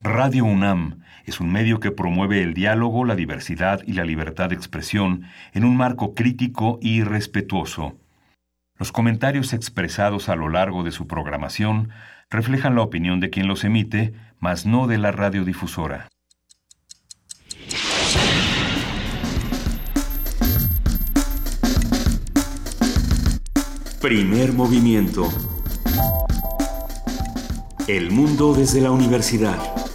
Radio UNAM es un medio que promueve el diálogo, la diversidad y la libertad de expresión en un marco crítico y respetuoso. Los comentarios expresados a lo largo de su programación reflejan la opinión de quien los emite, mas no de la radiodifusora. Primer movimiento. El mundo desde la universidad.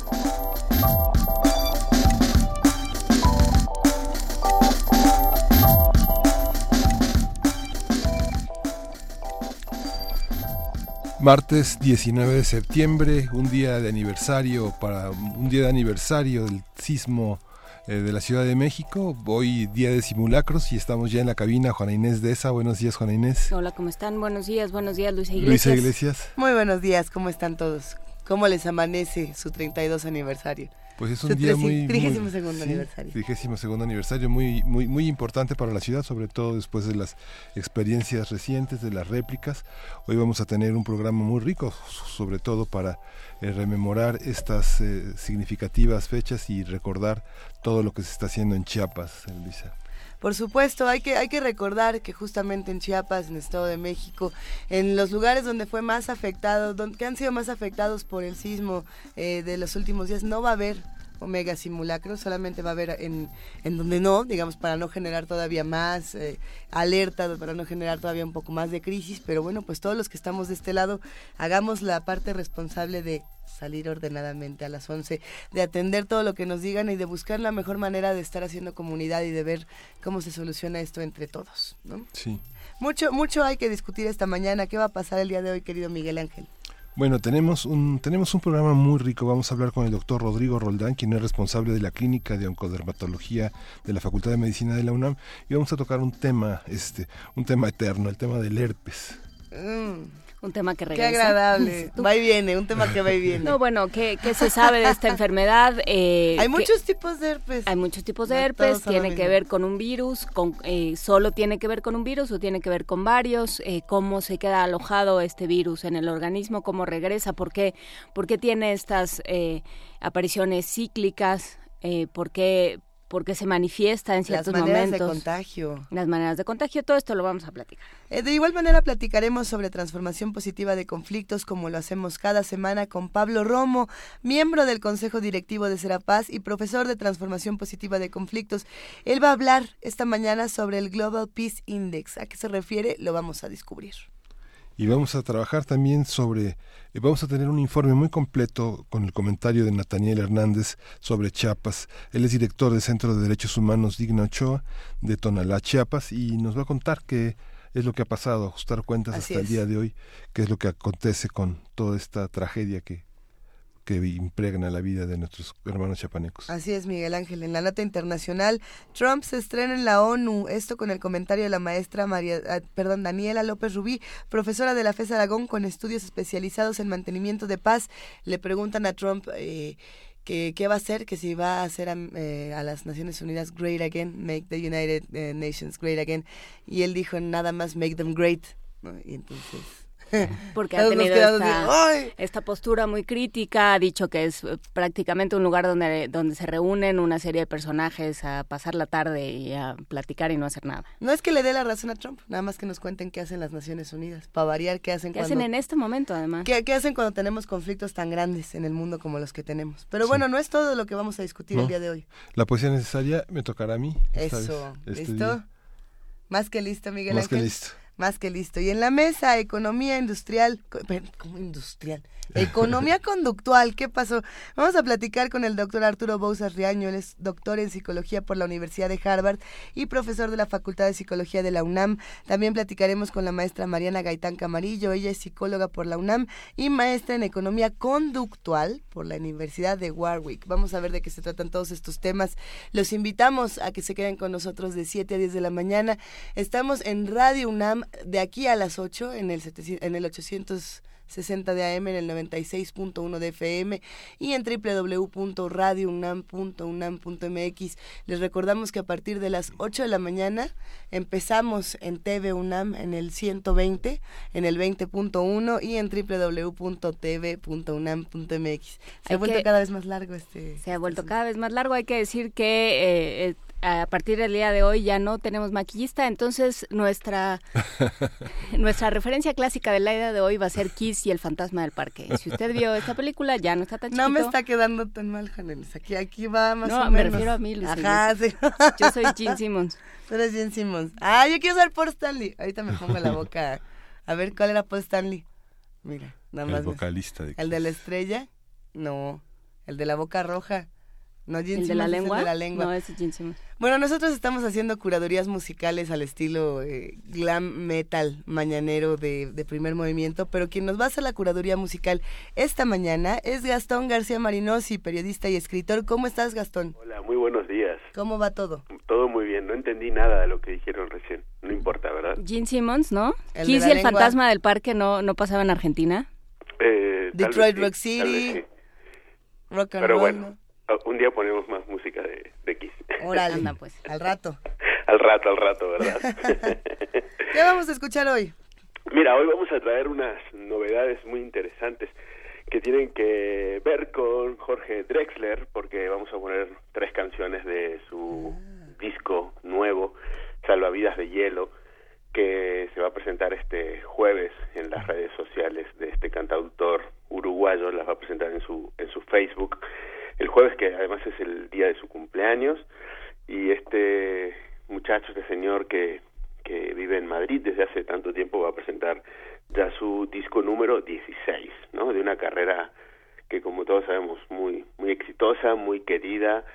Martes 19 de septiembre, un día de aniversario del sismo de la Ciudad de México. Hoy día de simulacros y estamos ya en la cabina. Juana Inés de ESA. Buenos días, Juana Inés. Hola, ¿cómo están? Buenos días, Luisa Iglesias. Luisa Iglesias. Muy buenos días, ¿cómo están todos? ¿Cómo les amanece su 32 aniversario? Pues es un día muy... 32º aniversario. 32º aniversario, muy importante para la ciudad, sobre todo después de las experiencias recientes, de las réplicas. Hoy vamos a tener un programa muy rico, sobre todo para rememorar estas significativas fechas y recordar todo lo que se está haciendo en Chiapas, Luisa. Por supuesto, hay que recordar que justamente en Chiapas, en el Estado de México, en los lugares donde fue más afectado, que han sido más afectados por el sismo de los últimos días, no va a haber mega simulacros, solamente va a haber en donde no, digamos, para no generar todavía más alerta, para no generar todavía un poco más de crisis, pero bueno, pues todos los que estamos de este lado, hagamos la parte responsable de salir ordenadamente a las 11, de atender todo lo que nos digan y de buscar la mejor manera de estar haciendo comunidad y de ver cómo se soluciona esto entre todos, ¿no? Sí. Mucho hay que discutir esta mañana. ¿Qué va a pasar el día de hoy, querido Miguel Ángel? Bueno, tenemos un programa muy rico. Vamos a hablar con el doctor Rodrigo Roldán, quien es responsable de la Clínica de Oncodermatología de la Facultad de Medicina de la UNAM, y vamos a tocar un tema eterno, el tema del herpes. Un tema que regresa. Qué agradable. Va y viene, un tema que va y viene. No, bueno, ¿qué se sabe de esta enfermedad? Hay muchos tipos de herpes. Hay muchos tipos de herpes, tiene que ver con un virus, solo tiene que ver con un virus o tiene que ver con varios, cómo se queda alojado este virus en el organismo, cómo regresa, por qué tiene estas apariciones cíclicas, por qué se manifiesta en ciertos momentos. Las maneras de contagio, todo esto lo vamos a platicar. De igual manera platicaremos sobre transformación positiva de conflictos, como lo hacemos cada semana con Pablo Romo, miembro del Consejo Directivo de Serapaz y profesor de transformación positiva de conflictos. Él va a hablar esta mañana sobre el Global Peace Index. ¿A qué se refiere? Lo vamos a descubrir. Y vamos a trabajar también vamos a tener un informe muy completo con el comentario de Nathaniel Hernández sobre Chiapas. Él es director del Centro de Derechos Humanos Digna Ochoa de Tonalá, Chiapas, y nos va a contar qué es lo que ha pasado, ajustar cuentas hasta el día de hoy, qué es lo que acontece con toda esta tragedia que impregna la vida de nuestros hermanos chiapanecos. Así es, Miguel Ángel. En la nota internacional, Trump se estrena en la ONU. Esto con el comentario de la maestra Daniela López Rubí, profesora de la FES Aragón con estudios especializados en mantenimiento de paz. Le preguntan a Trump qué va a hacer, que si va a hacer a las Naciones Unidas great again, make the United Nations great again. Y él dijo nada más make them great, ¿no? Y entonces... Porque ha tenido esta postura muy crítica, ha dicho que es prácticamente un lugar donde se reúnen una serie de personajes a pasar la tarde y a platicar y no hacer nada. No es que le dé la razón a Trump, nada más que nos cuenten qué hacen las Naciones Unidas, para variar qué hacen en este momento además. ¿Qué hacen cuando tenemos conflictos tan grandes en el mundo como los que tenemos? Pero bueno, no es todo lo que vamos a discutir el día de hoy. La poesía necesaria me tocará a mí. Eso, ¿listo? Más que listo, Miguel Ángel. Más que listo. Más que listo. Y en la mesa, economía industrial. ¿Cómo industrial? Economía conductual. ¿Qué pasó? Vamos a platicar con el doctor Arturo Bouzas Riaño. Él es doctor en psicología por la Universidad de Harvard y profesor de la Facultad de Psicología de la UNAM. También platicaremos con la maestra Mariana Gaitán Camarillo. Ella es psicóloga por la UNAM y maestra en economía conductual por la Universidad de Warwick. Vamos a ver de qué se tratan todos estos temas. Los invitamos a que se queden con nosotros de 7 a 10 de la mañana. Estamos en Radio UNAM de aquí a las 8 en el 800 860 de AM, en el 96.1 de FM y en www.radiounam.unam.mx. Les recordamos que a partir de las 8 de la mañana empezamos en TV UNAM en el 120, en el 20.1 y en www.tv.unam.mx. Se ha vuelto cada vez más largo Se ha vuelto cada vez más largo. Hay que decir que a partir del día de hoy ya no tenemos maquillista, entonces nuestra referencia clásica de la idea de hoy va a ser Kiss y el fantasma del parque. Si usted vio esta película, ya no está tan chiquito. No me está quedando tan mal, Janelis. Aquí va más o menos. No, me refiero a mí, Luis. Ajá, sí. Yo soy Gene Simmons. Tú eres Gene Simmons. Yo quiero ser Paul Stanley. Ahorita me pongo la boca. A ver, ¿cuál era Paul Stanley? Mira, nada más. El vocalista de Kiss. ¿El de la estrella? No. ¿El de la boca roja? No, Gene ¿El Simmons de la es lengua? el de la lengua. No, ese es Gene Simmons. Bueno, nosotros estamos haciendo curadurías musicales al estilo glam metal mañanero de Primer Movimiento, pero quien nos va a hacer la curaduría musical esta mañana es Gastón García Marinosi, periodista y escritor. ¿Cómo estás, Gastón? Hola, muy buenos días. ¿Cómo va todo? Todo muy bien, no entendí nada de lo que dijeron recién, no importa, ¿verdad? Gene Simmons, ¿no? Kiss y el fantasma del parque no pasaba en Argentina. Detroit Rock City, sí. Rock and Pero Roll. bueno, ¿no? un día ponemos más música de Kiss. Órale, Anda, pues. al rato. Al rato, ¿verdad? ¿Qué vamos a escuchar hoy? Mira, hoy vamos a traer unas novedades muy interesantes que tienen que ver con Jorge Drexler, porque vamos a poner 3 canciones de su disco nuevo, Salvavidas de Hielo, que se va a presentar este jueves en las redes sociales de este cantautor uruguayo. Las va a presentar en su Facebook el jueves, que además es el día de su cumpleaños, y este muchacho, este señor que vive en Madrid desde hace tanto tiempo, va a presentar ya su disco número 16, ¿no? De una carrera que, como todos sabemos, muy exitosa, muy querida,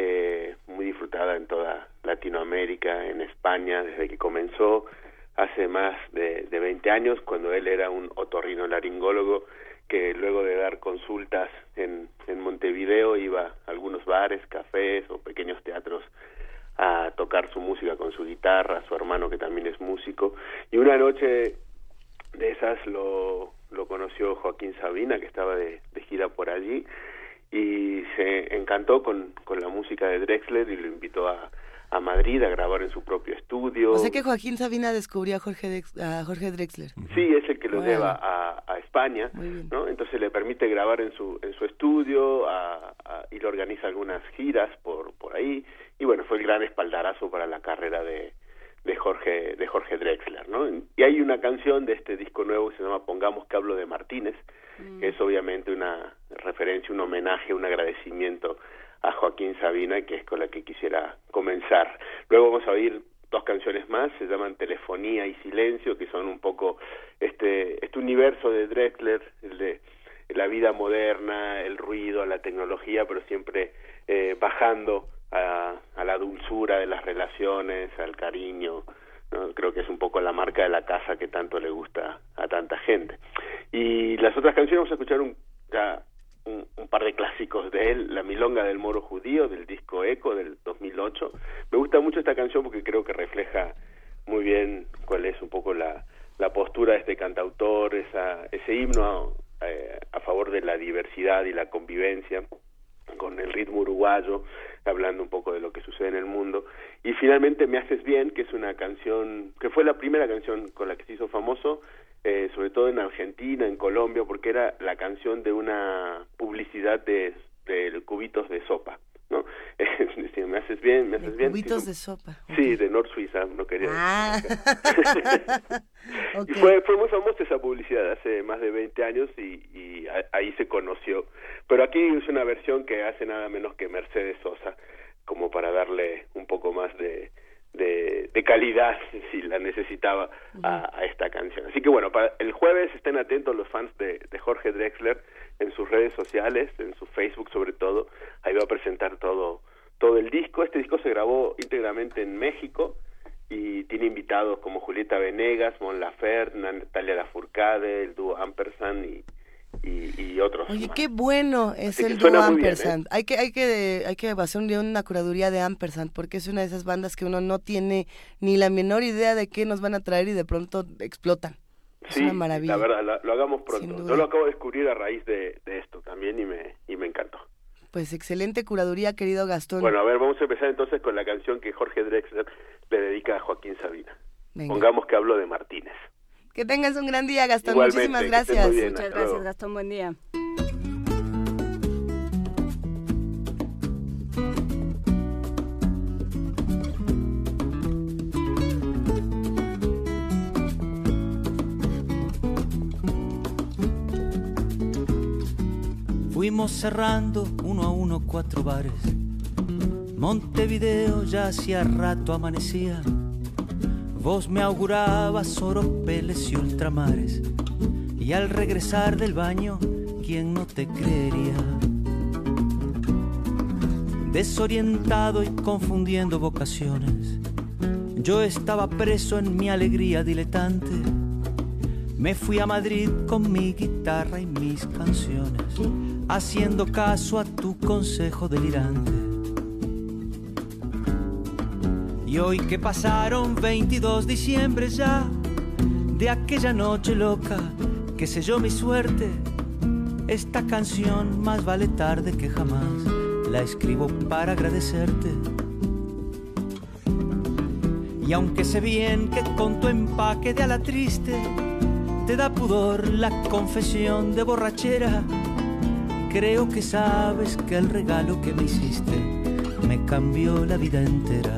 muy disfrutada en toda Latinoamérica, en España, desde que comenzó hace más de 20 años, cuando él era un otorrinolaringólogo que luego de dar consultas en Montevideo iba a algunos bares, cafés o pequeños teatros a tocar su música con su guitarra, su hermano que también es músico, y una noche de esas lo conoció Joaquín Sabina, que estaba de gira por allí, y se encantó con la música de Drexler y lo invitó a Madrid a grabar en su propio estudio. O sea que Joaquín Sabina descubrió a Jorge Drexler. Sí, es el que lo lleva a España, ¿no? Entonces le permite grabar en su estudio y le organiza algunas giras por ahí, y bueno, fue el gran espaldarazo para la carrera de Jorge Drexler, ¿no? Y hay una canción de este disco nuevo que se llama Pongamos que hablo de Martínez, que es obviamente una referencia, un homenaje, un agradecimiento a Joaquín Sabina, que es con la que quisiera comenzar. Luego vamos a oír 2 canciones más, se llaman Telefonía y Silencio, que son un poco este universo de Drexler, el de la vida moderna, el ruido, la tecnología, pero siempre bajando a la dulzura de las relaciones, al cariño, ¿no? Creo que es un poco la marca de la casa que tanto le gusta a tanta gente. Y las otras canciones vamos a escuchar un par de clásicos de él, La Milonga del Moro Judío, del disco Eco del 2008. Me gusta mucho esta canción porque creo que refleja muy bien cuál es un poco la postura de este cantautor, ese himno a favor de la diversidad y la convivencia, con el ritmo uruguayo, hablando un poco de lo que sucede en el mundo. Y finalmente Me Haces Bien, que es una canción que fue la primera canción con la que se hizo famoso, sobre todo en Argentina, en Colombia, porque era la canción de una publicidad de cubitos de sopa, ¿no? Decía, me haces bien, me haces bien. Cubitos de sopa. Sí, de Nord Suiza, no quería decir. Okay. Y fue muy famosa esa publicidad hace más de 20 años y ahí se conoció. Pero aquí es una versión que hace nada menos que Mercedes Sosa, como para darle un poco más de calidad, si la necesitaba, a esta canción. Así que bueno, para el jueves estén atentos los fans de Jorge Drexler en sus redes sociales, en su Facebook sobre todo. Ahí va a presentar todo el disco. Este disco se grabó íntegramente en México y tiene invitados como Julieta Venegas, Mon Laferte, Natalia Lafourcade, el dúo Ampersand y otros. Oye, más. Qué bueno es Así el dúo Ampersand. Bien, ¿eh? Hay que hacer una curaduría de Ampersand, porque es una de esas bandas que uno no tiene ni la menor idea de qué nos van a traer y de pronto explotan. Es una maravilla. La verdad, lo hagamos pronto. Yo lo acabo de descubrir a raíz de esto también y me encantó. Pues excelente curaduría, querido Gastón. Bueno, a ver, vamos a empezar entonces con la canción que Jorge Drexler le dedica a Joaquín Sabina. Venga. Pongamos que hablo de Martínez. Que tengas un gran día, Gastón. Igualmente, muchísimas gracias. Muchas gracias, Gastón. Buen día. Fuimos cerrando uno a uno 4 bares. Montevideo ya hacía rato amanecía. Vos me augurabas oropeles y ultramares. Y al regresar del baño, ¿quién no te creería? Desorientado y confundiendo vocaciones, yo estaba preso en mi alegría diletante. Me fui a Madrid con mi guitarra y mis canciones, haciendo caso a tu consejo delirante. Y hoy que pasaron 22 diciembre ya, de aquella noche loca que selló mi suerte, esta canción más vale tarde que jamás, la escribo para agradecerte. Y aunque sé bien que con tu empaque de ala triste te da pudor la confesión de borrachera, creo que sabes que el regalo que me hiciste me cambió la vida entera.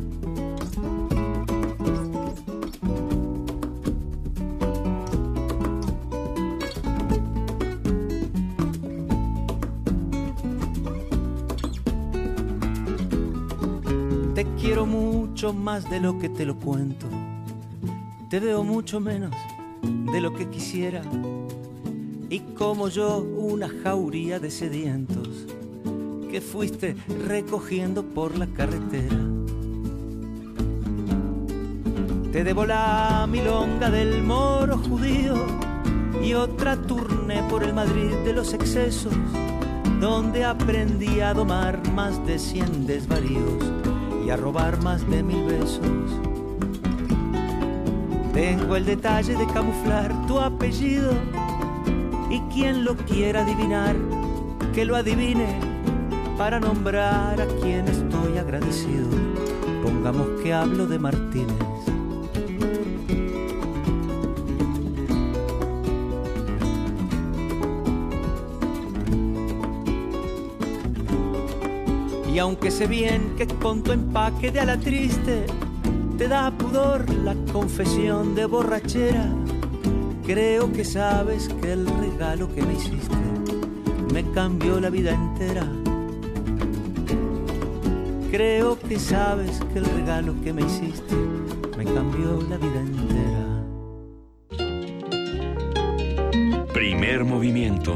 Te quiero mucho más de lo que te lo cuento. Te veo mucho menos de lo que quisiera. Y como yo, una jauría de sedientos que fuiste recogiendo por la carretera. Te debo la milonga del moro judío y otra turné por el Madrid de los excesos, donde aprendí a domar más de 100 desvaríos y a robar más de 1000 besos. Tengo el detalle de camuflar tu apellido y quien lo quiera adivinar, que lo adivine para nombrar a quien estoy agradecido. Pongamos que hablo de Martínez. Y aunque sé bien que con tu empaque de ala triste te da pudor la confesión de borrachera, creo que sabes que el regalo que me hiciste me cambió la vida entera. Creo que sabes que el regalo que me hiciste me cambió la vida entera. Primer movimiento.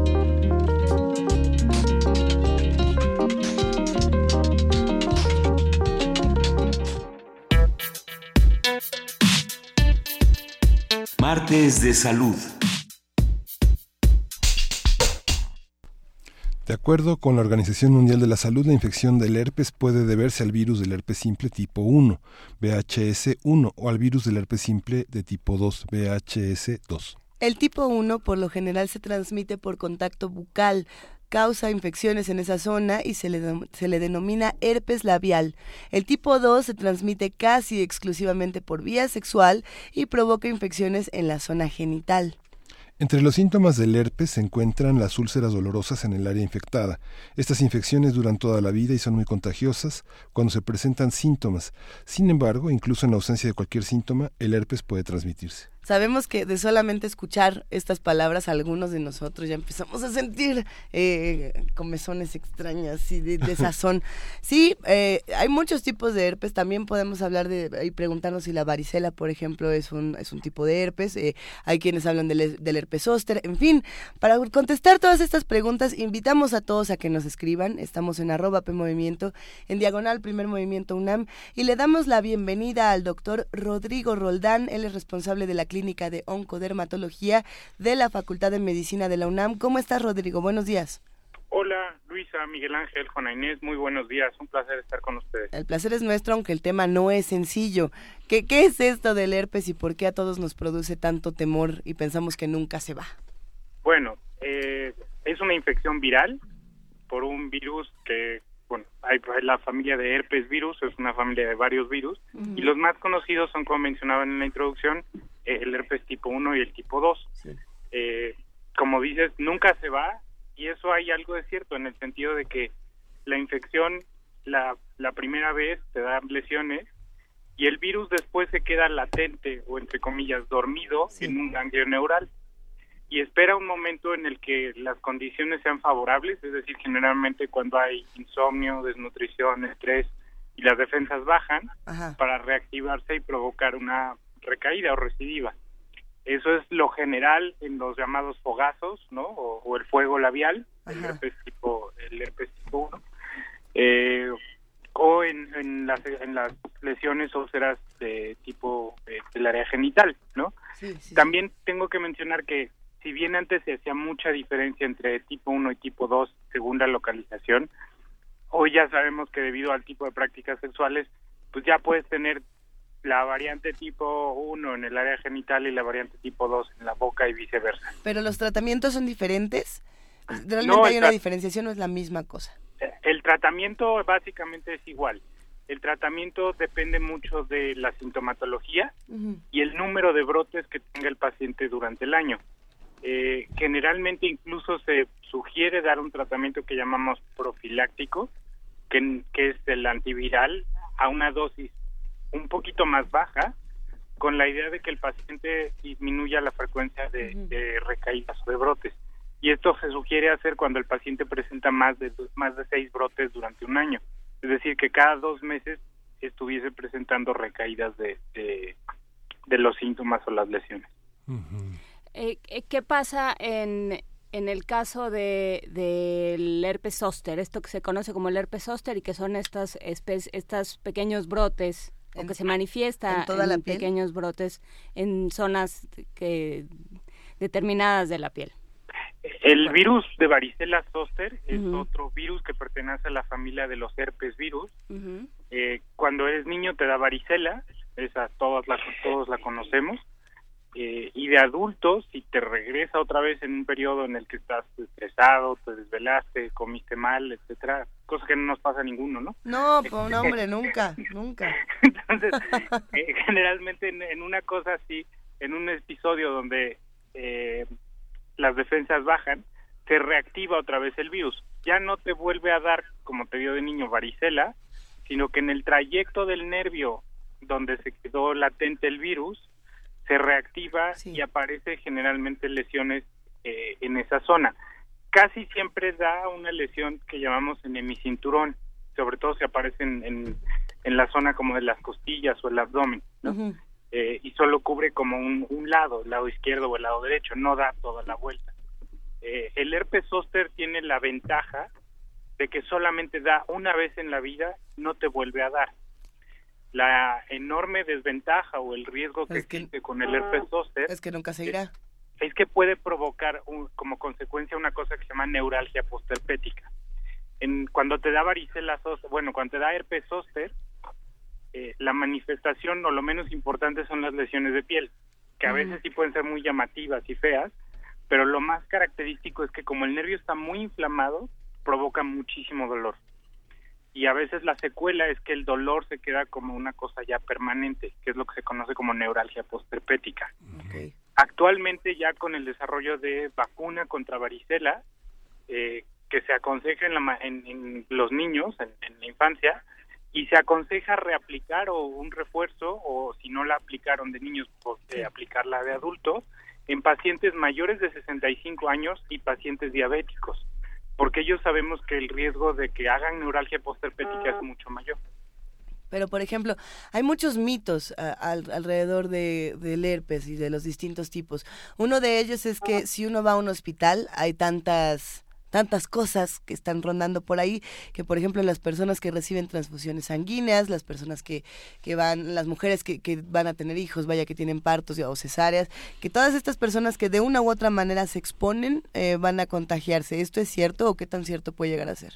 Martes de salud. De acuerdo con la Organización Mundial de la Salud, la infección del herpes puede deberse al virus del herpes simple tipo 1, VHS1, o al virus del herpes simple de tipo 2, VHS2. El tipo 1 por lo general se transmite por contacto bucal, causa infecciones en esa zona y se le denomina herpes labial. El tipo 2 se transmite casi exclusivamente por vía sexual y provoca infecciones en la zona genital. Entre los síntomas del herpes se encuentran las úlceras dolorosas en el área infectada. Estas infecciones duran toda la vida y son muy contagiosas cuando se presentan síntomas. Sin embargo, incluso en la ausencia de cualquier síntoma, el herpes puede transmitirse. Sabemos que de solamente escuchar estas palabras, algunos de nosotros ya empezamos a sentir comezones extrañas y de sazón. Sí, hay muchos tipos de herpes. También podemos hablar y preguntarnos si la varicela, por ejemplo, es un tipo de herpes. Hay quienes hablan del herpes zóster. En fin, para contestar todas estas preguntas, invitamos a todos a que nos escriban. Estamos en @PMovimiento, en diagonal Primer Movimiento UNAM, y le damos la bienvenida al doctor Rodrigo Roldán. Él es responsable de la Clínica de Oncodermatología de la Facultad de Medicina de la UNAM. ¿Cómo estás, Rodrigo? Buenos días. Hola, Luisa, Miguel Ángel, Juana Inés, muy buenos días, un placer estar con ustedes. El placer es nuestro, aunque el tema no es sencillo. ¿Qué es esto del herpes y por qué a todos nos produce tanto temor y pensamos que nunca se va? Bueno, es una infección viral por un virus que, bueno, hay la familia de herpes virus, es una familia de varios virus, y los más conocidos son, como mencionaban en la introducción, el herpes tipo 1 y el tipo 2. Sí. Como dices, nunca se va. Y eso hay algo de cierto en el sentido de que la infección la primera vez te da lesiones y el virus después se queda latente o entre comillas dormido en un ganglio neural y espera un momento en el que las condiciones sean favorables, es decir, generalmente cuando hay insomnio, desnutrición, estrés y las defensas bajan para reactivarse y provocar una recaída o recidiva. Eso es lo general en los llamados fogazos, ¿no? O el fuego labial, el herpes tipo 1, o en las lesiones óseas de tipo del área genital, ¿no? Sí. También tengo que mencionar que si bien antes se hacía mucha diferencia entre tipo 1 y tipo 2 según la localización, hoy ya sabemos que debido al tipo de prácticas sexuales, pues ya puedes tener la variante tipo 1 en el área genital y la variante tipo 2 en la boca y viceversa. ¿Pero los tratamientos son diferentes? ¿Realmente hay una diferenciación o es la misma cosa? El tratamiento básicamente es igual. El tratamiento depende mucho de la sintomatología y el número de brotes que tenga el paciente durante el año. Generalmente incluso se sugiere dar un tratamiento que llamamos profiláctico, que es el antiviral, a una dosis un poquito más baja, con la idea de que el paciente disminuya la frecuencia de recaídas o de brotes. Y esto se sugiere hacer cuando el paciente presenta más de 6 brotes durante un año. Es decir, que cada 2 meses estuviese presentando recaídas de los síntomas o las lesiones. ¿Qué pasa en el caso del herpes zóster? Esto que se conoce como el herpes zóster y que son estos pequeños brotes o que se manifiesta en pequeños brotes en zonas determinadas de la piel. El virus de varicela zóster es otro virus que pertenece a la familia de los herpes virus. Cuando eres niño te da varicela, esa todos la conocemos, y de adultos, si te regresa otra vez en un periodo en el que estás estresado, te desvelaste, comiste mal, etcétera, cosa que no nos pasa a ninguno, ¿no? No, hombre, nunca. Entonces, generalmente en una cosa así, en un episodio donde las defensas bajan, se reactiva otra vez el virus. Ya no te vuelve a dar, como te dio de niño, varicela, sino que en el trayecto del nervio donde se quedó latente el virus, se reactiva y aparece generalmente lesiones en esa zona. Casi siempre da una lesión que llamamos en hemicinturón, sobre todo si aparece en la zona como de las costillas o el abdomen, ¿no? Y solo cubre como un lado, el lado izquierdo o el lado derecho, no da toda la vuelta. El herpes zóster tiene la ventaja de que solamente da una vez en la vida, no te vuelve a dar. La enorme desventaja o el riesgo que existe con el herpes zóster es que nunca se irá. Es que puede provocar como consecuencia una cosa que se llama neuralgia postherpética. Cuando te da varicela zóster, cuando te da herpes zóster, la manifestación o lo menos importante son las lesiones de piel, que a veces sí pueden ser muy llamativas y feas, pero lo más característico es que como el nervio está muy inflamado, provoca muchísimo dolor. Y a veces la secuela es que el dolor se queda como una cosa ya permanente, que es lo que se conoce como neuralgia postherpética. Actualmente ya con el desarrollo de vacuna contra varicela, que se aconseja en los niños, en la infancia, y se aconseja reaplicar o un refuerzo, o si no la aplicaron de niños, aplicarla de adultos, en pacientes mayores de 65 años y pacientes diabéticos, porque ellos sabemos que el riesgo de que hagan neuralgia postherpética es mucho mayor. Pero, por ejemplo, hay muchos mitos alrededor del herpes y de los distintos tipos. Uno de ellos es que si uno va a un hospital hay tantas tantas cosas que están rondando por ahí, que por ejemplo las personas que reciben transfusiones sanguíneas, las personas que van, las mujeres que van a tener hijos, vaya, que tienen partos o cesáreas, que todas estas personas que de una u otra manera se exponen van a contagiarse. ¿Esto es cierto o qué tan cierto puede llegar a ser?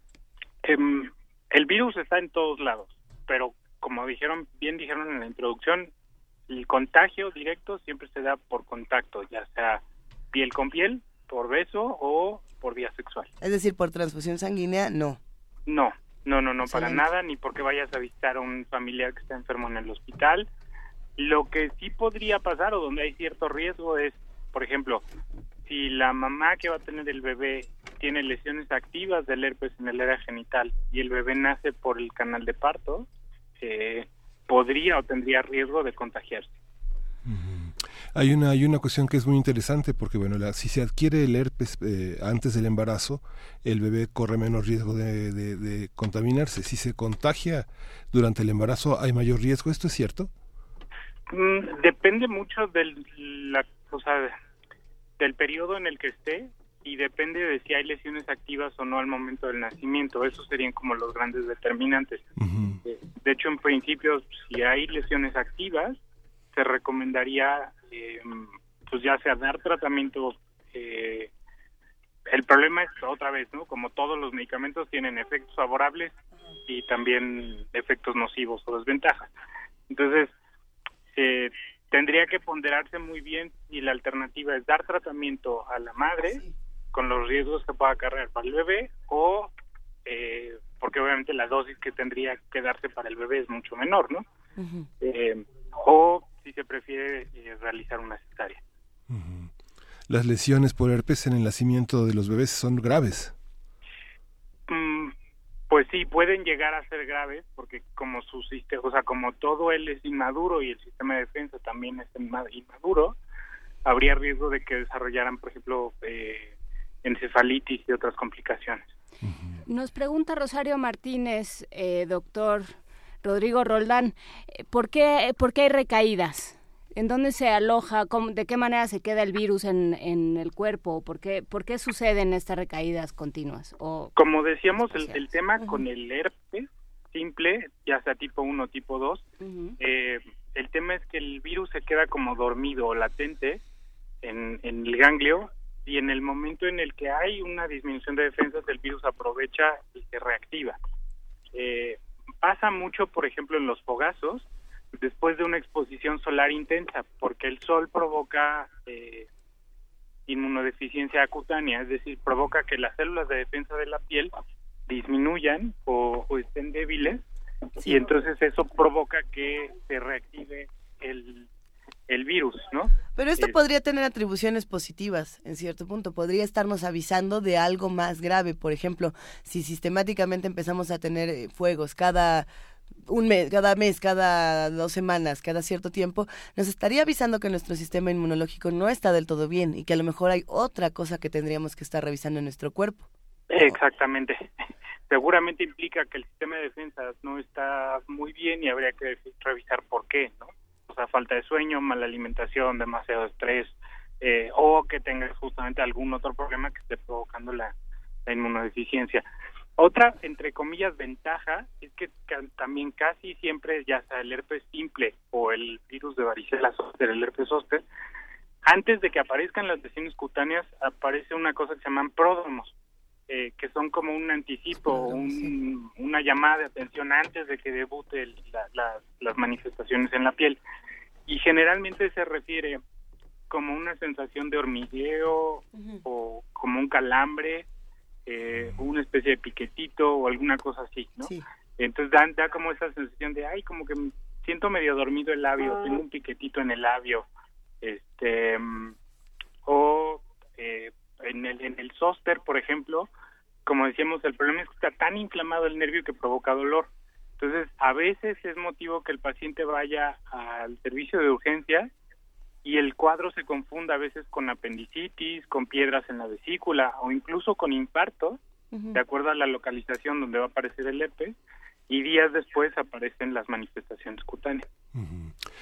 El virus está en todos lados, pero como bien dijeron en la introducción, el contagio directo siempre se da por contacto, ya sea piel con piel, por beso o por vía sexual. Es decir, por transfusión sanguínea, no. No, para nada, ni porque vayas a visitar a un familiar que está enfermo en el hospital. Lo que sí podría pasar o donde hay cierto riesgo es, por ejemplo, si la mamá que va a tener el bebé tiene lesiones activas del herpes en el área genital y el bebé nace por el canal de parto, podría o tendría riesgo de contagiarse. Hay una cuestión que es muy interesante porque bueno, si se adquiere el herpes antes del embarazo, el bebé corre menos riesgo de contaminarse. Si se contagia durante el embarazo, ¿hay mayor riesgo? ¿Esto es cierto? Depende mucho del periodo en el que esté y depende de si hay lesiones activas o no al momento del nacimiento. Esos serían como los grandes determinantes. Uh-huh. De hecho, en principio, si hay lesiones activas, se recomendaría pues ya sea dar tratamiento. El problema es otra vez, ¿no? Como todos los medicamentos tienen efectos favorables y también efectos nocivos o desventajas. Entonces, tendría que ponderarse muy bien si la alternativa es dar tratamiento a la madre con los riesgos que pueda acarrear para el bebé o porque obviamente la dosis que tendría que darse para el bebé es mucho menor, ¿no? Uh-huh. O si se prefiere realizar una cesárea. Uh-huh. Las lesiones por herpes en el nacimiento de los bebés son graves. Pues sí, pueden llegar a ser graves porque como su sistema, o sea, como todo él es inmaduro y el sistema de defensa también es inmaduro, habría riesgo de que desarrollaran, por ejemplo, encefalitis y otras complicaciones. Uh-huh. Nos pregunta Rosario Martínez, doctor Rodrigo Roldán, ¿por qué hay recaídas? ¿En dónde se aloja? ¿De qué manera se queda el virus en el cuerpo? ¿Por qué suceden estas recaídas continuas? Como decíamos, el tema con el herpes simple, ya sea tipo 1 o tipo 2, uh-huh. El tema es que el virus se queda como dormido o latente en el ganglio y en el momento en el que hay una disminución de defensas, el virus aprovecha y se reactiva. Pasa mucho, por ejemplo, en los fogazos, después de una exposición solar intensa, porque el sol provoca inmunodeficiencia cutánea, es decir, provoca que las células de defensa de la piel disminuyan o estén débiles, sí. Y entonces eso provoca que se reactive el virus, ¿no? Pero esto podría tener atribuciones positivas, en cierto punto. Podría estarnos avisando de algo más grave. Por ejemplo, si sistemáticamente empezamos a tener fuegos cada mes, cada 2 semanas, cada cierto tiempo, nos estaría avisando que nuestro sistema inmunológico no está del todo bien y que a lo mejor hay otra cosa que tendríamos que estar revisando en nuestro cuerpo. Exactamente. Seguramente implica que el sistema de defensas no está muy bien y habría que revisar por qué, ¿no? O sea, falta de sueño, mala alimentación, demasiado estrés, o que tengas justamente algún otro problema que esté provocando la inmunodeficiencia. Otra, entre comillas, ventaja es que también casi siempre, ya sea el herpes simple o el virus de varicela zoster, el herpes zóster, antes de que aparezcan las lesiones cutáneas, aparece una cosa que se llaman pródromos, que son como un anticipo, una llamada de atención antes de que debute las manifestaciones en la piel. Y generalmente se refiere como una sensación de hormigueo uh-huh. o como un calambre, una especie de piquetito o alguna cosa así, ¿no? Sí. Entonces da como esa sensación de, ay, como que siento medio dormido el labio, tengo un piquetito en el labio, en el zóster, por ejemplo, como decíamos, el problema es que está tan inflamado el nervio que provoca dolor. Entonces, a veces es motivo que el paciente vaya al servicio de urgencia y el cuadro se confunda a veces con apendicitis, con piedras en la vesícula o incluso con infarto, uh-huh. de acuerdo a la localización donde va a aparecer el herpes, y días después aparecen las manifestaciones cutáneas. Uh-huh.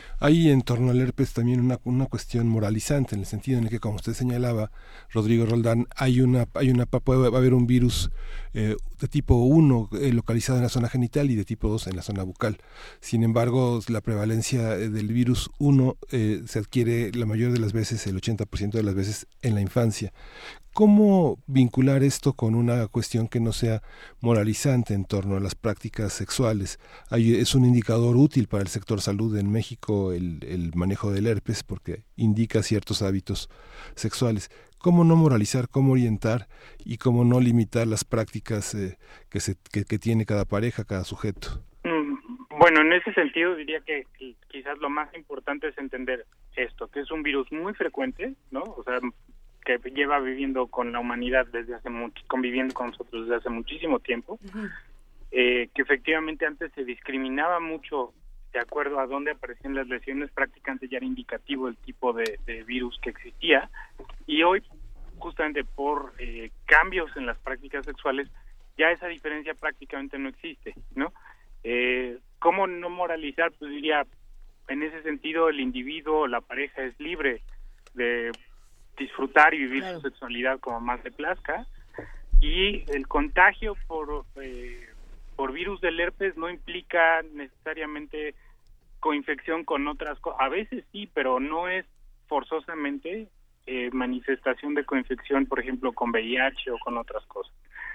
Hay en torno al herpes también una cuestión moralizante, en el sentido en el que, como usted señalaba, Rodrigo Roldán, va a haber un virus de tipo 1 localizado en la zona genital y de tipo 2 en la zona bucal. Sin embargo, la prevalencia del virus 1 se adquiere la mayor de las veces, el 80% de las veces, en la infancia. ¿Cómo vincular esto con una cuestión que no sea moralizante en torno a las prácticas sexuales? Es un indicador útil para el sector salud en México el manejo del herpes porque indica ciertos hábitos sexuales. ¿Cómo no moralizar, cómo orientar y cómo no limitar las prácticas que tiene cada pareja, cada sujeto? Bueno, en ese sentido diría que quizás lo más importante es entender esto, que es un virus muy frecuente, ¿no? O sea, que lleva viviendo con la humanidad conviviendo con nosotros desde hace muchísimo tiempo, que efectivamente antes se discriminaba mucho de acuerdo a dónde aparecían las lesiones, prácticamente ya era indicativo el tipo de virus que existía, y hoy, justamente por cambios en las prácticas sexuales, ya esa diferencia prácticamente no existe, ¿no? ¿Cómo no moralizar? Pues diría, en ese sentido, el individuo, la pareja es libre de disfrutar y vivir su sexualidad como más le plazca, y el contagio por virus del herpes no implica necesariamente coinfección con otras cosas. A veces sí, pero no es forzosamente manifestación de coinfección, por ejemplo, con VIH o con otras cosas.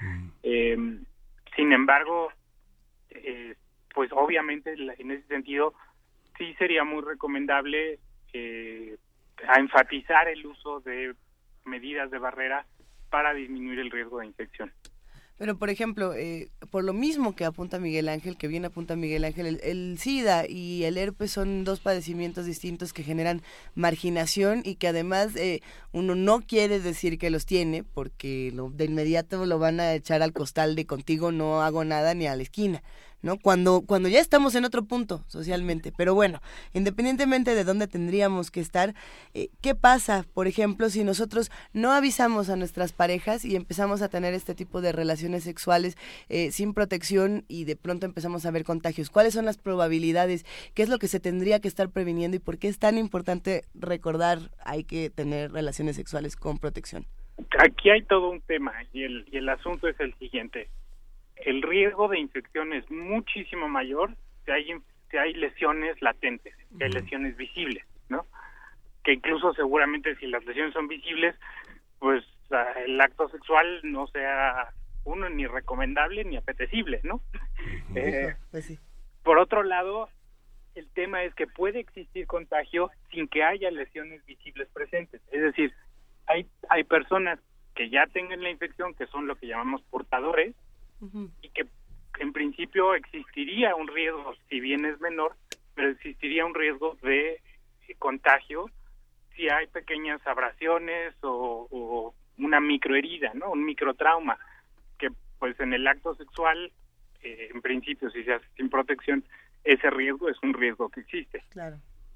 Sin embargo, pues obviamente en ese sentido sí sería muy recomendable a enfatizar el uso de medidas de barrera para disminuir el riesgo de infección. Pero, por ejemplo, por lo mismo que apunta Miguel Ángel, el SIDA y el herpes son dos padecimientos distintos que generan marginación y que además uno no quiere decir que los tiene porque de inmediato lo van a echar al costal de contigo no hago nada ni a la esquina, ¿no? Cuando ya estamos en otro punto socialmente. Pero bueno, independientemente de dónde tendríamos que estar, ¿qué pasa, por ejemplo, si nosotros no avisamos a nuestras parejas y empezamos a tener este tipo de relaciones sexuales sin protección y de pronto empezamos a ver contagios? ¿Cuáles son las probabilidades? ¿Qué es lo que se tendría que estar previniendo y por qué es tan importante recordar hay que tener relaciones sexuales con protección? Aquí hay todo un tema y el asunto es el siguiente. El riesgo de infección es muchísimo mayor si hay lesiones latentes, si hay lesiones visibles, ¿no? Que incluso seguramente si las lesiones son visibles, pues el acto sexual no sea ni recomendable ni apetecible, ¿no? Pues sí. Por otro lado, el tema es que puede existir contagio sin que haya lesiones visibles presentes. Es decir, hay personas que ya tengan la infección, que son lo que llamamos portadores, y que en principio existiría un riesgo, si bien es menor, pero existiría un riesgo de contagio si hay pequeñas abrasiones o una microherida, ¿no? Un microtrauma, que pues en el acto sexual, en principio, si se hace sin protección, ese riesgo es un riesgo que existe. Claro.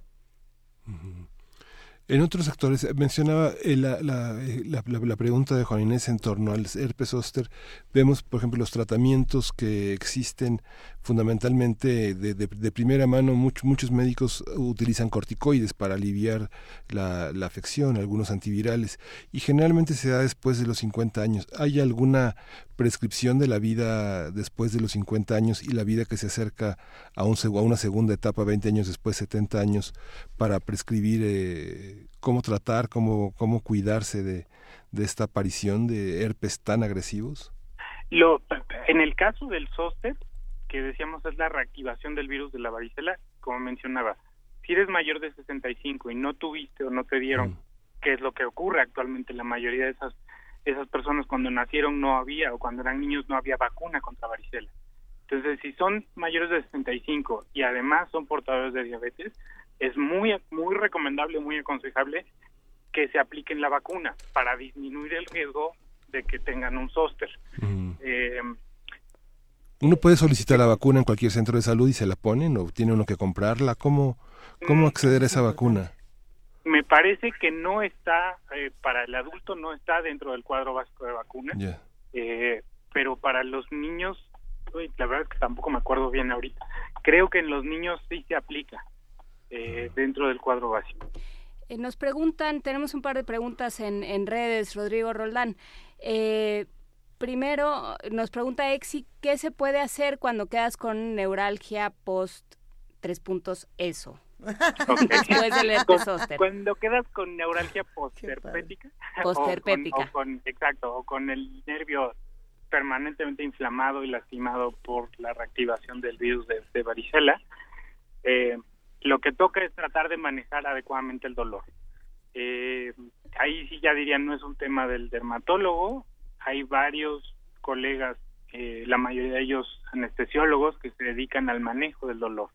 En otros sectores, mencionaba la pregunta de Juan Inés en torno al herpes zóster. Vemos, por ejemplo, los tratamientos que existen fundamentalmente de primera mano. Muchos médicos utilizan corticoides para aliviar la afección, algunos antivirales, y generalmente se da después de los 50 años. ¿Hay alguna prescripción de la vida después de los 50 años y la vida que se acerca a una segunda etapa, 20 años después, 70 años, para prescribir cómo tratar, cómo cuidarse de esta aparición de herpes tan agresivos? En el caso del zóster, que decíamos es la reactivación del virus de la varicela, como mencionaba, si eres mayor de 65 y no tuviste o no te dieron, que es lo que ocurre actualmente, la mayoría de esas personas cuando nacieron no había, o cuando eran niños no había vacuna contra varicela. Entonces, si son mayores de 65 y además son portadores de diabetes, es muy recomendable, muy aconsejable que se apliquen la vacuna para disminuir el riesgo de que tengan un zóster. ¿Uno puede solicitar la vacuna en cualquier centro de salud y se la ponen o tiene uno que comprarla? ¿Cómo acceder a esa vacuna? Me parece que no está, para el adulto no está dentro del cuadro básico de vacunas, pero para los niños, la verdad es que tampoco me acuerdo bien ahorita. Creo que en los niños sí se aplica. dentro del cuadro básico. Nos preguntan, tenemos un par de preguntas en redes, Rodrigo Roldán. Primero, nos pregunta Exi, ¿qué se puede hacer cuando quedas con neuralgia post ESO? Okay. Después del herpes zóster. Cuando quedas con neuralgia postherpética. Postherpética. O con el nervio permanentemente inflamado y lastimado por la reactivación del virus de varicela, lo que toca es tratar de manejar adecuadamente el dolor. Ahí sí ya diría, no es un tema del dermatólogo. Hay varios colegas, la mayoría de ellos anestesiólogos, que se dedican al manejo del dolor.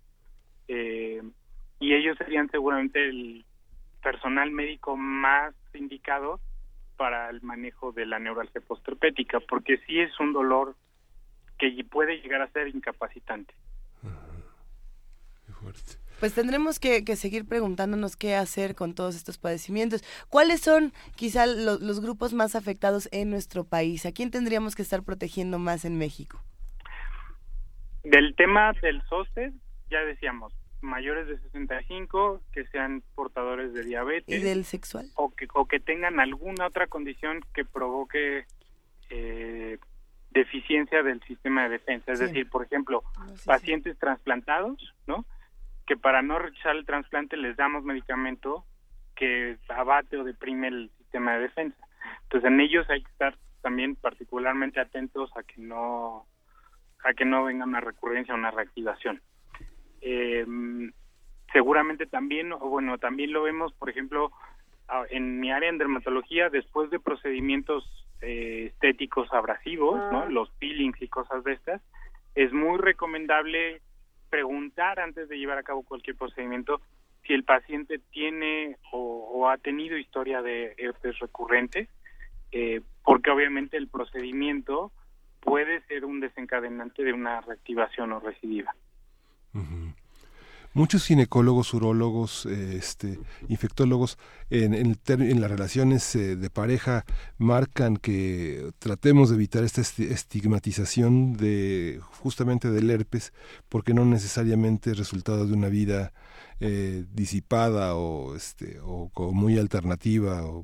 Y ellos serían seguramente el personal médico más indicado para el manejo de la neuralgia postherpética, porque sí es un dolor que puede llegar a ser incapacitante. Qué fuerte. Pues tendremos que seguir preguntándonos qué hacer con todos estos padecimientos. ¿Cuáles son quizá los grupos más afectados en nuestro país? ¿A quién tendríamos que estar protegiendo más en México? Del tema del zóster, ya decíamos, mayores de 65, que sean portadores de diabetes. ¿Y del sexual? O que tengan alguna otra condición que provoque deficiencia del sistema de defensa. Es decir, por ejemplo, pacientes trasplantados, ¿no? Que para no rechazar el trasplante les damos medicamento que abate o deprime el sistema de defensa. Entonces en ellos hay que estar también particularmente atentos a que no venga una recurrencia o una reactivación. Seguramente también, también lo vemos, por ejemplo, en mi área en dermatología, después de procedimientos estéticos abrasivos, ¿no? Los peelings y cosas de estas, es muy recomendable preguntar antes de llevar a cabo cualquier procedimiento si el paciente tiene o ha tenido historia de herpes recurrente, porque obviamente el procedimiento puede ser un desencadenante de una reactivación o recidiva. Uh-huh. Muchos ginecólogos, urólogos, infectólogos en las relaciones de pareja marcan que tratemos de evitar esta estigmatización justamente del herpes, porque no necesariamente es resultado de una vida disipada o muy alternativa o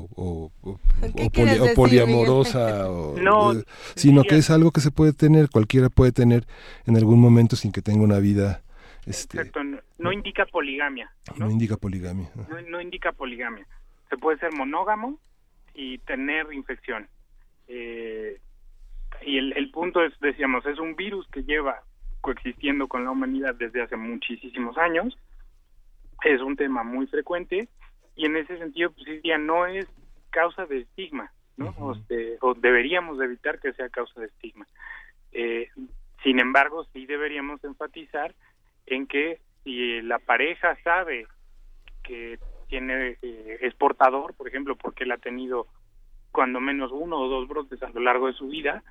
poliamorosa, sino que es algo que se puede tener, cualquiera puede tener en algún momento sin que tenga una vida. Exacto, no indica poligamia. No indica poligamia. No indica poligamia. Se puede ser monógamo y tener infección. Y el punto es, decíamos, es un virus que lleva coexistiendo con la humanidad desde hace muchísimos años. Es un tema muy frecuente y en ese sentido, pues ya no es causa de estigma, ¿no? Uh-huh. O deberíamos de evitar que sea causa de estigma. Sin embargo, sí deberíamos enfatizar en que si la pareja sabe que es portador, por ejemplo, porque él ha tenido cuando menos 1 o 2 brotes a lo largo de su vida,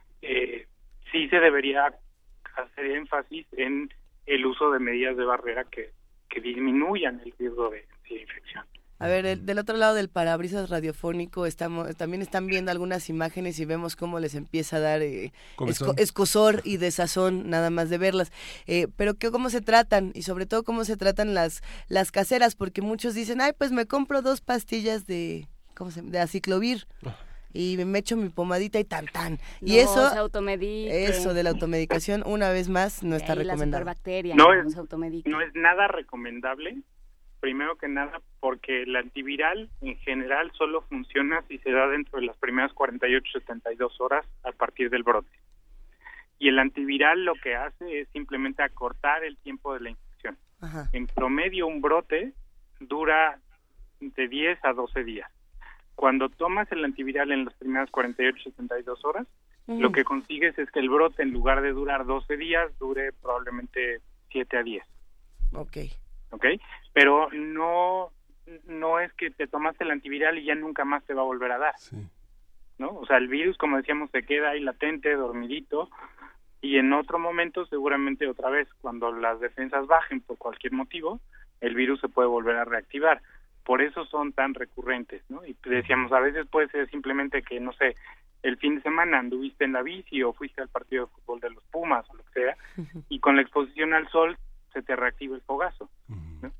sí se debería hacer énfasis en el uso de medidas de barrera que disminuyan el riesgo de infección. A ver, del otro lado del parabrisas radiofónico también están viendo algunas imágenes y vemos cómo les empieza a dar escozor y desazón nada más de verlas. Pero ¿cómo se tratan? Y sobre todo, ¿cómo se tratan las caseras? Porque muchos dicen, pues me compro 2 pastillas de aciclovir y me echo mi pomadita y tan. Y eso de la automedicación, una vez más, no está recomendado. No es nada recomendable. Primero que nada, porque el antiviral en general solo funciona si se da dentro de las primeras 48-72 horas a partir del brote. Y el antiviral lo que hace es simplemente acortar el tiempo de la infección. Ajá. En promedio, un brote dura de 10 a 12 días. Cuando tomas el antiviral en las primeras 48-72 horas, lo que consigues es que el brote, en lugar de durar 12 días, dure probablemente 7 a 10. ¿Ok? Pero no es que te tomaste el antiviral y ya nunca más te va a volver a dar, ¿no? O sea, el virus, como decíamos, se queda ahí latente, dormidito, y en otro momento, seguramente otra vez, cuando las defensas bajen por cualquier motivo, el virus se puede volver a reactivar. Por eso son tan recurrentes, ¿no? Y decíamos, a veces puede ser simplemente que, no sé, el fin de semana anduviste en la bici o fuiste al partido de fútbol de los Pumas o lo que sea, y con la exposición al sol se te reactiva el fogazo, ¿no?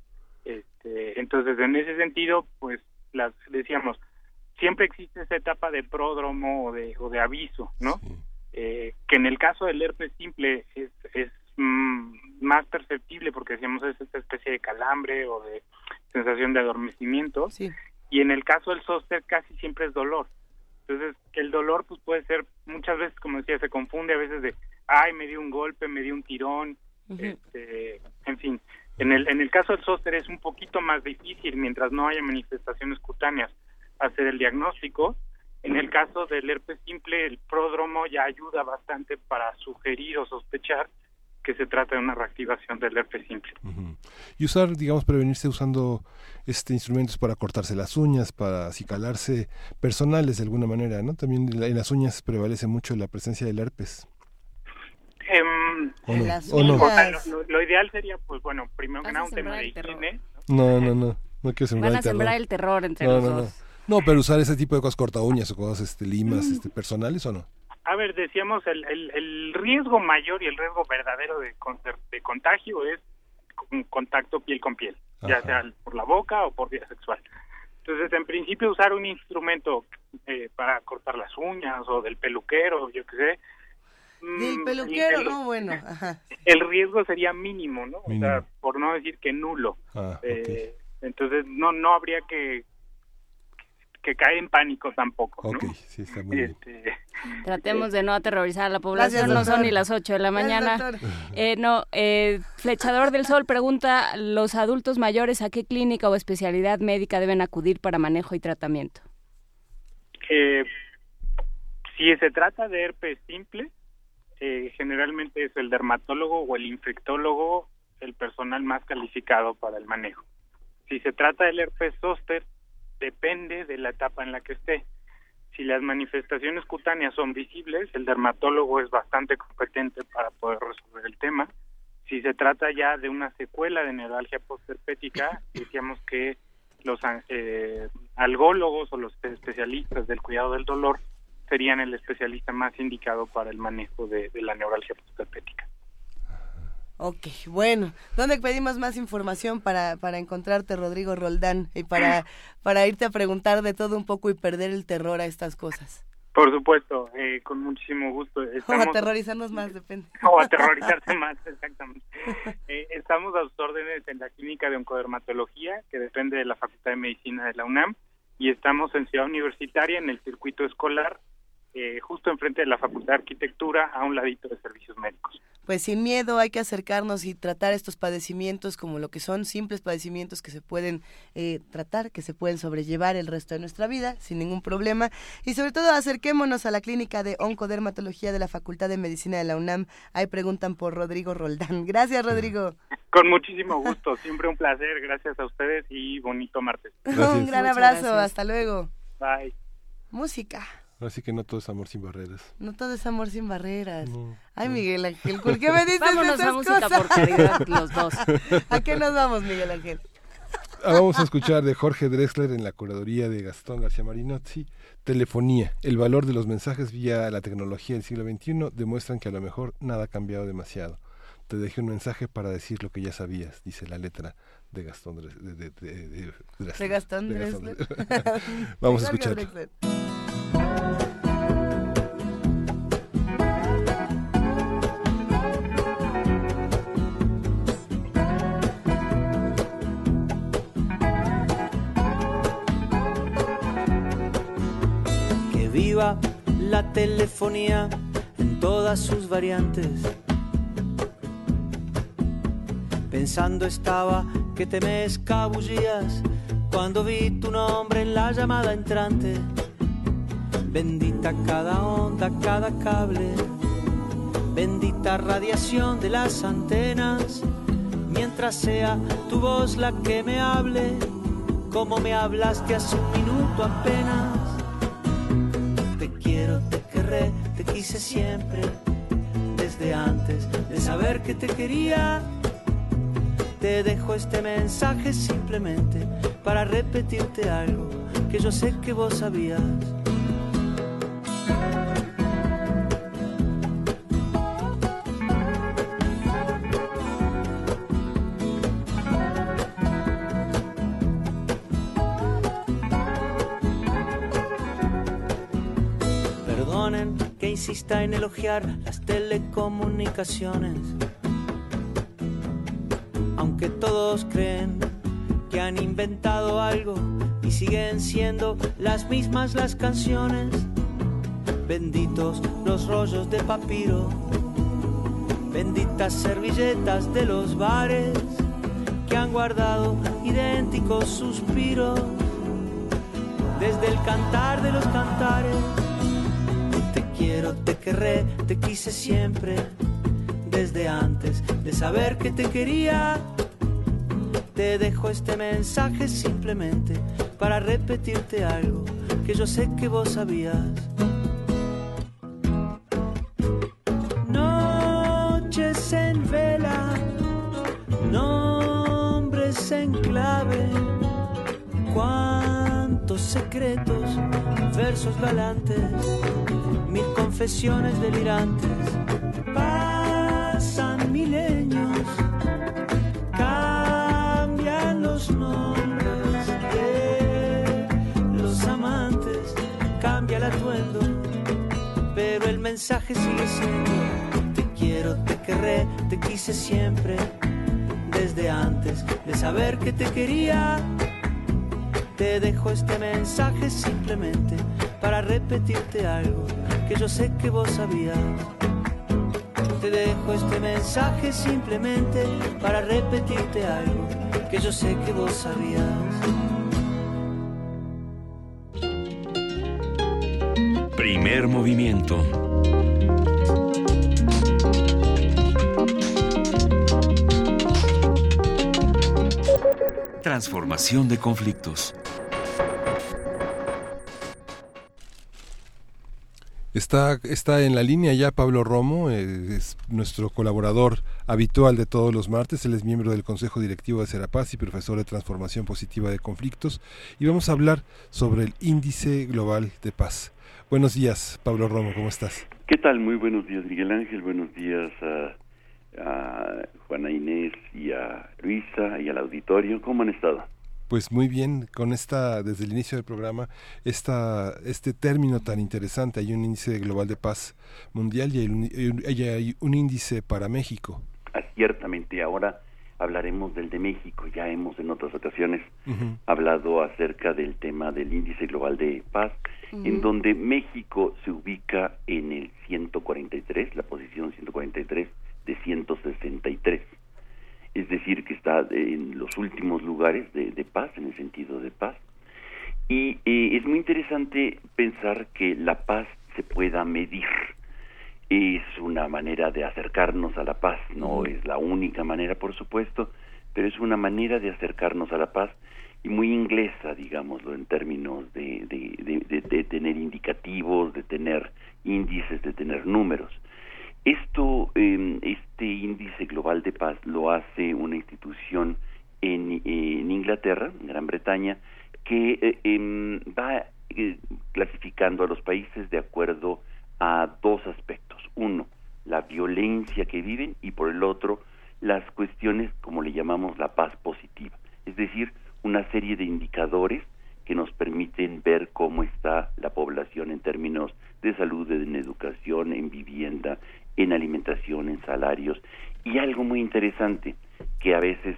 Entonces, en ese sentido, pues, decíamos, siempre existe esa etapa de pródromo o de aviso, ¿no? Sí. Que en el caso del herpes simple es más perceptible porque decíamos es esta especie de calambre o de sensación de adormecimiento. Sí. Y en el caso del zóster casi siempre es dolor. Entonces, el dolor pues puede ser, muchas veces, como decía, se confunde a veces de, ay, me dio un golpe, me dio un tirón, en fin. En el caso del zóster es un poquito más difícil, mientras no haya manifestaciones cutáneas, hacer el diagnóstico. En el caso del herpes simple, el pródromo ya ayuda bastante para sugerir o sospechar que se trata de una reactivación del herpes simple. Uh-huh. Y usar, digamos, prevenirse usando instrumentos para cortarse las uñas, para acicalarse, personales de alguna manera, ¿no? También en las uñas prevalece mucho la presencia del herpes. Lo ideal sería, pues bueno, primero que nada un tema de higiene. No quiero sembrar Van a sembrar el terror entre los dos. No, pero usar ese tipo de cosas, corta uñas o cosas limas personales, ¿o no? A ver, decíamos, el riesgo mayor y el riesgo verdadero de contagio es un contacto piel con piel, ya sea por la boca o por vía sexual. Entonces, en principio, usar un instrumento para cortar las uñas o del peluquero, yo qué sé. Del peluquero, no, bueno. Ajá. El riesgo sería mínimo, ¿no? Mínimo. O sea, por no decir que nulo. Okay. Entonces, no habría que cae en pánico tampoco, ¿no? Okay, sí, está muy bien. Tratemos de no aterrorizar a la población. Gracias, no son ni las 8 de la mañana. Flechador del Sol pregunta, ¿los adultos mayores a qué clínica o especialidad médica deben acudir para manejo y tratamiento? Si se trata de herpes simple, generalmente es el dermatólogo o el infectólogo el personal más calificado para el manejo. Si se trata del herpes zóster, depende de la etapa en la que esté. Si las manifestaciones cutáneas son visibles, el dermatólogo es bastante competente para poder resolver el tema. Si se trata ya de una secuela de neuralgia postherpética, decíamos que los algólogos o los especialistas del cuidado del dolor serían el especialista más indicado para el manejo de la neuralgia postherpética. Ok, bueno, ¿dónde pedimos más información para encontrarte, Rodrigo Roldán, y para irte a preguntar de todo un poco y perder el terror a estas cosas? Por supuesto, con muchísimo gusto. O aterrorizarnos más, depende. O aterrorizarse más, exactamente. Estamos a sus órdenes en la Clínica de Oncodermatología, que depende de la Facultad de Medicina de la UNAM, y estamos en Ciudad Universitaria, en el circuito escolar, justo enfrente de la Facultad de Arquitectura, a un ladito de servicios médicos. Pues sin miedo hay que acercarnos y tratar estos padecimientos como lo que son simples padecimientos que se pueden tratar, que se pueden sobrellevar el resto de nuestra vida sin ningún problema. Y sobre todo acerquémonos a la Clínica de Oncodermatología de la Facultad de Medicina de la UNAM. Ahí preguntan por Rodrigo Roldán. Gracias, Rodrigo. Con muchísimo gusto, siempre un placer. Gracias a ustedes y bonito martes. Un gran abrazo, hasta luego. Bye. Música. Así que no todo es amor sin barreras. No todo es amor sin barreras. No, Ay, Miguel Ángel, ¿por qué me dices Vámonos esas a música cosas? Por caridad, los dos. ¿A qué nos vamos, Miguel Ángel? Vamos a escuchar de Jorge Drexler en la curaduría de Gastón García Marinozzi, Telefonía. El valor de los mensajes vía la tecnología del siglo XXI demuestran que a lo mejor nada ha cambiado demasiado. Te dejé un mensaje para decir lo que ya sabías, dice la letra de Gastón Drexler. De Gastón Drexler. Vamos a escucharlo. Viva la telefonía en todas sus variantes. Pensando estaba que te me escabullías cuando vi tu nombre en la llamada entrante. Bendita cada onda, cada cable, bendita radiación de las antenas. Mientras sea tu voz la que me hable, como me hablaste hace un minuto apenas. Te querré, te quise siempre, desde antes de saber que te quería. Te dejo este mensaje simplemente para repetirte algo que yo sé que vos sabías. insista en elogiar las telecomunicaciones. Aunque todos creen que han inventado algo y siguen siendo las mismas las canciones. Benditos los rollos de papiro, benditas servilletas de los bares que han guardado idénticos suspiros desde el cantar de los cantares. Te quiero, te querré, te quise siempre, desde antes de saber que te quería. Te dejo este mensaje simplemente para repetirte algo que yo sé que vos sabías. Noches en vela, nombres en clave, cuántos secretos, versos galantes, mil confesiones delirantes. Pasan milenios, cambian los nombres de los amantes, cambia el atuendo, pero el mensaje sigue siendo: te quiero, te querré, te quise siempre, desde antes de saber que te quería. Te dejo este mensaje simplemente para repetirte algo que yo sé que vos sabías. Te dejo este mensaje simplemente para repetirte algo que yo sé que vos sabías. Primer movimiento. Transformación de conflictos. Está en la línea ya Pablo Romo, es nuestro colaborador habitual de todos los martes. Él es miembro del Consejo Directivo de Serapaz y profesor de Transformación Positiva de Conflictos. Y vamos a hablar sobre el Índice Global de Paz. Buenos días, Pablo Romo, ¿cómo estás? ¿Qué tal? Muy buenos días, Miguel Ángel. Buenos días a Juana Inés y a Luisa y al auditorio. ¿Cómo han estado? Pues muy bien, con desde el inicio del programa, este término tan interesante. Hay un índice global de paz mundial y hay un índice para México. Ciertamente, ahora hablaremos del de México. Ya hemos en otras ocasiones hablado acerca del tema del índice global de paz, en donde México se ubica en el 143, la posición 143 de 163. Es decir, que está en los últimos lugares de paz, en el sentido de paz. Y es muy interesante pensar que la paz se pueda medir. Es una manera de acercarnos a la paz, no es la única manera, por supuesto, pero es una manera de acercarnos a la paz y muy inglesa, digámoslo, en términos de tener indicativos, de tener índices, de tener números. Este índice global de paz lo hace una institución en Inglaterra, en Gran Bretaña, que va clasificando a los países de acuerdo a dos aspectos. Uno, la violencia que viven, y por el otro, las cuestiones, como le llamamos, la paz positiva. Es decir, una serie de indicadores que nos permiten ver cómo está la población en términos de salud, en educación, en vivienda, en alimentación, en salarios, y algo muy interesante que a veces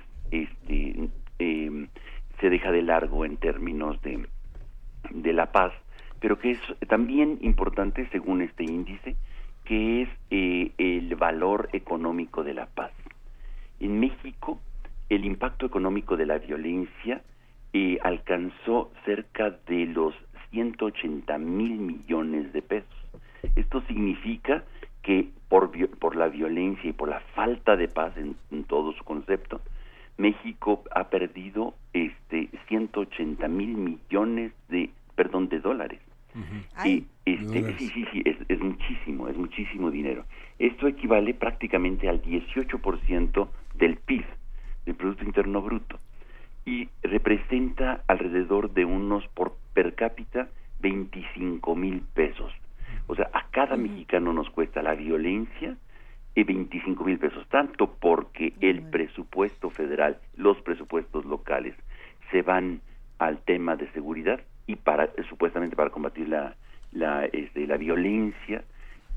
se deja de largo en términos de la paz, pero que es también importante según este índice, que es el valor económico de la paz. En México, el impacto económico de la violencia alcanzó cerca de los 180,000 millones de pesos. Esto significa que por la violencia y por la falta de paz en todo su concepto, México ha perdido 180,000 millones de dólares. Sí, es muchísimo dinero. Esto equivale prácticamente al 18% del PIB, del Producto Interno Bruto, y representa alrededor de unos, por per cápita, 25,000 pesos. O sea, a cada mexicano nos cuesta la violencia 25,000 pesos, tanto porque el presupuesto federal, los presupuestos locales se van al tema de seguridad y supuestamente para combatir la violencia,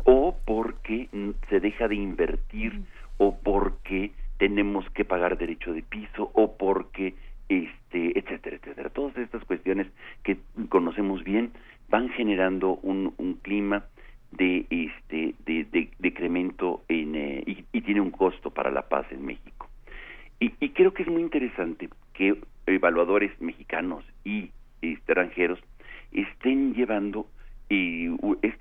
se deja de invertir o porque tenemos que pagar derecho de piso o porque etcétera, etcétera. Todas estas cuestiones que conocemos bien van generando un clima de decremento y tiene un costo para la paz en México. Y creo que es muy interesante que evaluadores mexicanos y extranjeros estén llevando este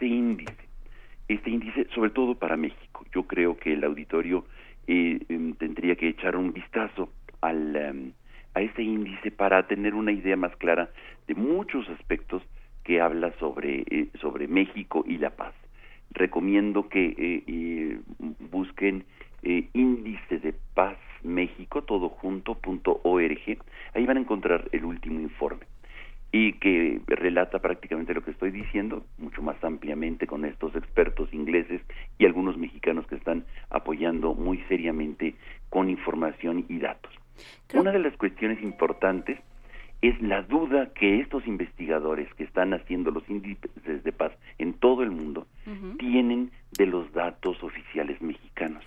índice sobre todo para México. Yo creo que el auditorio tendría que echar un vistazo a este índice para tener una idea más clara de muchos aspectos que habla sobre México y la paz. Recomiendo que busquen índice de paz México todo junto.org. Ahí van a encontrar el último informe y que relata prácticamente lo que estoy diciendo, mucho más ampliamente con estos expertos ingleses y algunos mexicanos que están apoyando muy seriamente con información y datos. Una de las cuestiones importantes es la duda que estos investigadores que están haciendo los índices de paz en todo el mundo tienen de los datos oficiales mexicanos,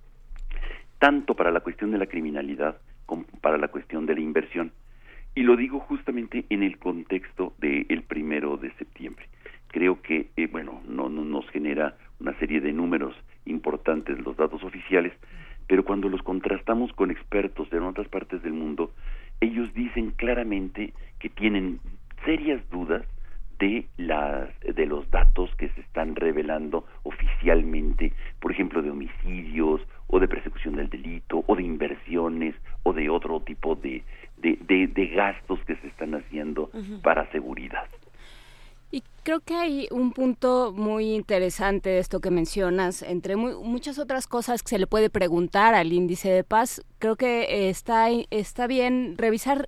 tanto para la cuestión de la criminalidad como para la cuestión de la inversión. Y lo digo justamente en el contexto del 1 de septiembre. Creo que, no nos genera una serie de números importantes los datos oficiales, pero cuando los contrastamos con expertos de otras partes del mundo, ellos dicen claramente que tienen serias dudas de los datos que se están revelando oficialmente, por ejemplo, de homicidios o de persecución del delito o de inversiones o de otro tipo de gastos que se están haciendo para seguridad. Y creo que hay un punto muy interesante de esto que mencionas, entre muchas otras cosas que se le puede preguntar al índice de paz. Creo que está bien revisar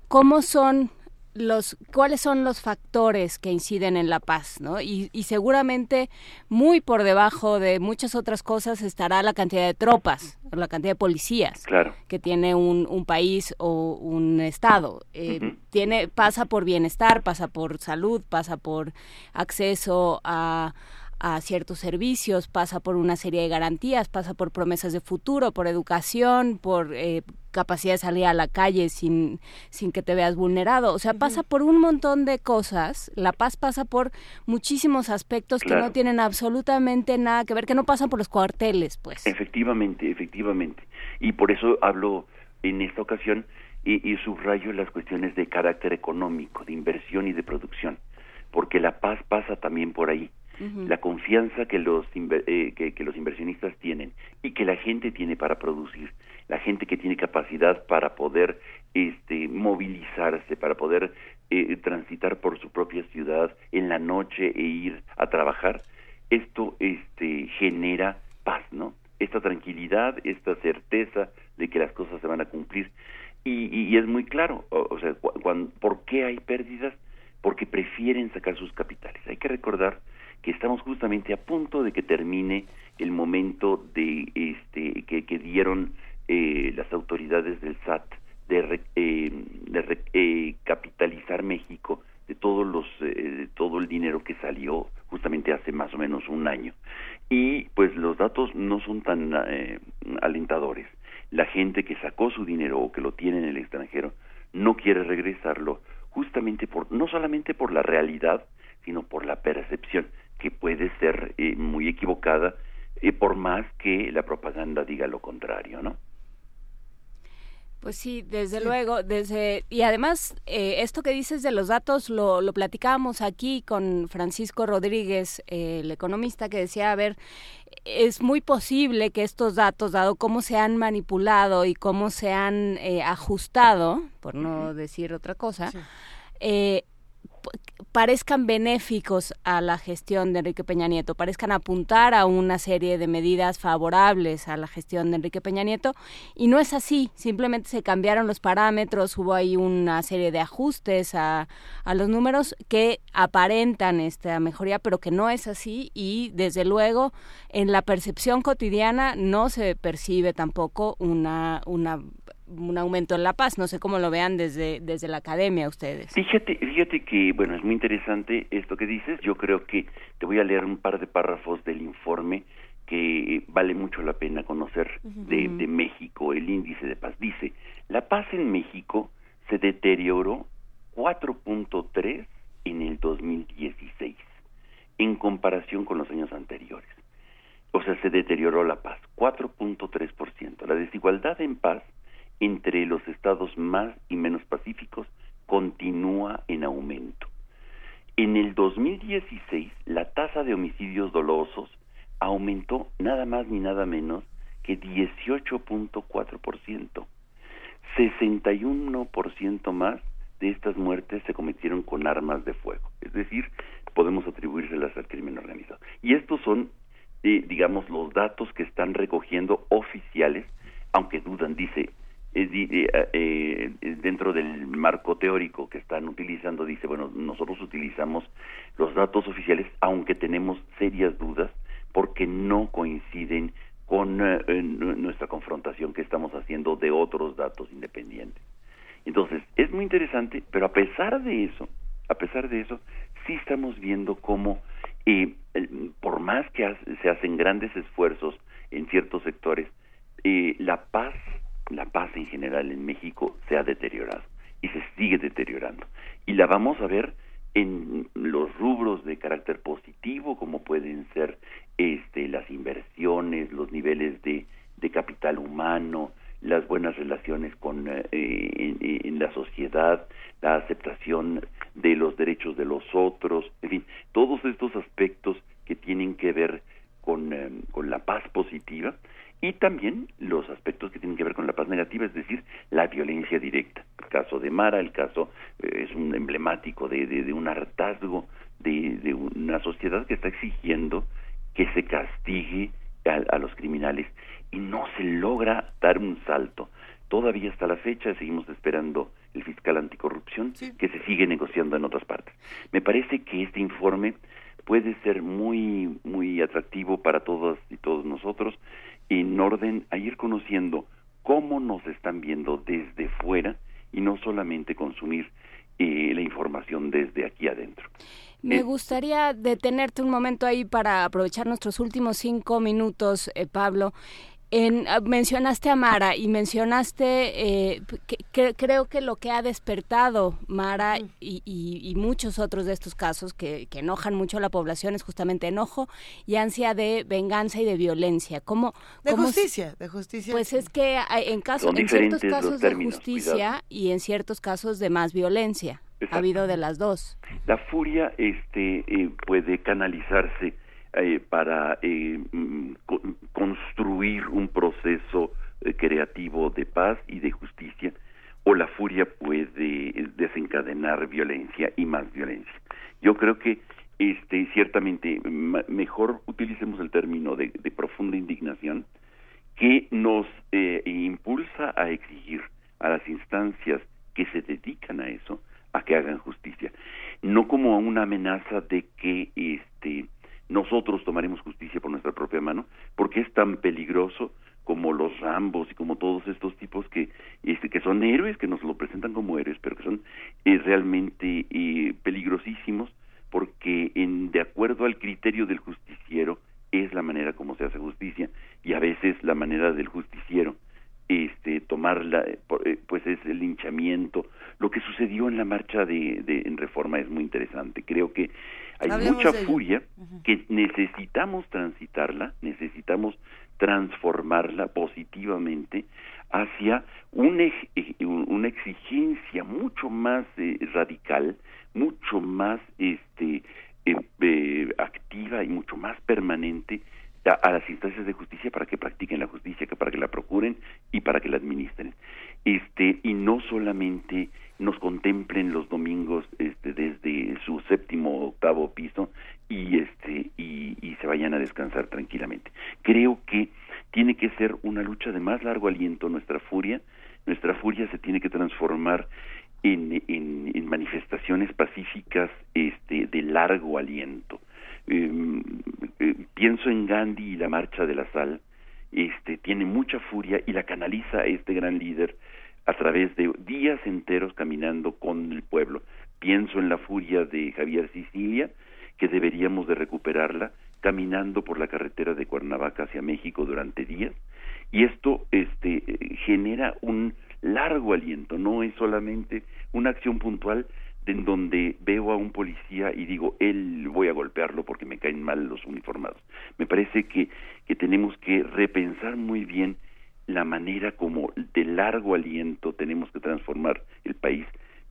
cuáles son los factores que inciden en la paz, ¿no? Y seguramente muy por debajo de muchas otras cosas estará la cantidad de tropas, la cantidad de policías que tiene un país o un estado. Pasa por bienestar, pasa por salud, pasa por acceso a ciertos servicios, pasa por una serie de garantías, pasa por promesas de futuro, por educación, por capacidad de salir a la calle sin que te veas vulnerado. O sea, pasa por un montón de cosas. La paz pasa por muchísimos aspectos que no tienen absolutamente nada que ver, que no pasan por los cuarteles, pues. Efectivamente. Y por eso hablo en esta ocasión y subrayo las cuestiones de carácter económico, de inversión y de producción, porque la paz pasa también por ahí. La confianza que los inversionistas tienen y que la gente tiene para producir, la gente que tiene capacidad para poder movilizarse, para poder transitar por su propia ciudad en la noche e ir a trabajar, esto genera paz, ¿no? Esta tranquilidad, esta certeza de que las cosas se van a cumplir y es muy claro, o sea, ¿por qué hay pérdidas? Porque prefieren sacar sus capitales. Hay que recordar que estamos justamente a punto de que termine el momento de que dieron las autoridades del SAT de capitalizar México de todo el dinero que salió justamente hace más o menos un año. Y pues los datos no son tan alentadores. La gente que sacó su dinero o que lo tiene en el extranjero no quiere regresarlo justamente no solamente por la realidad, sino por la percepción, que puede ser muy equivocada, por más que la propaganda diga lo contrario, ¿no? Pues sí, desde luego, y además esto que dices de los datos lo platicábamos aquí con Francisco Rodríguez, el economista, que decía, a ver, es muy posible que estos datos, dado cómo se han manipulado y cómo se han ajustado, por no decir otra cosa, parezcan benéficos a la gestión de Enrique Peña Nieto, parezcan apuntar a una serie de medidas favorables a la gestión de Enrique Peña Nieto, y no es así, simplemente se cambiaron los parámetros, hubo ahí una serie de ajustes a los números que aparentan esta mejoría, pero que no es así, y desde luego en la percepción cotidiana no se percibe tampoco un aumento en la paz. No sé cómo lo vean desde la academia ustedes. Fíjate que, bueno, es muy interesante esto que dices. Yo creo que te voy a leer un par de párrafos del informe que vale mucho la pena conocer de México, el índice de paz. Dice, la paz en México se deterioró 4.3 en el 2016, en comparación con los años anteriores. O sea, se deterioró la paz, 4.3%. La desigualdad en paz entre los estados más y menos pacíficos continúa en aumento. En el 2016, la tasa de homicidios dolosos aumentó nada más ni nada menos que 18.4%. 61% más de estas muertes se cometieron con armas de fuego. Es decir, podemos atribuírselas al crimen organizado. Y estos son, digamos, los datos que están recogiendo oficiales, aunque dudan, dice, dentro del marco teórico que están utilizando, dice, bueno, nosotros utilizamos los datos oficiales, aunque tenemos serias dudas, porque no coinciden con nuestra confrontación que estamos haciendo de otros datos independientes. Entonces, es muy interesante, pero a pesar de eso, sí estamos viendo cómo, por más que se hacen grandes esfuerzos en ciertos sectores, la paz en general en México se ha deteriorado y se sigue deteriorando. Y la vamos a ver en los rubros de carácter positivo, como pueden ser las inversiones, los niveles de capital humano, las buenas relaciones en la sociedad, la aceptación de los derechos de los otros, en fin, todos estos aspectos que tienen que ver con la paz positiva, y también los aspectos que tienen que ver con la paz negativa, es decir, la violencia directa. El caso de Mara, el caso es un emblemático de un hartazgo de una sociedad que está exigiendo que se castigue a los criminales, y no se logra dar un salto. Todavía hasta la fecha seguimos esperando el fiscal anticorrupción, que se sigue negociando en otras partes. Me parece que este informe puede ser muy, muy atractivo para todas y todos nosotros, en orden a ir conociendo cómo nos están viendo desde fuera y no solamente consumir la información desde aquí adentro. Me gustaría detenerte un momento ahí para aprovechar nuestros últimos 5 minutos, Pablo. Mencionaste a Mara y mencionaste, creo que lo que ha despertado Mara y muchos otros de estos casos que enojan mucho a la población es justamente enojo y ansia de venganza y de violencia. De justicia. Pues es que en ciertos casos de justicia, cuidado, y en ciertos casos de más violencia. Exacto. Ha habido de las dos. La furia puede canalizarse para construir un proceso creativo de paz y de justicia, o la furia puede desencadenar violencia y más violencia. Yo creo que ciertamente mejor utilicemos el término de profunda indignación, que nos impulsa a exigir a las instancias que se dedican a eso, a que hagan justicia, no como una amenaza de que nosotros tomaremos justicia por nuestra propia mano, porque es tan peligroso como los Rambos y como todos estos tipos que son héroes, que nos lo presentan como héroes, pero que son realmente peligrosísimos, porque de acuerdo al criterio del justiciero es la manera como se hace justicia, y a veces la manera del justiciero tomarla pues es el linchamiento. Lo que sucedió en la marcha en Reforma es muy interesante. Creo que hay mucha furia que necesitamos transitarla, necesitamos transformarla positivamente hacia una exigencia mucho más radical, mucho más activa y mucho más permanente a las instancias de justicia, para que practiquen la justicia, para que la procuren y para que la administren, y no solamente nos contemplen los domingos desde su 7º o 8º piso y se vayan a descansar tranquilamente. Creo que tiene que ser una lucha de más largo aliento. Nuestra furia se tiene que transformar en manifestaciones pacíficas de largo aliento. Pienso en Gandhi y la marcha de la sal. Tiene mucha furia y la canaliza este gran líder a través de días enteros caminando con el pueblo. Pienso en la furia de Javier Sicilia, que deberíamos de recuperarla caminando por la carretera de Cuernavaca hacia México durante días, y esto genera un largo aliento, no es solamente una acción puntual en donde veo a un policía y digo, voy a golpearlo porque me caen mal los uniformados. Me parece que tenemos que repensar muy bien la manera como de largo aliento tenemos que transformar el país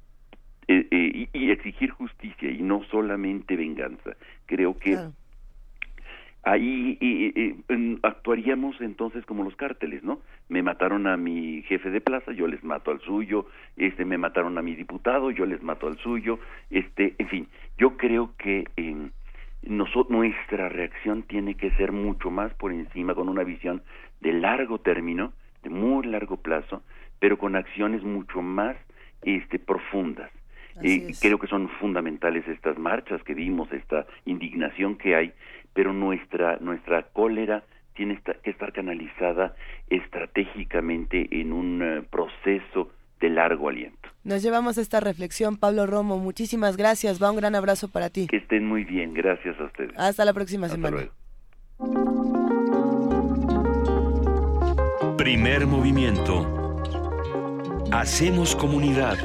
y exigir justicia y no solamente venganza. Creo que claro. Ahí actuaríamos entonces como los cárteles, ¿no? Me mataron a mi jefe de plaza, yo les mato al suyo, me mataron a mi diputado, yo les mato al suyo, en fin, yo creo que nuestra reacción tiene que ser mucho más por encima, con una visión de largo término, de muy largo plazo, pero con acciones mucho más profundas. Creo que son fundamentales estas marchas que vimos, esta indignación que hay, pero nuestra cólera tiene que estar canalizada estratégicamente en un proceso de largo aliento. Nos llevamos esta reflexión, Pablo Romo, muchísimas gracias, va un gran abrazo para ti. Que estén muy bien, gracias a ustedes. Hasta la próxima semana. Luego. Primer movimiento. Hacemos comunidad.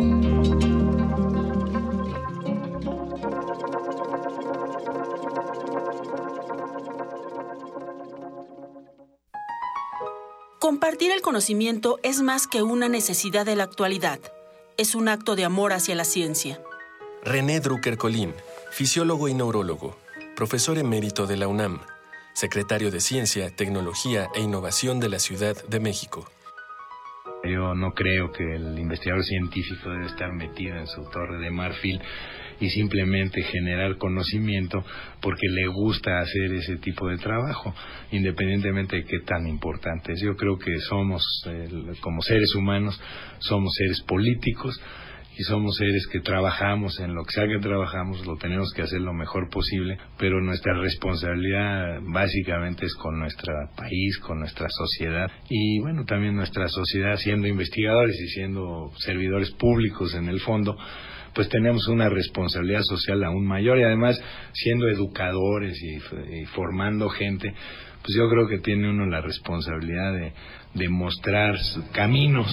Compartir el conocimiento es más que una necesidad de la actualidad. Es un acto de amor hacia la ciencia. René Drucker Colín, fisiólogo y neurólogo, profesor emérito de la UNAM, secretario de Ciencia, Tecnología e Innovación de la Ciudad de México. Yo no creo que el investigador científico debe estar metido en su torre de marfil y simplemente generar conocimiento porque le gusta hacer ese tipo de trabajo, independientemente de qué tan importante es. Yo creo que somos, como seres humanos, somos seres políticos y somos seres que trabajamos en lo que sea que trabajamos, lo tenemos que hacer lo mejor posible, pero nuestra responsabilidad básicamente es con nuestro país, con nuestra sociedad y bueno, también nuestra sociedad siendo investigadores y siendo servidores públicos en el fondo, pues tenemos una responsabilidad social aún mayor y además siendo educadores y formando gente, pues yo creo que tiene uno la responsabilidad de mostrar caminos.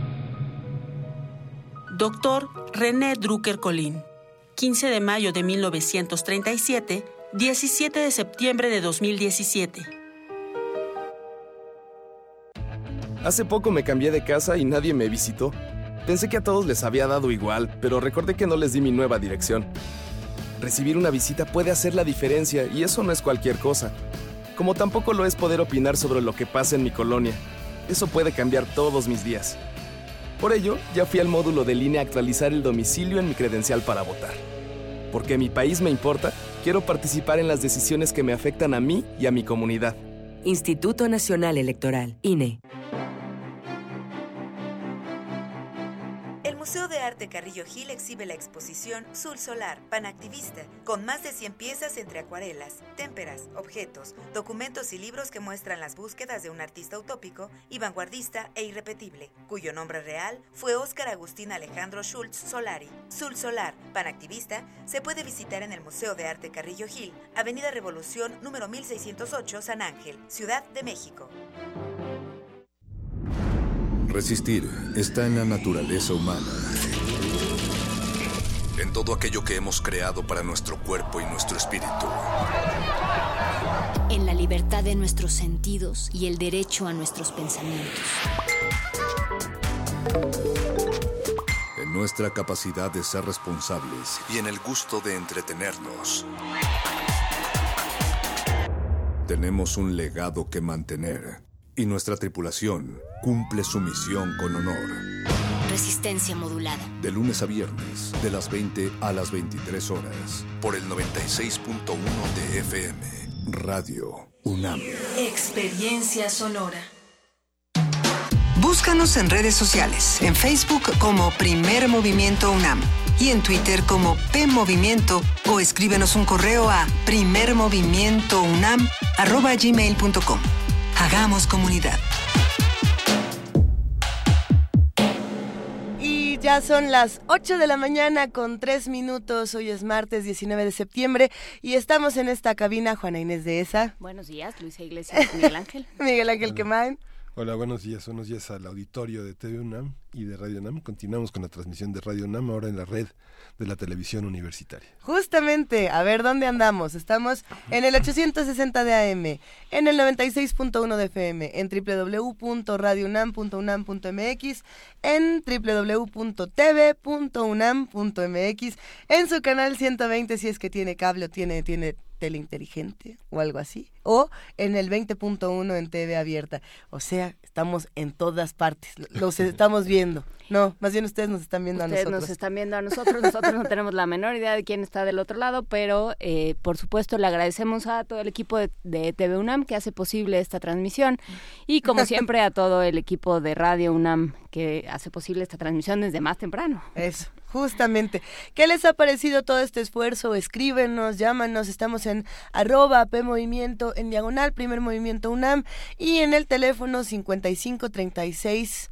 Doctor René Drucker Colín, 15 de mayo de 1937, 17 de septiembre de 2017. Hace poco me cambié de casa y nadie me visitó. Pensé que a todos les había dado igual, pero recordé que no les di mi nueva dirección. Recibir una visita puede hacer la diferencia y eso no es cualquier cosa. Como tampoco lo es poder opinar sobre lo que pasa en mi colonia. Eso puede cambiar todos mis días. Por ello, ya fui al módulo del INE a actualizar el domicilio en mi credencial para votar. Porque mi país me importa, quiero participar en las decisiones que me afectan a mí y a mi comunidad. Instituto Nacional Electoral, INE. El Museo de Arte Carrillo Gil exhibe la exposición Sul Solar, Panactivista, con más de 100 piezas entre acuarelas, témperas, objetos, documentos y libros que muestran las búsquedas de un artista utópico y vanguardista e irrepetible, cuyo nombre real fue Óscar Agustín Alejandro Schultz Solari. Sul Solar, Panactivista, se puede visitar en el Museo de Arte Carrillo Gil, Avenida Revolución, número 1608, San Ángel, Ciudad de México. Resistir está en la naturaleza humana. En todo aquello que hemos creado para nuestro cuerpo y nuestro espíritu. En la libertad de nuestros sentidos y el derecho a nuestros pensamientos. En nuestra capacidad de ser responsables y en el gusto de entretenernos. Tenemos un legado que mantener. Y nuestra tripulación cumple su misión con honor. Resistencia modulada. De lunes a viernes, de las 20 a las 23 horas. Por el 96.1 de FM. Radio UNAM. Experiencia sonora. Búscanos en redes sociales. En Facebook como Primer Movimiento UNAM. Y en Twitter como PMovimiento. O escríbenos un correo a primermovimientounam@gmail.com. Hagamos comunidad. Ya son las 8 de la mañana con 3 minutos. Hoy es martes 19 de septiembre y estamos en esta cabina. Juana Inés de ESA. Buenos días, Luisa Iglesias, Miguel Ángel. Miguel Ángel Quemain. Hola, buenos días al auditorio de TV UNAM y de Radio UNAM. Continuamos con la transmisión de Radio UNAM, ahora en la red de la televisión universitaria. Justamente, a ver, ¿dónde andamos? Estamos en el 860 de AM, en el 96.1 de FM, en www.radiounam.unam.mx, en www.tv.unam.mx, en su canal 120 si es que tiene cable o tiene tele inteligente o algo así, o en el 20.1 en TV abierta. O sea, estamos en todas partes, los estamos viendo. No, más bien ustedes nos están viendo a nosotros. Ustedes nos están viendo a nosotros no tenemos la menor idea de quién está del otro lado, pero por supuesto le agradecemos a todo el equipo de TV UNAM que hace posible esta transmisión y como siempre a todo el equipo de Radio UNAM que hace posible esta transmisión desde más temprano. Eso. Justamente. ¿Qué les ha parecido todo este esfuerzo? Escríbenos, llámanos, estamos en @PMovimiento, en diagonal, Primer Movimiento UNAM, y en el teléfono 5536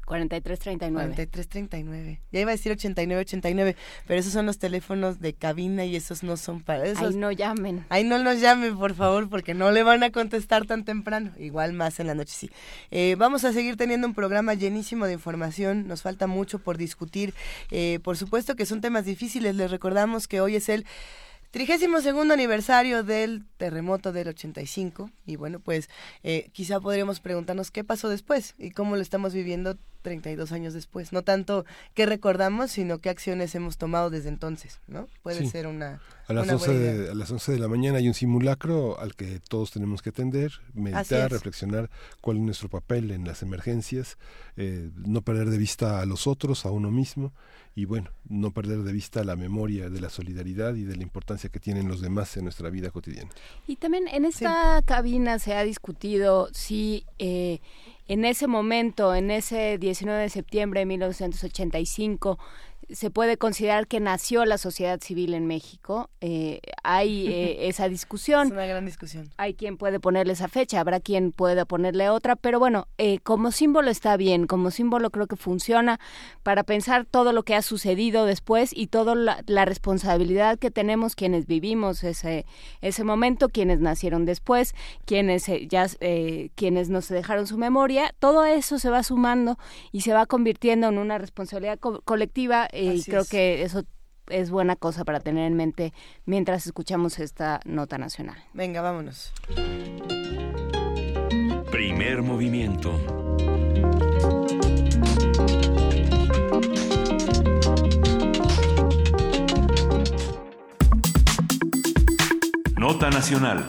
4339. Ya iba a decir 8989, pero esos son los teléfonos de cabina y esos no son para esos. Ahí no llamen. Ahí no nos llamen, por favor, porque no le van a contestar tan temprano. Igual más en la noche, sí. Vamos a seguir teniendo un programa llenísimo de información. Nos falta mucho por discutir. Por supuesto que son temas difíciles. Les recordamos que hoy es el 32º aniversario del terremoto del 85 y bueno, pues quizá podríamos preguntarnos qué pasó después y cómo lo estamos viviendo 32 años después. No tanto qué recordamos, sino qué acciones hemos tomado desde entonces, ¿no? Puede ser una a las 11 de la mañana hay un simulacro al que todos tenemos que atender, meditar, reflexionar cuál es nuestro papel en las emergencias, no perder de vista a los otros, a uno mismo y bueno, no perder de vista la memoria de la solidaridad y de la importancia que tienen los demás en nuestra vida cotidiana. Y también en esta cabina se ha discutido si en ese momento, en ese 19 de septiembre de 1985, se puede considerar que nació la sociedad civil en México. Hay esa discusión. Es una gran discusión. Hay quien puede ponerle esa fecha, habrá quien pueda ponerle otra, pero bueno, como símbolo está bien, como símbolo creo que funciona para pensar todo lo que ha sucedido después y toda la responsabilidad que tenemos quienes vivimos ese momento, quienes nacieron después, quienes quienes nos dejaron su memoria. Todo eso se va sumando y se va convirtiendo en una responsabilidad colectiva. Y creo que eso es buena cosa para tener en mente mientras escuchamos esta nota nacional. Venga, vámonos. Primer movimiento. Nota nacional.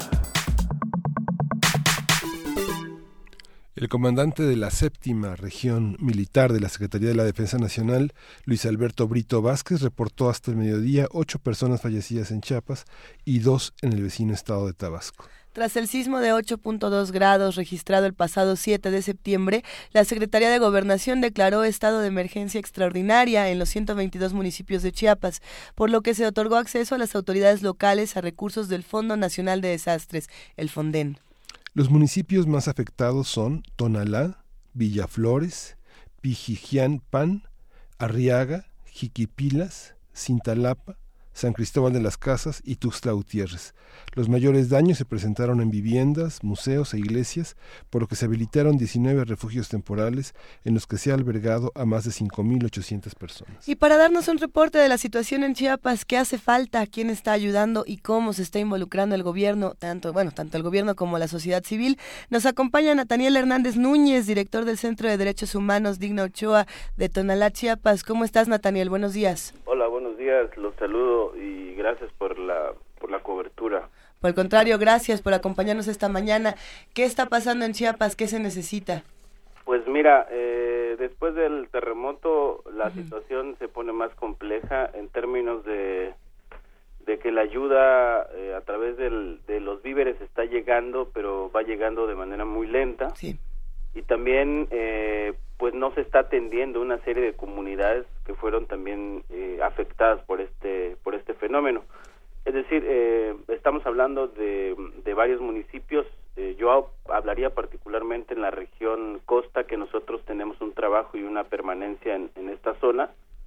El comandante de la 7ª Región Militar de la Secretaría de la Defensa Nacional, Luis Alberto Brito Vázquez, reportó hasta el mediodía 8 personas fallecidas en Chiapas y 2 en el vecino estado de Tabasco. Tras el sismo de 8.2 grados registrado el pasado 7 de septiembre, la Secretaría de Gobernación declaró estado de emergencia extraordinaria en los 122 municipios de Chiapas, por lo que se otorgó acceso a las autoridades locales a recursos del Fondo Nacional de Desastres, el FONDEN. Los municipios más afectados son Tonalá, Villaflores, Pijijianpan, Arriaga, Jiquipilas, Cintalapa, San Cristóbal de las Casas y Tuxtla Gutiérrez. Los mayores daños se presentaron en viviendas, museos e iglesias, por lo que se habilitaron 19 refugios temporales en los que se ha albergado a más de 5.800 personas. Y para darnos un reporte de la situación en Chiapas, qué hace falta, quién está ayudando y cómo se está involucrando el gobierno, tanto el gobierno como la sociedad civil, nos acompaña Nathaniel Hernández Núñez, director del Centro de Derechos Humanos Digna Ochoa de Tonalá, Chiapas. ¿Cómo estás, Nathaniel? Buenos días. Hola, buenos días, los saludo y gracias por la cobertura. Por el contrario, gracias por acompañarnos esta mañana. ¿Qué está pasando en Chiapas? ¿Qué se necesita? Pues mira, después del terremoto la situación se pone más compleja en términos de que la ayuda a través de los víveres está llegando, pero va llegando de manera muy lenta. Sí. Y también pues no se está atendiendo una serie de comunidades que fueron también afectadas por este fenómeno. Es decir, estamos hablando de varios municipios. Yo hablaría particularmente en la región costa, que nosotros tenemos un trabajo y una permanencia en esta zona,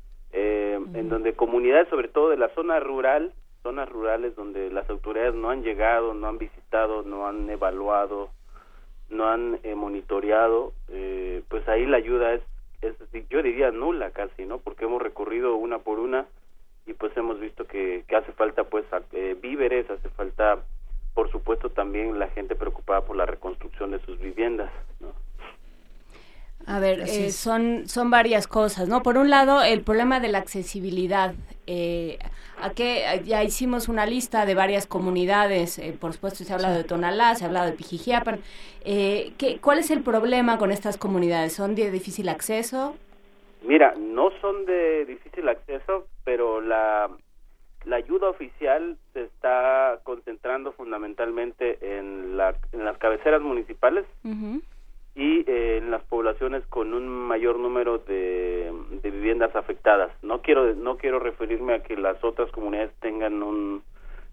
en donde comunidades, sobre todo de la zonas rurales donde las autoridades no han llegado, no han visitado, no han evaluado, no han monitoreado, pues ahí la ayuda es yo diría nula casi, ¿no? Porque hemos recorrido una por una y pues hemos visto que hace falta pues víveres, hace falta por supuesto también la gente preocupada por la reconstrucción de sus viviendas, ¿no? A ver, son varias cosas, ¿no? Por un lado, el problema de la accesibilidad. Ya hicimos una lista de varias comunidades, por supuesto se ha hablado de Tonalá, se ha hablado de Pijijiapan. ¿Cuál es el problema con estas comunidades? ¿Son de difícil acceso? Mira, no son de difícil acceso, pero la ayuda oficial se está concentrando fundamentalmente en las cabeceras municipales. Uh-huh. Y en las poblaciones con un mayor número de viviendas afectadas. No quiero referirme a que las otras comunidades tengan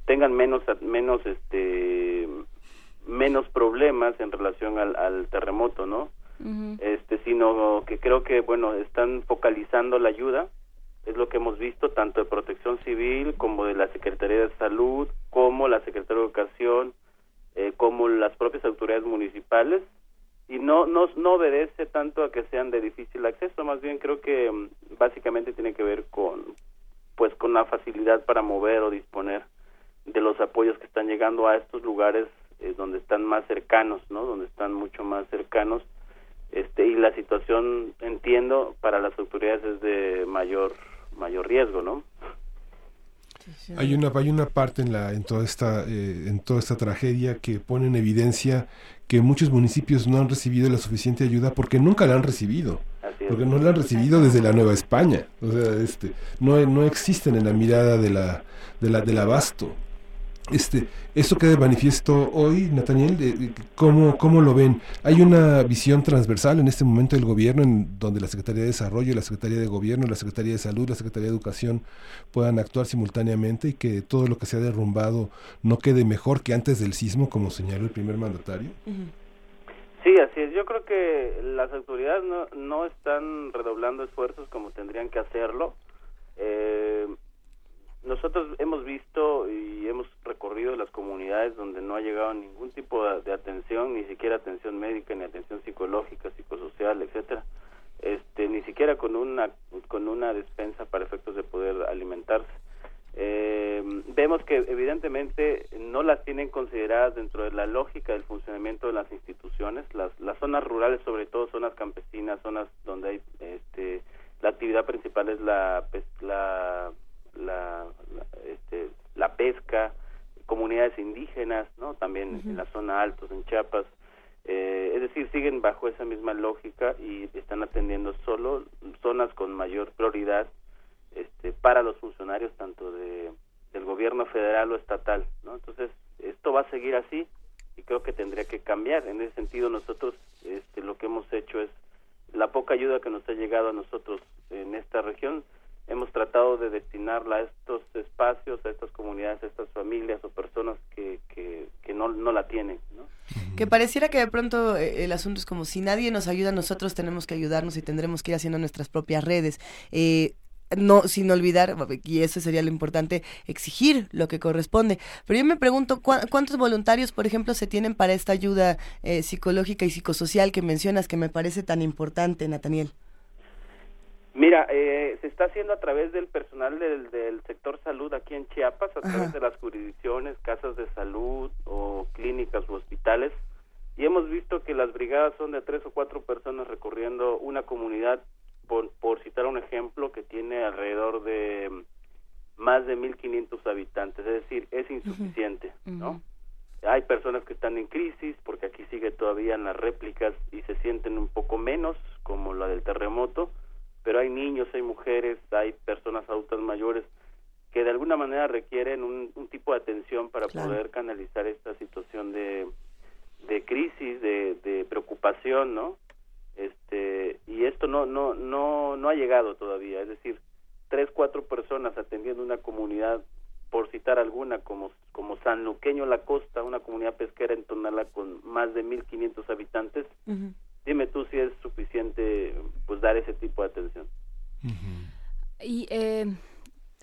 menos problemas en relación al terremoto, ¿no? Uh-huh. Sino que creo que están focalizando la ayuda, es lo que hemos visto tanto de Protección Civil como de la Secretaría de Salud, como la Secretaría de Educación, como las propias autoridades municipales. Y no obedece tanto a que sean de difícil acceso, más bien creo que básicamente tiene que ver con la facilidad para mover o disponer de los apoyos que están llegando a estos lugares donde están más cercanos, ¿no? Donde están mucho más cercanos, y la situación, entiendo, para las autoridades es de mayor riesgo, ¿no? Hay una parte en toda esta tragedia que pone en evidencia que muchos municipios no han recibido la suficiente ayuda porque nunca la han recibido, porque no la han recibido desde la Nueva España, o sea, no existen en la mirada del abasto. Esto queda de manifiesto hoy, Nathaniel. ¿Cómo lo ven? ¿Hay una visión transversal en este momento del gobierno en donde la Secretaría de Desarrollo, la Secretaría de Gobierno, la Secretaría de Salud, la Secretaría de Educación puedan actuar simultáneamente y que todo lo que se ha derrumbado no quede mejor que antes del sismo, como señaló el primer mandatario? Sí, así es. Yo creo que las autoridades no están redoblando esfuerzos como tendrían que hacerlo. Nosotros hemos visto y hemos recorrido las comunidades donde no ha llegado ningún tipo de atención, ni siquiera atención médica, ni atención psicológica, psicosocial, etcétera. Ni siquiera con una despensa para efectos de poder alimentarse. Vemos que evidentemente no las tienen consideradas dentro de la lógica del funcionamiento de las instituciones. Las zonas rurales, sobre todo zonas campesinas, zonas donde hay la actividad principal es la pesca, comunidades indígenas, ¿no? También uh-huh. En la zona Altos, en Chiapas, es decir, siguen bajo esa misma lógica y están atendiendo solo zonas con mayor prioridad para los funcionarios tanto del gobierno federal o estatal, ¿no? Entonces, esto va a seguir así y creo que tendría que cambiar. En ese sentido, nosotros lo que hemos hecho es la poca ayuda que nos ha llegado a nosotros en esta región, hemos tratado de destinarla a estos espacios, a estas comunidades, a estas familias o personas que no la tienen, ¿no? Que pareciera que de pronto el asunto es como si nadie nos ayuda, nosotros tenemos que ayudarnos y tendremos que ir haciendo nuestras propias redes. No, sin olvidar, y eso sería lo importante, exigir lo que corresponde. Pero yo me pregunto, ¿cuántos voluntarios, por ejemplo, se tienen para esta ayuda psicológica y psicosocial que mencionas, que me parece tan importante, Nathaniel? Mira, se está haciendo a través del personal del sector salud aquí en Chiapas, a través de las jurisdicciones, casas de salud o clínicas u hospitales, y hemos visto que las brigadas son de 3 o 4 personas recorriendo una comunidad, por citar un ejemplo, que tiene alrededor de más de 1,500 habitantes, es decir, es insuficiente, ¿no? Hay personas que están en crisis, porque aquí sigue todavía en las réplicas y se sienten un poco menos, como la del terremoto, pero hay niños, hay mujeres, hay personas adultas mayores que de alguna manera requieren un tipo de atención para poder canalizar esta situación de crisis, de preocupación, ¿no? Y esto no ha llegado todavía, es decir, 3, 4 personas atendiendo una comunidad, por citar alguna, como San Luqueño La Costa, una comunidad pesquera en Tonalá con más de 1,500 habitantes. Uh-huh. Dime tú si es suficiente pues dar ese tipo de atención. Y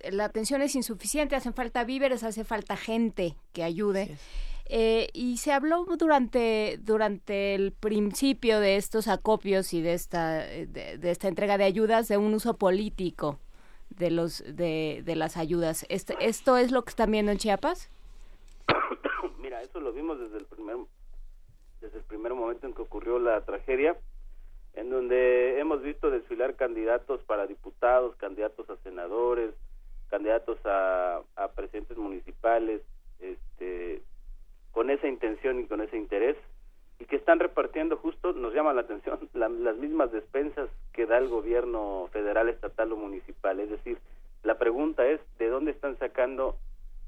la atención es insuficiente, hacen falta víveres, hace falta gente que ayude. Y se habló durante el principio de estos acopios y de esta entrega de ayudas de un uso político de las ayudas. ¿Esto es lo que están viendo en Chiapas? Mira, eso lo vimos desde el primer momento en que ocurrió la tragedia, en donde hemos visto desfilar candidatos para diputados, candidatos a senadores, candidatos a presidentes municipales, con esa intención y con ese interés, y que están repartiendo, justo nos llama la atención, las mismas despensas que da el gobierno federal, estatal o municipal. Es decir, la pregunta es, ¿de dónde están sacando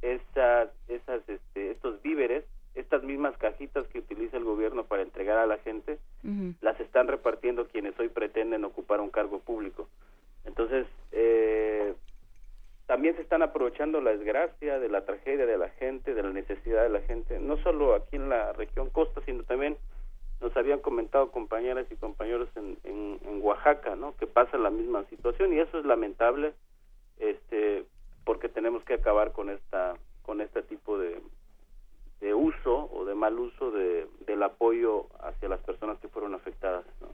estos víveres? Estas mismas cajitas que utiliza el gobierno para entregar a la gente, las están repartiendo quienes hoy pretenden ocupar un cargo público. Entonces, también se están aprovechando la desgracia, de la tragedia de la gente, de la necesidad de la gente, no solo aquí en la región costa, sino también nos habían comentado compañeras y compañeros en Oaxaca, ¿no? Que pasa la misma situación, y eso es lamentable, porque tenemos que acabar con este tipo de uso o de mal uso del apoyo hacia las personas que fueron afectadas, ¿no?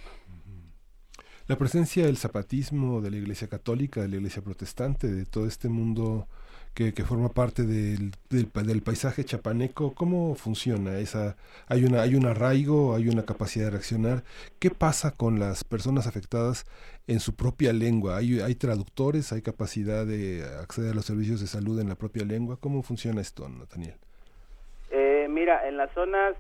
La presencia del zapatismo, de la Iglesia Católica, de la Iglesia Protestante, de todo este mundo que forma parte del paisaje chapaneco, ¿cómo funciona? ¿Hay un arraigo, hay una capacidad de reaccionar? ¿Qué pasa con las personas afectadas en su propia lengua? ¿Hay traductores? ¿Hay capacidad de acceder a los servicios de salud en la propia lengua? ¿Cómo funciona esto, Nathaniel? Mira, en las zonas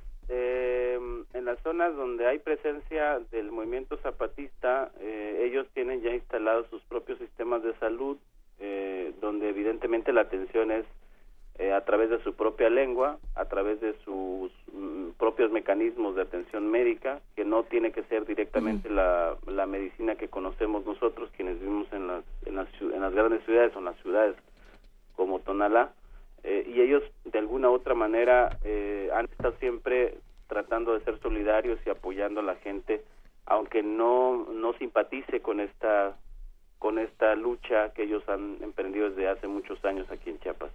donde hay presencia del movimiento zapatista, ellos tienen ya instalados sus propios sistemas de salud, donde evidentemente la atención es a través de su propia lengua, a través de sus propios mecanismos de atención médica, que no tiene que ser directamente la medicina que conocemos nosotros, quienes vivimos en las grandes ciudades o en las ciudades como Tonalá. Y ellos de alguna u otra manera han estado siempre tratando de ser solidarios y apoyando a la gente, aunque no simpatice con esta lucha que ellos han emprendido desde hace muchos años aquí en Chiapas.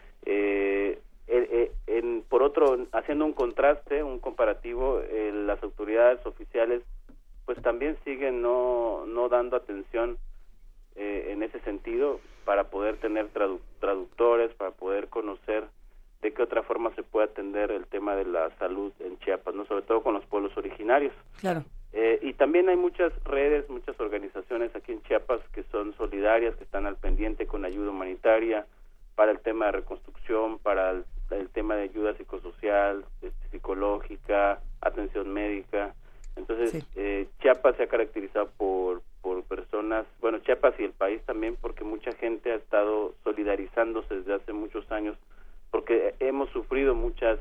Por otro, haciendo un contraste, un comparativo, las autoridades oficiales pues también siguen no dando atención en ese sentido, para poder tener traductores, para poder conocer de qué otra forma se puede atender el tema de la salud en Chiapas, no, sobre todo con los pueblos originarios. Claro. Y también hay muchas redes, muchas organizaciones aquí en Chiapas que son solidarias, que están al pendiente con ayuda humanitaria para el tema de reconstrucción, para el tema de ayuda psicosocial, psicológica, atención médica. Entonces, sí. Chiapas se ha caracterizado por personas, bueno, Chiapas y el país también, porque mucha gente ha estado solidarizándose desde hace muchos años, porque hemos sufrido muchas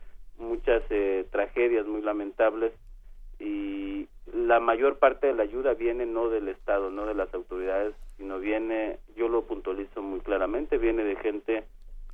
tragedias muy lamentables, y la mayor parte de la ayuda viene no del Estado, no de las autoridades, sino viene, yo lo puntualizo muy claramente, viene de gente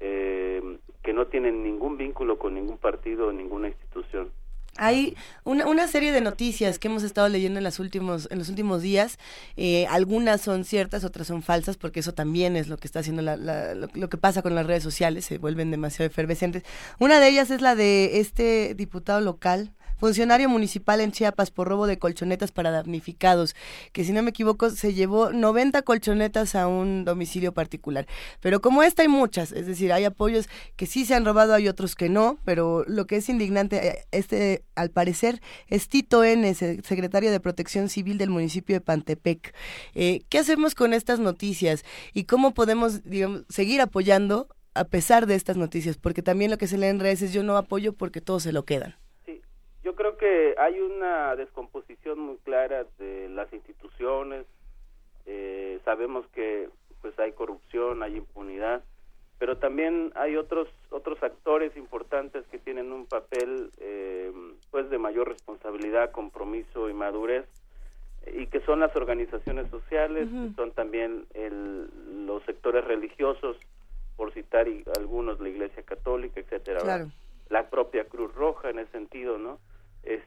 que no tiene ningún vínculo con ningún partido o ninguna institución. Hay una serie de noticias que hemos estado leyendo en los últimos días. Algunas son ciertas, otras son falsas, porque eso también es lo que está haciendo lo que pasa con las redes sociales, se vuelven demasiado efervescentes. Una de ellas es la de este diputado local, funcionario municipal en Chiapas, por robo de colchonetas para damnificados, que si no me equivoco se llevó 90 colchonetas a un domicilio particular. Pero como esta hay muchas, es decir, hay apoyos que sí se han robado, hay otros que no, pero lo que es indignante, al parecer es Tito N., secretario de Protección Civil del municipio de Pantepec. ¿Qué hacemos con estas noticias y cómo podemos, digamos, seguir apoyando a pesar de estas noticias? Porque también lo que se lee en redes es yo no apoyo porque todos se lo quedan. Yo creo que hay una descomposición muy clara de las instituciones. Sabemos que pues hay corrupción, hay impunidad, pero también hay otros actores importantes que tienen un papel pues de mayor responsabilidad, compromiso y madurez, y que son las organizaciones sociales, que son también los sectores religiosos, por citar algunos, la Iglesia Católica, etcétera. Claro. La propia Cruz Roja en ese sentido, ¿no?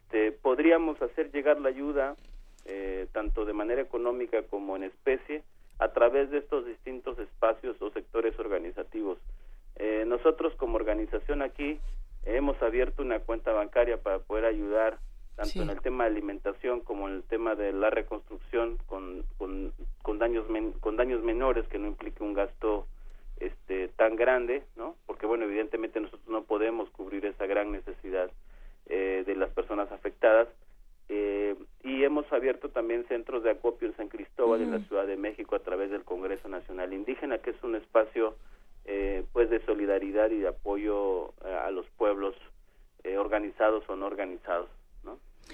Podríamos hacer llegar la ayuda tanto de manera económica como en especie, a través de estos distintos espacios o sectores organizativos. Nosotros como organización aquí hemos abierto una cuenta bancaria para poder ayudar tanto en el tema de alimentación como en el tema de la reconstrucción con daños menores, que no implique un gasto tan grande, ¿no? Porque bueno, evidentemente nosotros no podemos cubrir esa gran necesidad de las personas afectadas. Y hemos abierto también centros de acopio en San Cristóbal, en la Ciudad de México, a través del Congreso Nacional Indígena, que es un espacio pues de solidaridad y de apoyo a los pueblos organizados o no organizados, ¿no?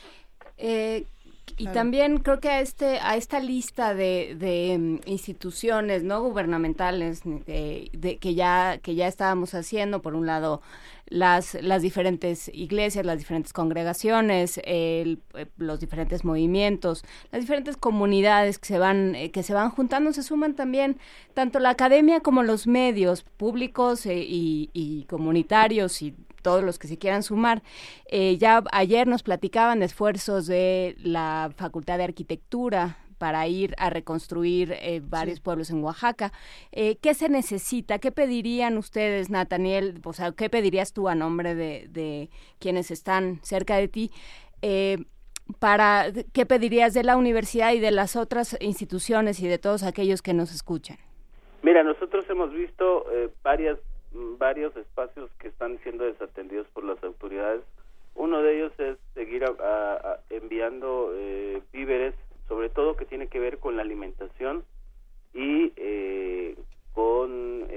Y también creo que a esta lista de instituciones no gubernamentales que ya estábamos haciendo, por un lado las diferentes iglesias, las diferentes congregaciones, los diferentes movimientos, las diferentes comunidades que se van juntando, se suman también tanto la academia como los medios públicos y comunitarios y todos los que se quieran sumar. Ya ayer nos platicaban de esfuerzos de la Facultad de Arquitectura para ir a reconstruir varios pueblos en Oaxaca. ¿Qué se necesita? ¿Qué pedirían ustedes, Nathaniel? O sea, ¿qué pedirías tú a nombre de quienes están cerca de ti? ¿Qué pedirías de la universidad y de las otras instituciones y de todos aquellos que nos escuchan? Mira, nosotros hemos visto varios espacios que están siendo desatendidos por las autoridades. Uno de ellos es seguir enviando víveres, sobre todo que tiene que ver con la alimentación y con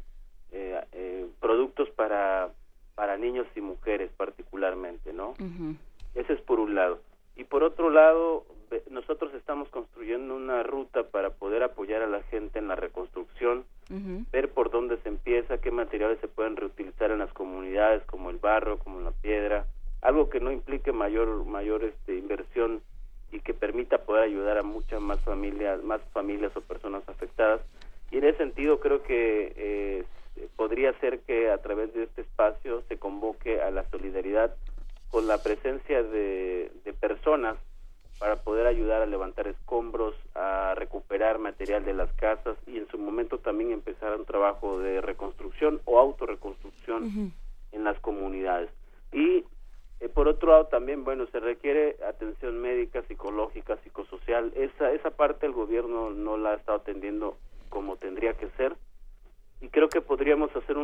productos para niños y mujeres particularmente, ¿no? Ese es por un lado. Y por otro lado, nosotros estamos construyendo una ruta para poder apoyar a la gente en la reconstrucción, ver por dónde se empieza, qué materiales se pueden reutilizar en las comunidades, como el barro, como la piedra, algo que no implique mayor inversión y que permita poder ayudar a muchas más familias o personas afectadas. Y en ese sentido creo que podría ser que a través de este espacio se convoque a la solidaridad con la presencia de personas para poder ayudar a levantar escombros, a recuperar material de las casas y en su momento también empezar un trabajo de reconstrucción o autorreconstrucción en las comunidades. Y por otro lado también, bueno, se requiere atención médica, psicológica, psicosocial. Esa parte el gobierno no la ha estado atendiendo como tendría que ser. Y creo que podríamos hacer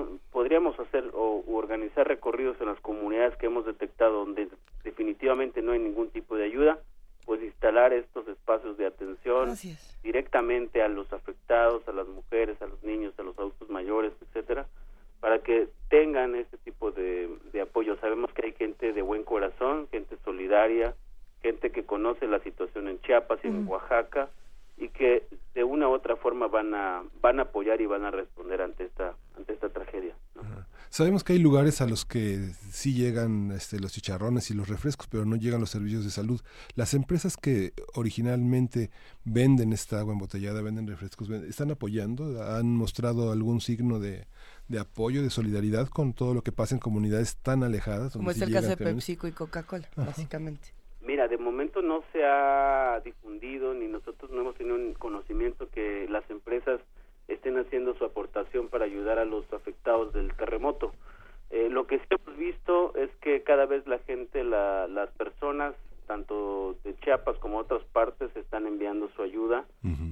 o organizar recorridos en las comunidades que hemos detectado donde definitivamente no hay ningún tipo de ayuda, pues instalar estos espacios de atención directamente a los afectados, a las mujeres, a los niños, a los adultos mayores, etcétera, para que tengan este tipo de apoyo. Sabemos que hay gente de buen corazón, gente solidaria, gente que conoce la situación en Chiapas y en Oaxaca y que de una u otra forma van a apoyar y van a responder ante esta tragedia, ¿no? Sabemos que hay lugares a los que sí llegan los chicharrones y los refrescos, pero no llegan los servicios de salud. Las empresas que originalmente venden esta agua embotellada, venden refrescos, ¿están apoyando? ¿Han mostrado algún signo de apoyo, de solidaridad con todo lo que pasa en comunidades tan alejadas? Como es el caso de PepsiCo y Coca-Cola, básicamente. Mira, de momento no se ha difundido, ni nosotros no hemos tenido un conocimiento que las empresas estén haciendo su aportación para ayudar a los afectados del terremoto. Lo que sí hemos visto es que cada vez la gente, las personas, tanto de Chiapas como otras partes, están enviando su ayuda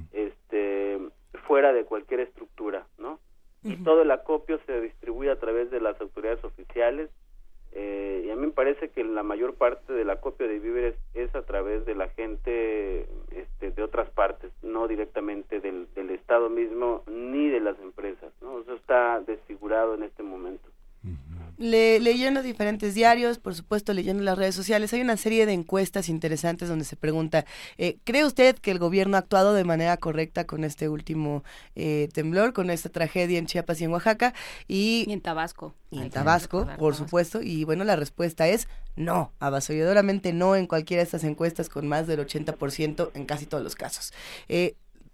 fuera de cualquier estructura, ¿no? Y todo el acopio se distribuye a través de las autoridades oficiales. Y a mí me parece que la mayor parte del acopio de víveres es a través de la gente de otras partes, no directamente del Estado mismo ni de las empresas, ¿no? Eso está desfigurado en este momento. Leyendo diferentes diarios, por supuesto leyendo las redes sociales, hay una serie de encuestas interesantes donde se pregunta, ¿cree usted que el gobierno ha actuado de manera correcta con este último temblor, con esta tragedia en Chiapas y en Oaxaca? Y en Tabasco. Y en Tabasco, por supuesto, y bueno, la respuesta es no, avasalladoramente no en cualquiera de estas encuestas, con más del 80% en casi todos los casos.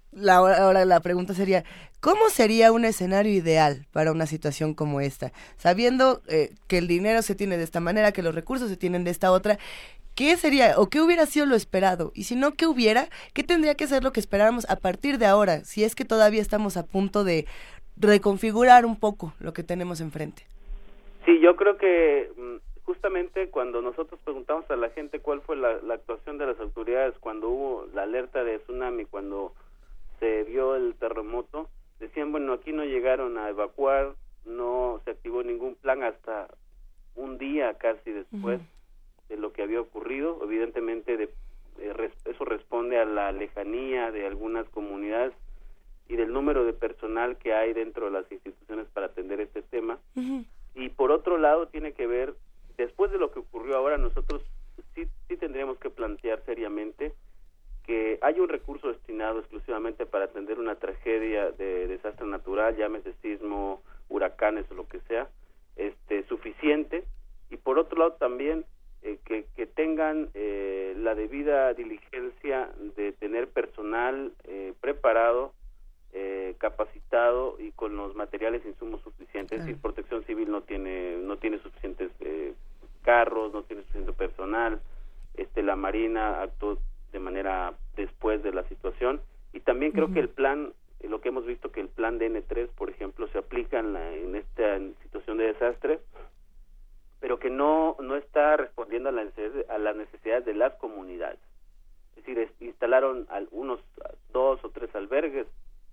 ahora la pregunta sería, ¿cómo sería un escenario ideal para una situación como esta? Sabiendo que el dinero se tiene de esta manera, que los recursos se tienen de esta otra, ¿qué sería o qué hubiera sido lo esperado? Y si no, ¿qué tendría que ser lo que esperáramos a partir de ahora? Si es que todavía estamos a punto de reconfigurar un poco lo que tenemos enfrente. Sí, yo creo que justamente cuando nosotros preguntamos a la gente cuál fue la actuación de las autoridades cuando hubo la alerta de tsunami, cuando se vio el terremoto, decían, bueno, aquí no llegaron a evacuar, no se activó ningún plan hasta un día casi después de lo que había ocurrido. Evidentemente eso responde a la lejanía de algunas comunidades y del número de personal que hay dentro de las instituciones para atender este tema. Y por otro lado tiene que ver, después de lo que ocurrió ahora, nosotros sí tendríamos que plantear seriamente que hay un recurso destinado exclusivamente para atender una tragedia de desastre natural, llámese sismo, huracanes o lo que sea, suficiente, y por otro lado también que tengan la debida diligencia de tener personal preparado, capacitado y con los materiales e insumos suficientes. Es decir, Protección Civil no tiene suficientes carros, no tiene suficiente personal, la Marina actuó de manera después de la situación, y también creo que el plan, lo que hemos visto que el plan DN3, por ejemplo, se aplica en esta situación de desastre, pero que no está respondiendo a las necesidades de las comunidades. Es decir, instalaron unos 2 o 3 albergues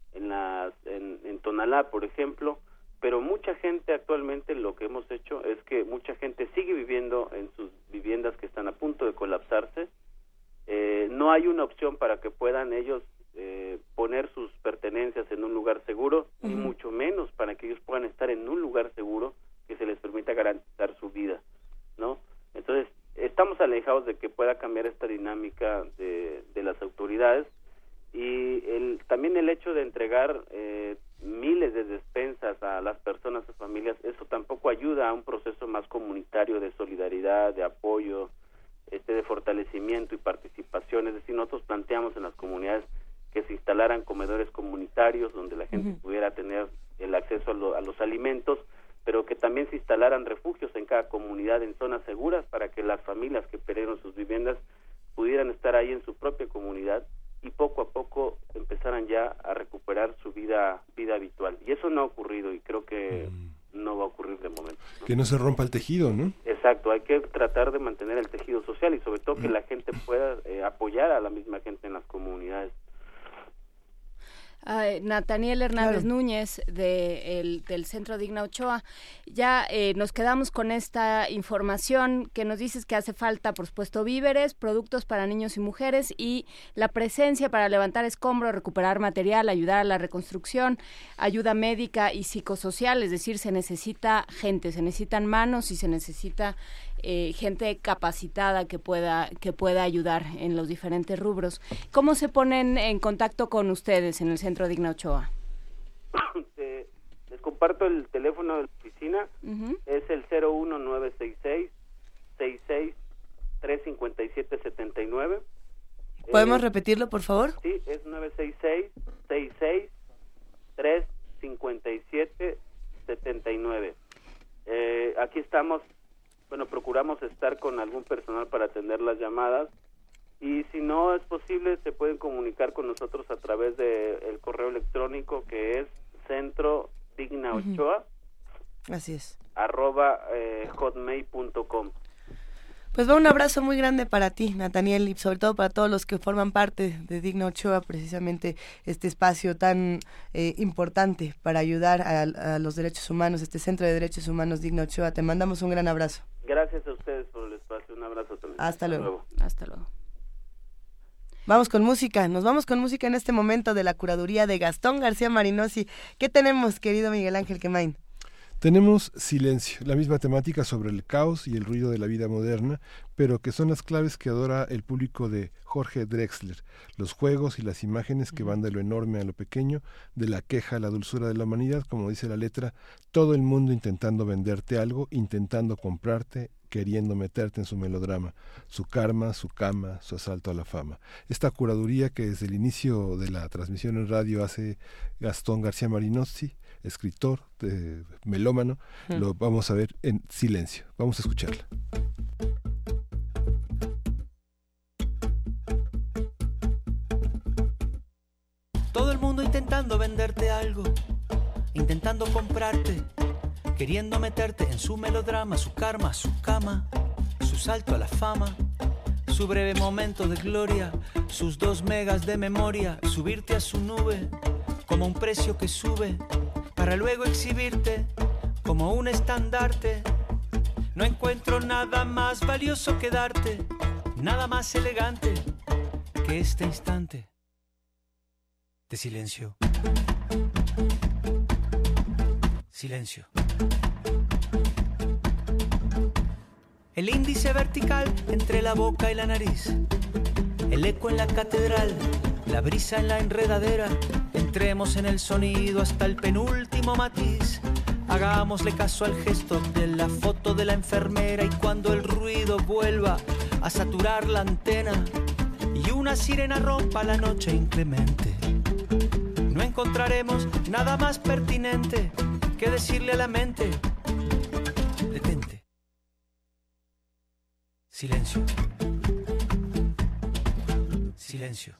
en Tonalá, por ejemplo, pero mucha gente actualmente, lo que hemos hecho es que mucha gente sigue viviendo en sus viviendas que están a punto de colapsarse. No hay una opción para que puedan ellos poner sus pertenencias en un lugar seguro, ni mucho menos para que ellos puedan estar en un lugar seguro que se les permita garantizar su vida, ¿no? Entonces, estamos alejados de que pueda cambiar esta dinámica de las autoridades, y también el hecho de entregar miles de despensas a las personas, a familias, eso tampoco ayuda a un proceso más comunitario de solidaridad, de apoyo, de fortalecimiento y participación. Es decir, nosotros planteamos en las comunidades que se instalaran comedores comunitarios donde la gente pudiera tener el acceso a los alimentos, pero que también se instalaran refugios en cada comunidad en zonas seguras para que las familias que perdieron sus viviendas pudieran estar ahí en su propia comunidad y poco a poco empezaran ya a recuperar su vida habitual. Y eso no ha ocurrido y creo que no va a ocurrir de momento, ¿no? Que no se rompa el tejido, ¿no? Exacto, hay que tratar de mantener el tejido social y sobre todo que la gente pueda apoyar a la misma gente en las comunidades. Nataniel Hernández Núñez del Centro Digna Ochoa, ya nos quedamos con esta información que nos dices que hace falta, por supuesto, víveres, productos para niños y mujeres y la presencia para levantar escombros, recuperar material, ayudar a la reconstrucción, ayuda médica y psicosocial, es decir, se necesita gente, se necesitan manos y se necesita gente capacitada que pueda ayudar en los diferentes rubros. ¿Cómo se ponen en contacto con ustedes en el Centro Digna Ochoa? Les comparto el teléfono de la oficina, es el 01966-66-357-79. ¿Podemos repetirlo, por favor? Sí, es 966-66-357-79. Aquí estamos. Bueno, procuramos estar con algún personal para atender las llamadas y si no es posible se pueden comunicar con nosotros a través del correo electrónico que es centrodignaochoa Así es. @hotmail.com. Pues va un abrazo muy grande para ti, Nataniel, y sobre todo para todos los que forman parte de Digna Ochoa, precisamente este espacio tan importante para ayudar a los derechos humanos, este Centro de Derechos Humanos Digna Ochoa. Te mandamos un gran abrazo. Gracias a ustedes por el espacio, un abrazo también. Hasta luego. Hasta luego. Vamos con música, nos vamos con música en este momento de la curaduría de Gastón García Marinosi. ¿Qué tenemos, querido Miguel Ángel Quemain? Tenemos Silencio, la misma temática sobre el caos y el ruido de la vida moderna, pero que son las claves que adora el público de Jorge Drexler, los juegos y las imágenes que van de lo enorme a lo pequeño, de la queja a la dulzura de la humanidad, como dice la letra, todo el mundo intentando venderte algo, intentando comprarte queriendo meterte en su melodrama, su karma, su cama, su asalto a la fama. Esta curaduría que desde el inicio de la transmisión en radio hace Gastón García Marinozzi, escritor, melómano, lo vamos a ver en silencio. Vamos a escucharla. Todo el mundo intentando venderte algo, intentando comprarte, queriendo meterte en su melodrama, su karma, su cama, su salto a la fama, su breve momento de gloria, sus 2 megas de memoria, subirte a su nube como un precio que sube, para luego exhibirte como un estandarte. No encuentro nada más valioso que darte, nada más elegante que este instante de silencio. Silencio. El índice vertical entre la boca y la nariz, el eco en la catedral, la brisa en la enredadera. Entremos en el sonido hasta el penúltimo matiz. Hagámosle caso al gesto de la foto de la enfermera, y cuando el ruido vuelva a saturar la antena y una sirena rompa la noche inclemente, no encontraremos nada más pertinente que decirle a la mente: detente. Silencio. Silencio.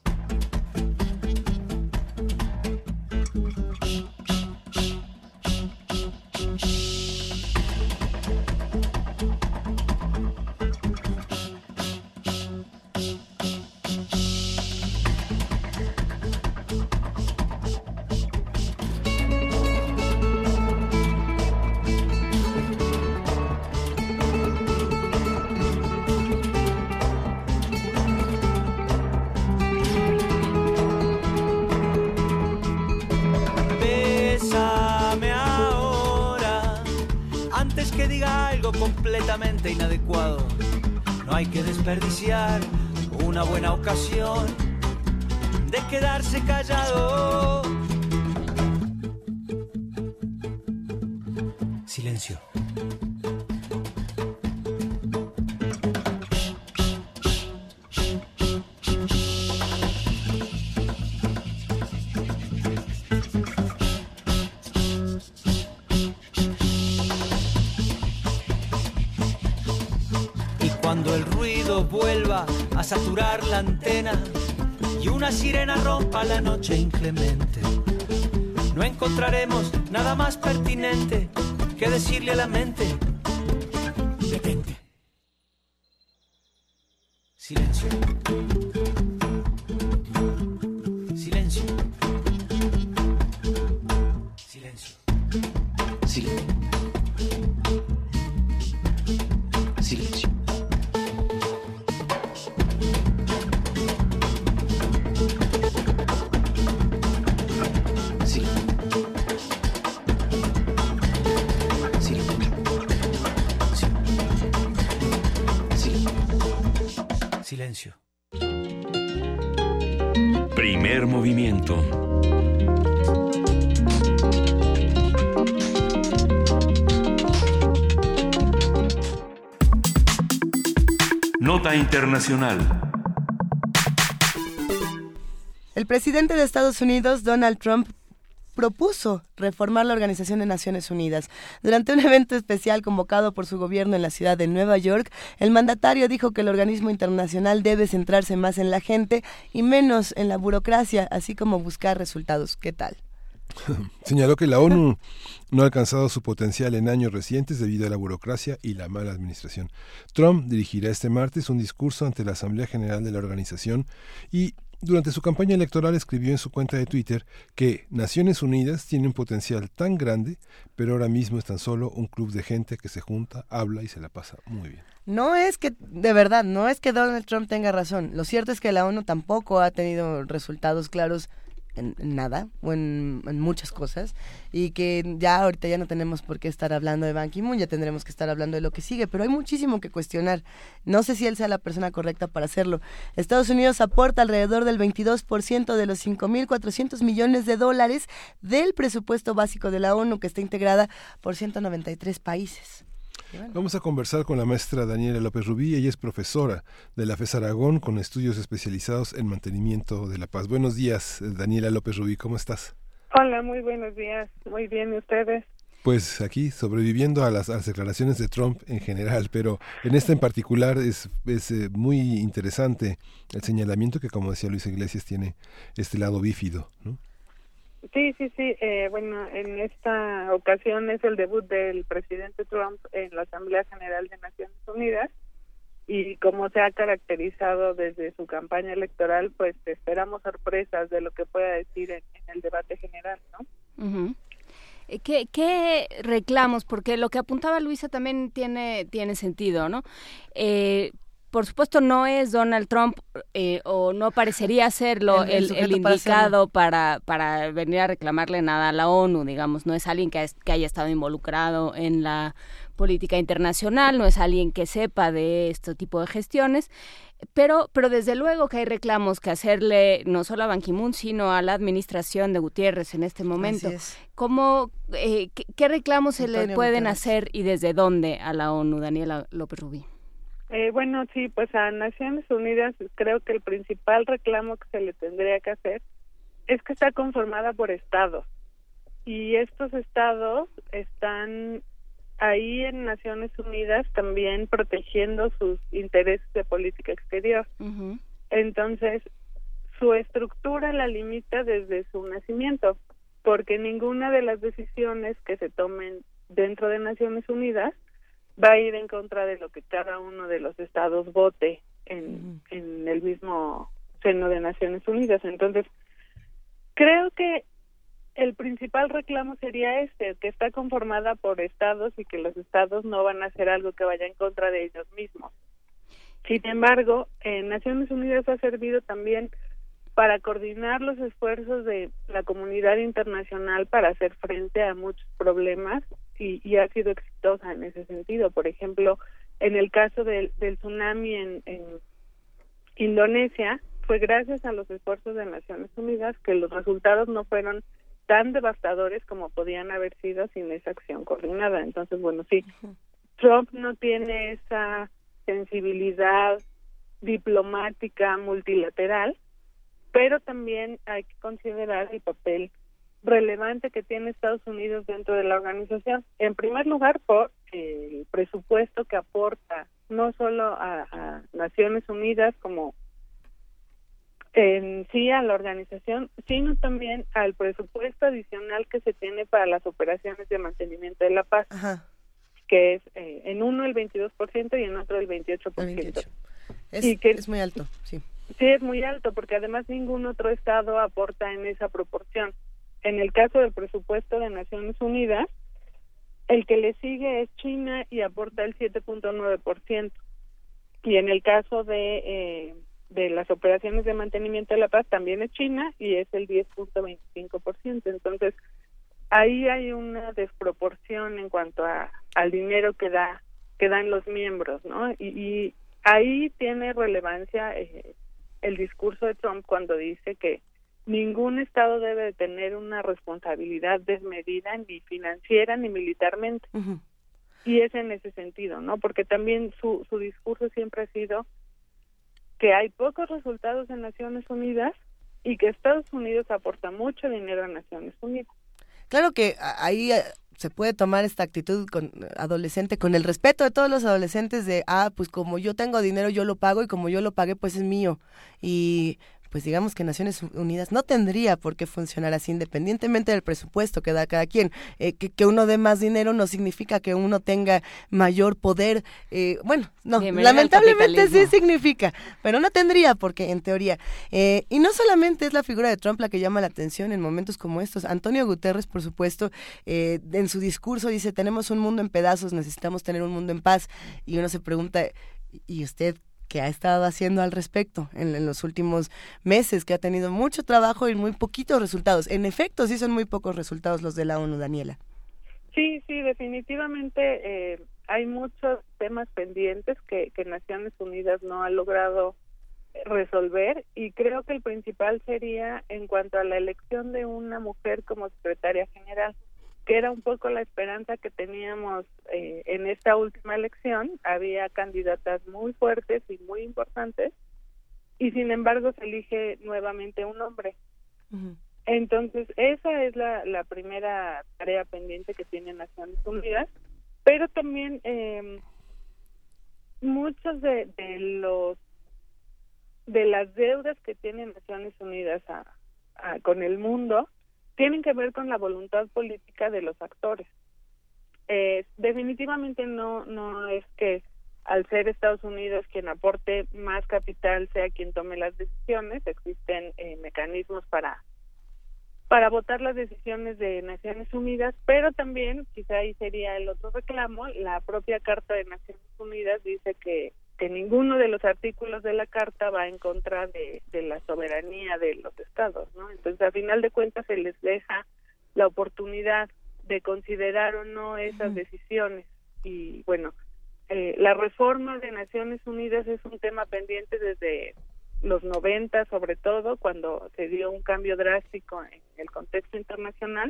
Completamente inadecuado. No hay que desperdiciar una buena ocasión de quedarse callado. Silencio. Vuelva a saturar la antena y una sirena rompa la noche inclemente, no encontraremos nada más pertinente que decirle a la mente: detente. Silencio. Silencio. Silencio. Silencio. Silencio. Silencio. Primer movimiento. Nota internacional. El presidente de Estados Unidos, Donald Trump, propuso reformar la Organización de Naciones Unidas. Durante un evento especial convocado por su gobierno en la ciudad de Nueva York, el mandatario dijo que el organismo internacional debe centrarse más en la gente y menos en la burocracia, así como buscar resultados. ¿Qué tal? Señaló que la ONU no ha alcanzado su potencial en años recientes debido a la burocracia y la mala administración. Trump dirigirá este martes un discurso ante la Asamblea General de la organización y durante su campaña electoral escribió en su cuenta de Twitter que Naciones Unidas tiene un potencial tan grande, pero ahora mismo es tan solo un club de gente que se junta, habla y se la pasa muy bien. No es que, de verdad, no es que Donald Trump tenga razón. Lo cierto es que la ONU tampoco ha tenido resultados claros en nada o en muchas cosas, y que ya ahorita ya no tenemos por qué estar hablando de Ban Ki-moon, ya tendremos que estar hablando de lo que sigue, pero hay muchísimo que cuestionar. No sé si él sea la persona correcta para hacerlo. Estados Unidos aporta alrededor del 22% de los $5,400 millones del presupuesto básico de la ONU, que está integrada por 193 países. Vamos a conversar con la maestra Daniela López Rubí. Ella es profesora de la FES Aragón con estudios especializados en mantenimiento de la paz. Buenos días, Daniela López Rubí, ¿cómo estás? Hola, muy buenos días. Muy bien, ¿y ustedes? Pues aquí sobreviviendo a las declaraciones de Trump en general, pero en esta en particular es muy interesante el señalamiento que, como decía Luisa Iglesias, tiene este lado bífido, ¿no? Sí. Bueno, en esta ocasión es el debut del presidente Trump en la Asamblea General de Naciones Unidas y como se ha caracterizado desde su campaña electoral, pues esperamos sorpresas de lo que pueda decir en el debate general, ¿no? Uh-huh. ¿Qué reclamos? Porque lo que apuntaba Luisa también tiene sentido, ¿no? Por supuesto no es Donald Trump o no parecería serlo el indicado para venir a reclamarle nada a la ONU, digamos. No es alguien que haya estado involucrado en la política internacional, no es alguien que sepa de este tipo de gestiones, pero desde luego que hay reclamos que hacerle no solo a Ban Ki-moon, sino a la administración de Gutiérrez en este momento. ¿Cómo, qué reclamos se le pueden hacer y desde dónde a la ONU, Daniela López Rubí? Bueno, sí, pues a Naciones Unidas creo que el principal reclamo que se le tendría que hacer es que está conformada por estados y estos estados están ahí en Naciones Unidas también protegiendo sus intereses de política exterior. Uh-huh. Entonces, su estructura la limita desde su nacimiento, porque ninguna de las decisiones que se tomen dentro de Naciones Unidas va a ir en contra de lo que cada uno de los estados vote en el mismo seno de Naciones Unidas. Entonces, creo que el principal reclamo sería que está conformada por estados y que los estados no van a hacer algo que vaya en contra de ellos mismos. Sin embargo, Naciones Unidas ha servido también para coordinar los esfuerzos de la comunidad internacional para hacer frente a muchos problemas y ha sido exitosa en ese sentido. Por ejemplo, en el caso del tsunami en Indonesia, fue gracias a los esfuerzos de Naciones Unidas que los resultados no fueron tan devastadores como podían haber sido sin esa acción coordinada. Entonces, bueno, sí, Trump no tiene esa sensibilidad diplomática multilateral, pero también hay que considerar el papel relevante que tiene Estados Unidos dentro de la organización. En primer lugar, por el presupuesto que aporta no solo a Naciones Unidas como en sí a la organización, sino también al presupuesto adicional que se tiene para las operaciones de mantenimiento de la paz. Ajá. Que es en uno el 22% y en otro el 28%. Es muy alto, sí. Sí, es muy alto, porque además ningún otro estado aporta en esa proporción. En el caso del presupuesto de Naciones Unidas, el que le sigue es China y aporta el 7.9%. Y en el caso de las operaciones de mantenimiento de la paz también es China y es el 10.25%. Entonces, ahí hay una desproporción en cuanto al dinero que dan los miembros, ¿no? Y ahí tiene relevancia el discurso de Trump cuando dice que ningún estado debe de tener una responsabilidad desmedida ni financiera ni militarmente. Uh-huh. Y es en ese sentido, ¿no? Porque también su discurso siempre ha sido que hay pocos resultados en Naciones Unidas y que Estados Unidos aporta mucho dinero a Naciones Unidas. Claro que ahí se puede tomar esta actitud adolescente con el respeto de todos los adolescentes de, pues como yo tengo dinero yo lo pago y como yo lo pagué pues es mío. Y pues digamos que Naciones Unidas no tendría por qué funcionar así, independientemente del presupuesto que da cada quien. Que uno dé más dinero no significa que uno tenga mayor poder. Lamentablemente sí significa, pero no tendría porque en teoría. Y no solamente es la figura de Trump la que llama la atención en momentos como estos. Antonio Guterres, por supuesto, en su discurso dice, tenemos un mundo en pedazos, necesitamos tener un mundo en paz. Y uno se pregunta, ¿y usted qué ha estado haciendo al respecto en los últimos meses, que ha tenido mucho trabajo y muy poquitos resultados? En efecto, sí son muy pocos resultados los de la ONU, Daniela. Sí, definitivamente hay muchos temas pendientes que Naciones Unidas no ha logrado resolver y creo que el principal sería en cuanto a la elección de una mujer como secretaria general. que era un poco la esperanza que teníamos en esta última elección. Había candidatas muy fuertes y muy importantes, y sin embargo se elige nuevamente un hombre. Uh-huh. Entonces, esa es la primera tarea pendiente que tiene Naciones Unidas, pero también muchos de las deudas que tiene Naciones Unidas con el mundo tienen que ver con la voluntad política de los actores. Definitivamente no es que al ser Estados Unidos quien aporte más capital sea quien tome las decisiones. Existen mecanismos para votar las decisiones de Naciones Unidas, pero también, quizá ahí sería el otro reclamo, la propia Carta de Naciones Unidas dice que ninguno de los artículos de la Carta va en contra de la soberanía de los estados, ¿no? Entonces, a final de cuentas, se les deja la oportunidad de considerar o no esas decisiones. Y, bueno, la reforma de Naciones Unidas es un tema pendiente desde los 90, sobre todo, cuando se dio un cambio drástico en el contexto internacional.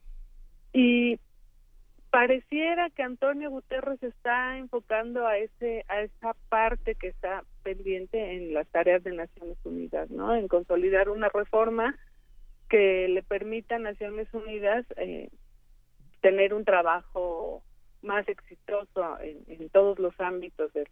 Y pareciera que Antonio Guterres está enfocando a esa parte que está pendiente en las tareas de Naciones Unidas, ¿no? En consolidar una reforma que le permita a Naciones Unidas tener un trabajo más exitoso en todos los ámbitos de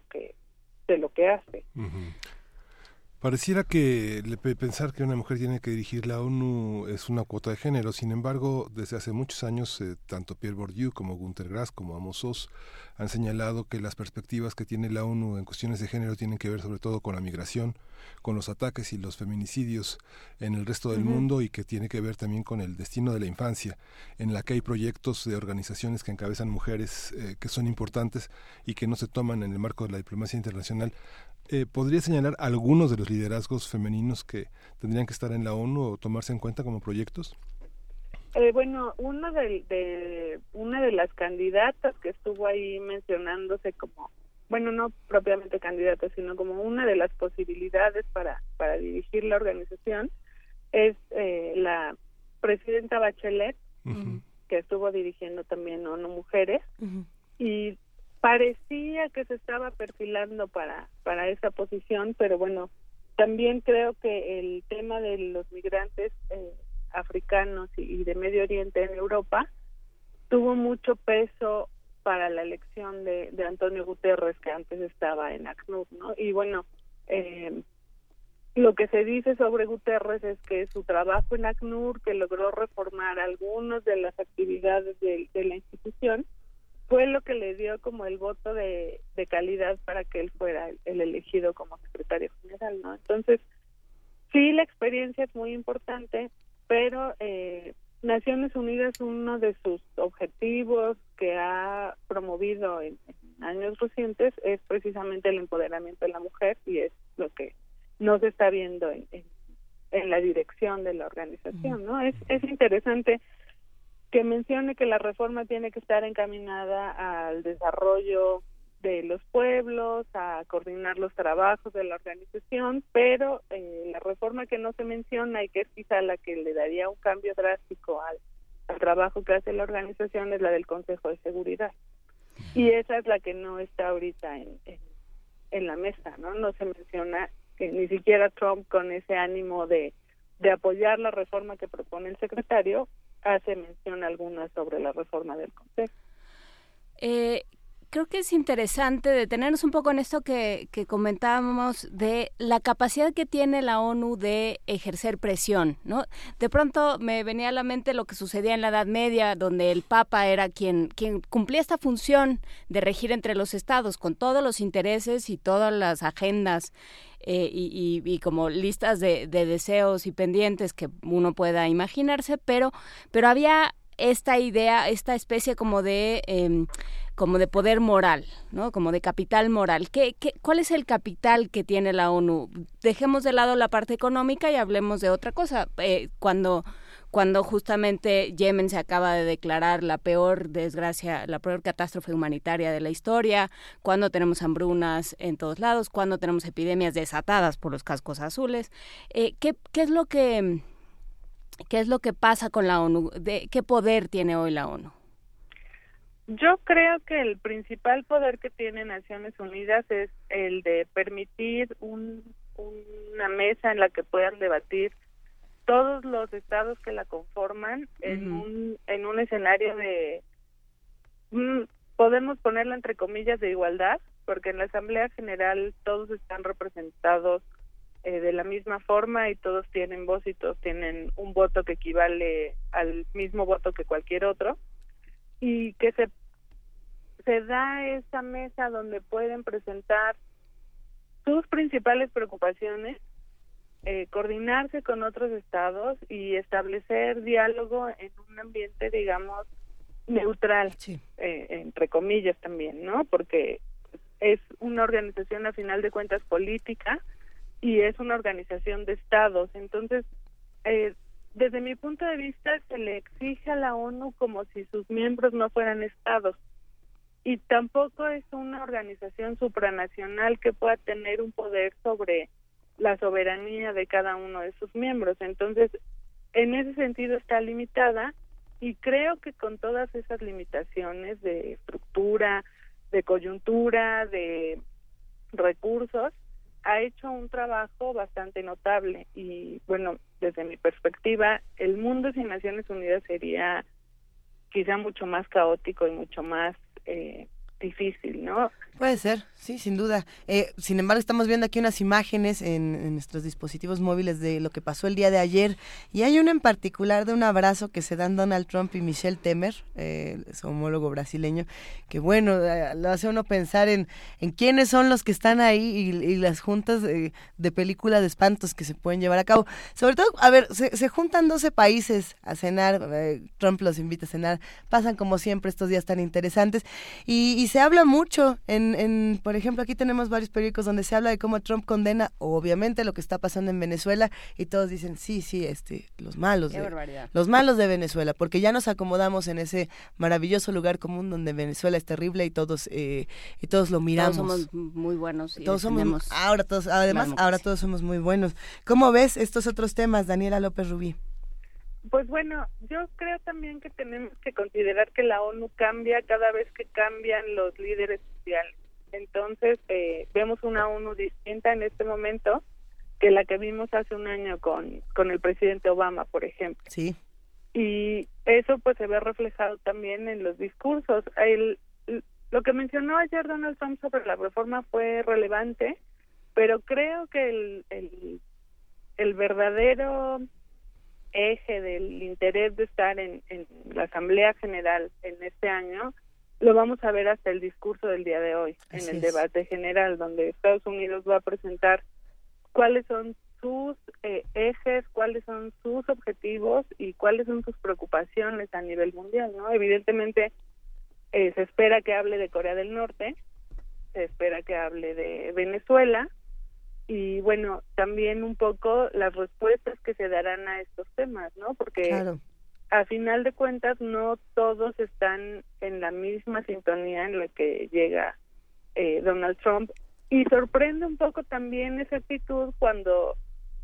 lo que hace. Uh-huh. Pareciera que pensar que una mujer tiene que dirigir la ONU es una cuota de género. Sin embargo, desde hace muchos años, tanto Pierre Bourdieu como Günter Grass como Amos Oz han señalado que las perspectivas que tiene la ONU en cuestiones de género tienen que ver sobre todo con la migración, con los ataques y los feminicidios en el resto del mundo, y que tiene que ver también con el destino de la infancia, en la que hay proyectos de organizaciones que encabezan mujeres que son importantes y que no se toman en el marco de la diplomacia internacional. ¿Podría señalar algunos de los liderazgos femeninos que tendrían que estar en la ONU o tomarse en cuenta como proyectos? Bueno, una de las candidatas que estuvo ahí mencionándose como, bueno, no propiamente candidata, sino como una de las posibilidades para dirigir la organización es la presidenta Bachelet, uh-huh, que estuvo dirigiendo también ONU Mujeres, uh-huh, y parecía que se estaba perfilando para esa posición, pero bueno, también creo que el tema de los migrantes africanos y de Medio Oriente en Europa tuvo mucho peso para la elección de Antonio Guterres, que antes estaba en ACNUR, ¿no? Y bueno, lo que se dice sobre Guterres es que su trabajo en ACNUR, que logró reformar algunas de las actividades de la institución, fue lo que le dio como el voto de calidad para que él fuera el elegido como secretario general, ¿no? Entonces, sí, la experiencia es muy importante, pero Naciones Unidas, uno de sus objetivos que ha promovido en años recientes es precisamente el empoderamiento de la mujer, y es lo que no se está viendo en la dirección de la organización, ¿no? Es interesante que mencione que la reforma tiene que estar encaminada al desarrollo de los pueblos, a coordinar los trabajos de la organización, pero la reforma que no se menciona y que es quizá la que le daría un cambio drástico al trabajo que hace la organización es la del Consejo de Seguridad. Y esa es la que no está ahorita en la mesa, ¿no? No se menciona que ni siquiera Trump, con ese ánimo de apoyar la reforma que propone el secretario, hace mención alguna sobre la reforma del Consejo. Creo que es interesante detenernos un poco en esto que comentábamos de la capacidad que tiene la ONU de ejercer presión, ¿no? De pronto me venía a la mente lo que sucedía en la Edad Media, donde el Papa era quien cumplía esta función de regir entre los estados, con todos los intereses y todas las agendas y como listas de deseos y pendientes que uno pueda imaginarse, pero había esta idea, esta especie como de poder moral, ¿no? Como de capital moral. ¿Cuál es el capital que tiene la ONU? Dejemos de lado la parte económica y hablemos de otra cosa. Cuando justamente Yemen se acaba de declarar la peor desgracia, la peor catástrofe humanitaria de la historia, cuando tenemos hambrunas en todos lados, cuando tenemos epidemias desatadas por los cascos azules, ¿qué es lo que ¿Qué es lo que pasa con la ONU? ¿Qué poder tiene hoy la ONU? Yo creo que el principal poder que tiene Naciones Unidas es el de permitir una mesa en la que puedan debatir todos los estados que la conforman en un escenario de podemos ponerlo entre comillas de igualdad, porque en la Asamblea General todos están representados de la misma forma y todos tienen voz y todos tienen un voto que equivale al mismo voto que cualquier otro, y que se da esa mesa donde pueden presentar sus principales preocupaciones, coordinarse con otros estados y establecer diálogo en un ambiente, digamos, neutral, entre comillas también, ¿no? Porque es una organización a final de cuentas política y es una organización de estados. Entonces, desde mi punto de vista, se le exige a la ONU como si sus miembros no fueran estados, y tampoco es una organización supranacional que pueda tener un poder sobre la soberanía de cada uno de sus miembros. Entonces, en ese sentido está limitada, y creo que con todas esas limitaciones de estructura, de coyuntura, de recursos, ha hecho un trabajo bastante notable. Y bueno, desde mi perspectiva, el mundo sin Naciones Unidas sería quizá mucho más caótico y mucho más difícil, ¿no? Puede ser, sí, sin duda. Sin embargo, estamos viendo aquí unas imágenes en nuestros dispositivos móviles de lo que pasó el día de ayer, y hay una en particular de un abrazo que se dan Donald Trump y Michel Temer, su homólogo brasileño, que bueno, lo hace uno pensar en quiénes son los que están ahí y las juntas de película de espantos que se pueden llevar a cabo. Sobre todo, a ver, se juntan 12 países a cenar, Trump los invita a cenar, pasan como siempre estos días tan interesantes, y se habla mucho por ejemplo, aquí tenemos varios periódicos donde se habla de cómo Trump condena obviamente lo que está pasando en Venezuela, y todos dicen sí, los malos de Venezuela, porque ya nos acomodamos en ese maravilloso lugar común donde Venezuela es terrible y todos lo miramos. Todos somos muy buenos y ahora todos somos muy buenos. ¿Cómo ves estos otros temas, Daniela López Rubí? Pues bueno, yo creo también que tenemos que considerar que la ONU cambia cada vez que cambian los líderes mundiales. Entonces, vemos una ONU distinta en este momento que la que vimos hace un año con el presidente Obama, por ejemplo. Sí. Y eso pues se ve reflejado también en los discursos. Lo que mencionó ayer Donald Trump sobre la reforma fue relevante, pero creo que el verdadero eje del interés de estar en la Asamblea General en este año lo vamos a ver hasta el discurso del día de hoy, en el debate general, donde Estados Unidos va a presentar cuáles son sus ejes, cuáles son sus objetivos y cuáles son sus preocupaciones a nivel mundial, ¿no? Evidentemente se espera que hable de Corea del Norte, se espera que hable de Venezuela, y bueno, también un poco las respuestas que se darán a estos temas, ¿no? Porque a final de cuentas no todos están en la misma sintonía en la que llega Donald Trump, y sorprende un poco también esa actitud cuando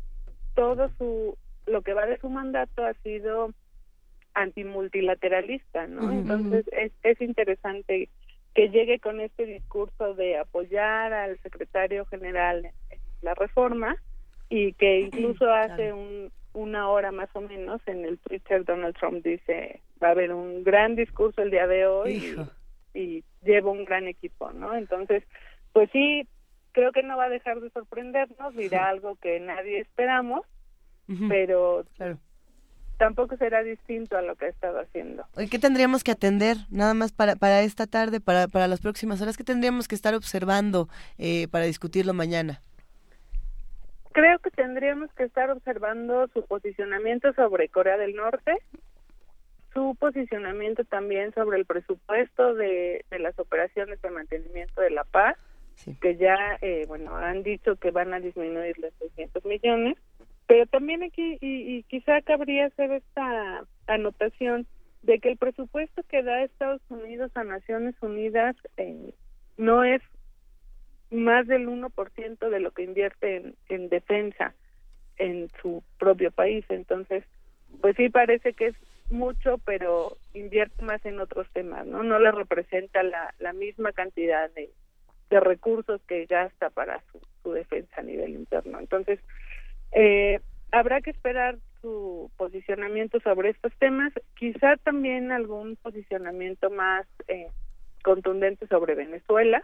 lo que va de su mandato ha sido antimultilateralista, ¿no? Entonces es interesante que llegue con este discurso de apoyar al secretario general en la reforma, y que incluso hace una hora más o menos en el Twitter Donald Trump dice va a haber un gran discurso el día de hoy y lleva un gran equipo, ¿no? Entonces, pues sí, creo que no va a dejar de sorprendernos, dirá algo que nadie esperamos, pero tampoco será distinto a lo que ha estado haciendo. ¿Qué tendríamos que atender nada más para esta tarde, para las próximas horas? ¿Qué tendríamos que estar observando para discutirlo mañana? Creo que tendríamos que estar observando su posicionamiento sobre Corea del Norte, su posicionamiento también sobre el presupuesto de las operaciones de mantenimiento de la paz, que ya, han dicho que van a disminuir los 600 millones, pero también aquí, y quizá cabría hacer esta anotación de que el presupuesto que da Estados Unidos a Naciones Unidas no es más del 1% de lo que invierte en defensa en su propio país. Entonces, pues sí parece que es mucho, pero invierte más en otros temas, ¿no? No le representa la misma cantidad de recursos que gasta para su defensa a nivel interno. Entonces, habrá que esperar su posicionamiento sobre estos temas, quizá también algún posicionamiento más contundente sobre Venezuela,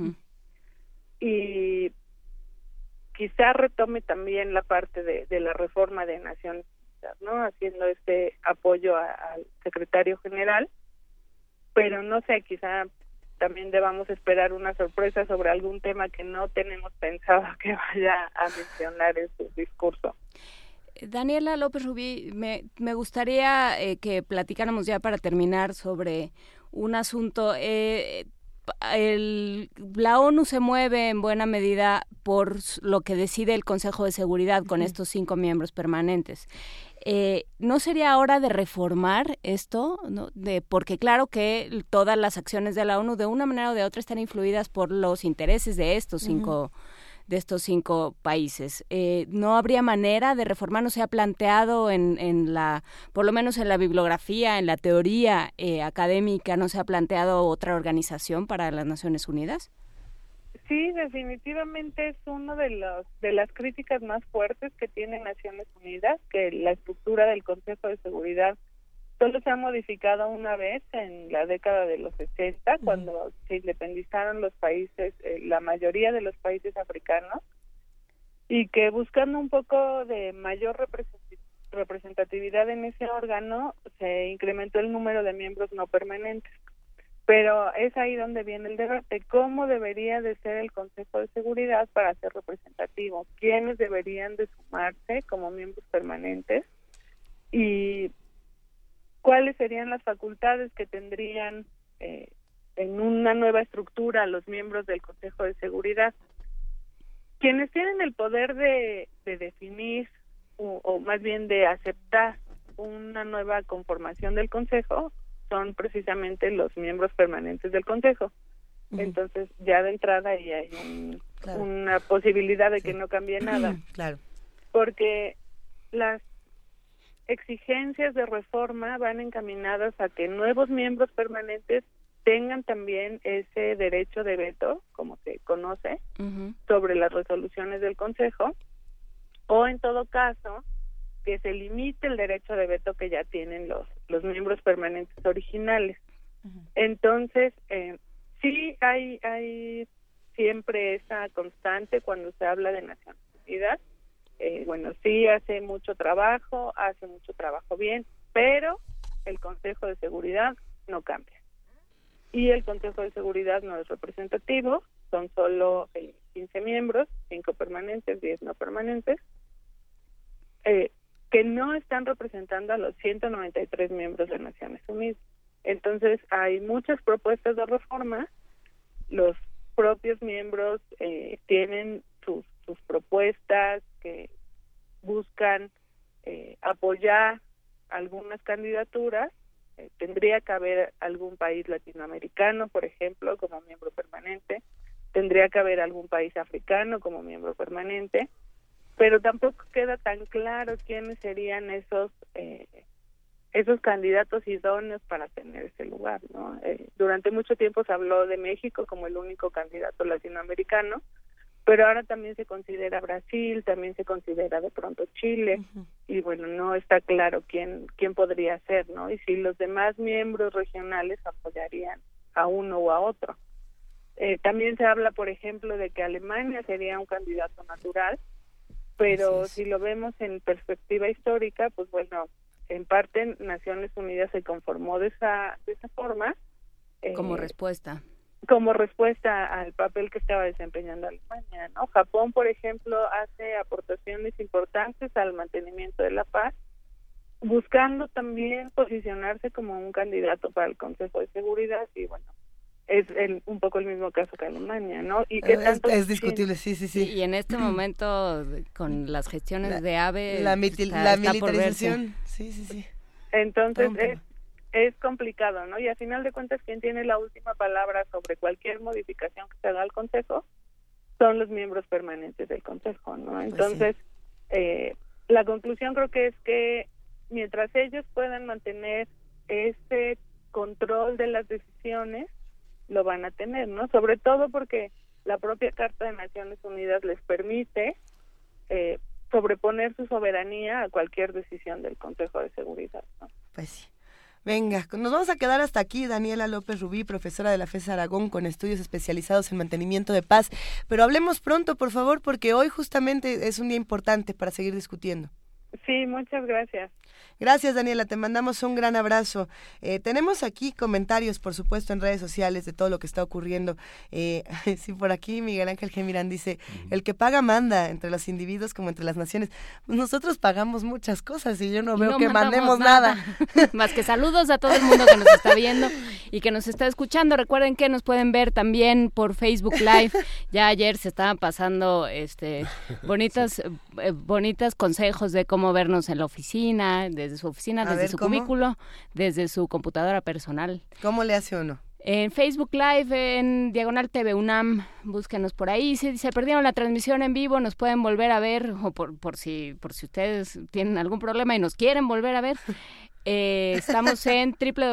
y quizá retome también la parte de la reforma de Naciones Unidas, ¿no? Haciendo este apoyo al secretario general, pero no sé, quizá también debamos esperar una sorpresa sobre algún tema que no tenemos pensado que vaya a mencionar en su discurso. Daniela López Rubí, me gustaría que platicáramos ya para terminar sobre un asunto. La ONU se mueve en buena medida por lo que decide el Consejo de Seguridad con estos 5 miembros permanentes. ¿No sería hora de reformar esto? ¿No? Porque claro que todas las acciones de la ONU de una manera o de otra están influidas por los intereses de estos 5 países. ¿No habría manera de reformar? ¿No se ha planteado por lo menos en la bibliografía, en la teoría académica, no se ha planteado otra organización para las Naciones Unidas? Sí, definitivamente es uno de las críticas más fuertes que tiene Naciones Unidas, que la estructura del Consejo de Seguridad solo se ha modificado una vez en la década de los 60, cuando se independizaron los países, la mayoría de los países africanos, y que buscando un poco de mayor representatividad en ese órgano, se incrementó el número de miembros no permanentes. Pero es ahí donde viene el debate, ¿cómo debería de ser el Consejo de Seguridad para ser representativo? ¿Quiénes deberían de sumarse como miembros permanentes? Y ¿cuáles serían las facultades que tendrían en una nueva estructura los miembros del Consejo de Seguridad? Quienes tienen el poder de definir o más bien de aceptar una nueva conformación del Consejo son precisamente los miembros permanentes del Consejo. Entonces, ya de entrada ahí hay una posibilidad de que no cambie nada. Claro. Porque las exigencias de reforma van encaminadas a que nuevos miembros permanentes tengan también ese derecho de veto, como se conoce, sobre las resoluciones del Consejo, o en todo caso que se limite el derecho de veto que ya tienen los miembros permanentes originales. Entonces, sí hay siempre esa constante cuando se habla de Naciones Unidas. Sí hace mucho trabajo bien, pero el Consejo de Seguridad no cambia. Y el Consejo de Seguridad no es representativo, son solo 15 miembros, 5 permanentes, 10 no permanentes, que no están representando a los 193 miembros de Naciones Unidas. Entonces, hay muchas propuestas de reforma, los propios miembros tienen sus propuestas que buscan apoyar algunas candidaturas. Tendría que haber algún país latinoamericano, por ejemplo, como miembro permanente, tendría que haber algún país africano como miembro permanente, pero tampoco queda tan claro quiénes serían esos candidatos idóneos para tener ese lugar, ¿no? Durante mucho tiempo se habló de México como el único candidato latinoamericano, pero ahora también se considera Brasil, también se considera de pronto Chile, y bueno, no está claro quién podría ser, ¿no? Y si los demás miembros regionales apoyarían a uno o a otro. También se habla, por ejemplo, de que Alemania sería un candidato natural, pero si lo vemos en perspectiva histórica, pues bueno, en parte Naciones Unidas se conformó de esa forma. Como respuesta al papel que estaba desempeñando Alemania, ¿no? Japón, por ejemplo, hace aportaciones importantes al mantenimiento de la paz, buscando también posicionarse como un candidato para el Consejo de Seguridad, y bueno, es un poco el mismo caso que Alemania, ¿no? Y que tanto es discutible, sí. Y en este momento, con las gestiones de AVE, la está militarización, sí. Entonces es complicado, ¿no? Y a final de cuentas, quien tiene la última palabra sobre cualquier modificación que se haga al Consejo son los miembros permanentes del Consejo, ¿no? Entonces, la conclusión creo que es que mientras ellos puedan mantener ese control de las decisiones, lo van a tener, ¿no? Sobre todo porque la propia Carta de Naciones Unidas les permite sobreponer su soberanía a cualquier decisión del Consejo de Seguridad, ¿no? Pues sí. Venga, nos vamos a quedar hasta aquí. Daniela López Rubí, profesora de la FES Aragón con estudios especializados en mantenimiento de paz. Pero hablemos pronto, por favor, porque hoy justamente es un día importante para seguir discutiendo. Sí, muchas gracias. Gracias, Daniela, te mandamos un gran abrazo. Tenemos aquí comentarios, por supuesto, en redes sociales de todo lo que está ocurriendo. Sí, por aquí Miguel Ángel Gemirán dice, el que paga manda, entre los individuos como entre las naciones. Nosotros pagamos muchas cosas y yo no veo que mandemos nada. Más que saludos a todo el mundo que nos está viendo y que nos está escuchando. Recuerden que nos pueden ver también por Facebook Live. Ya ayer se estaban pasando bonitas consejos de cómo vernos en la oficina, desde su oficina, desde su cubículo, desde su computadora personal. ¿Cómo le hace uno? En Facebook Live, en Diagonal TV UNAM, búsquenos por ahí. Si se perdieron la transmisión en vivo, nos pueden volver a ver, o por si ustedes tienen algún problema y nos quieren volver a ver. Estamos en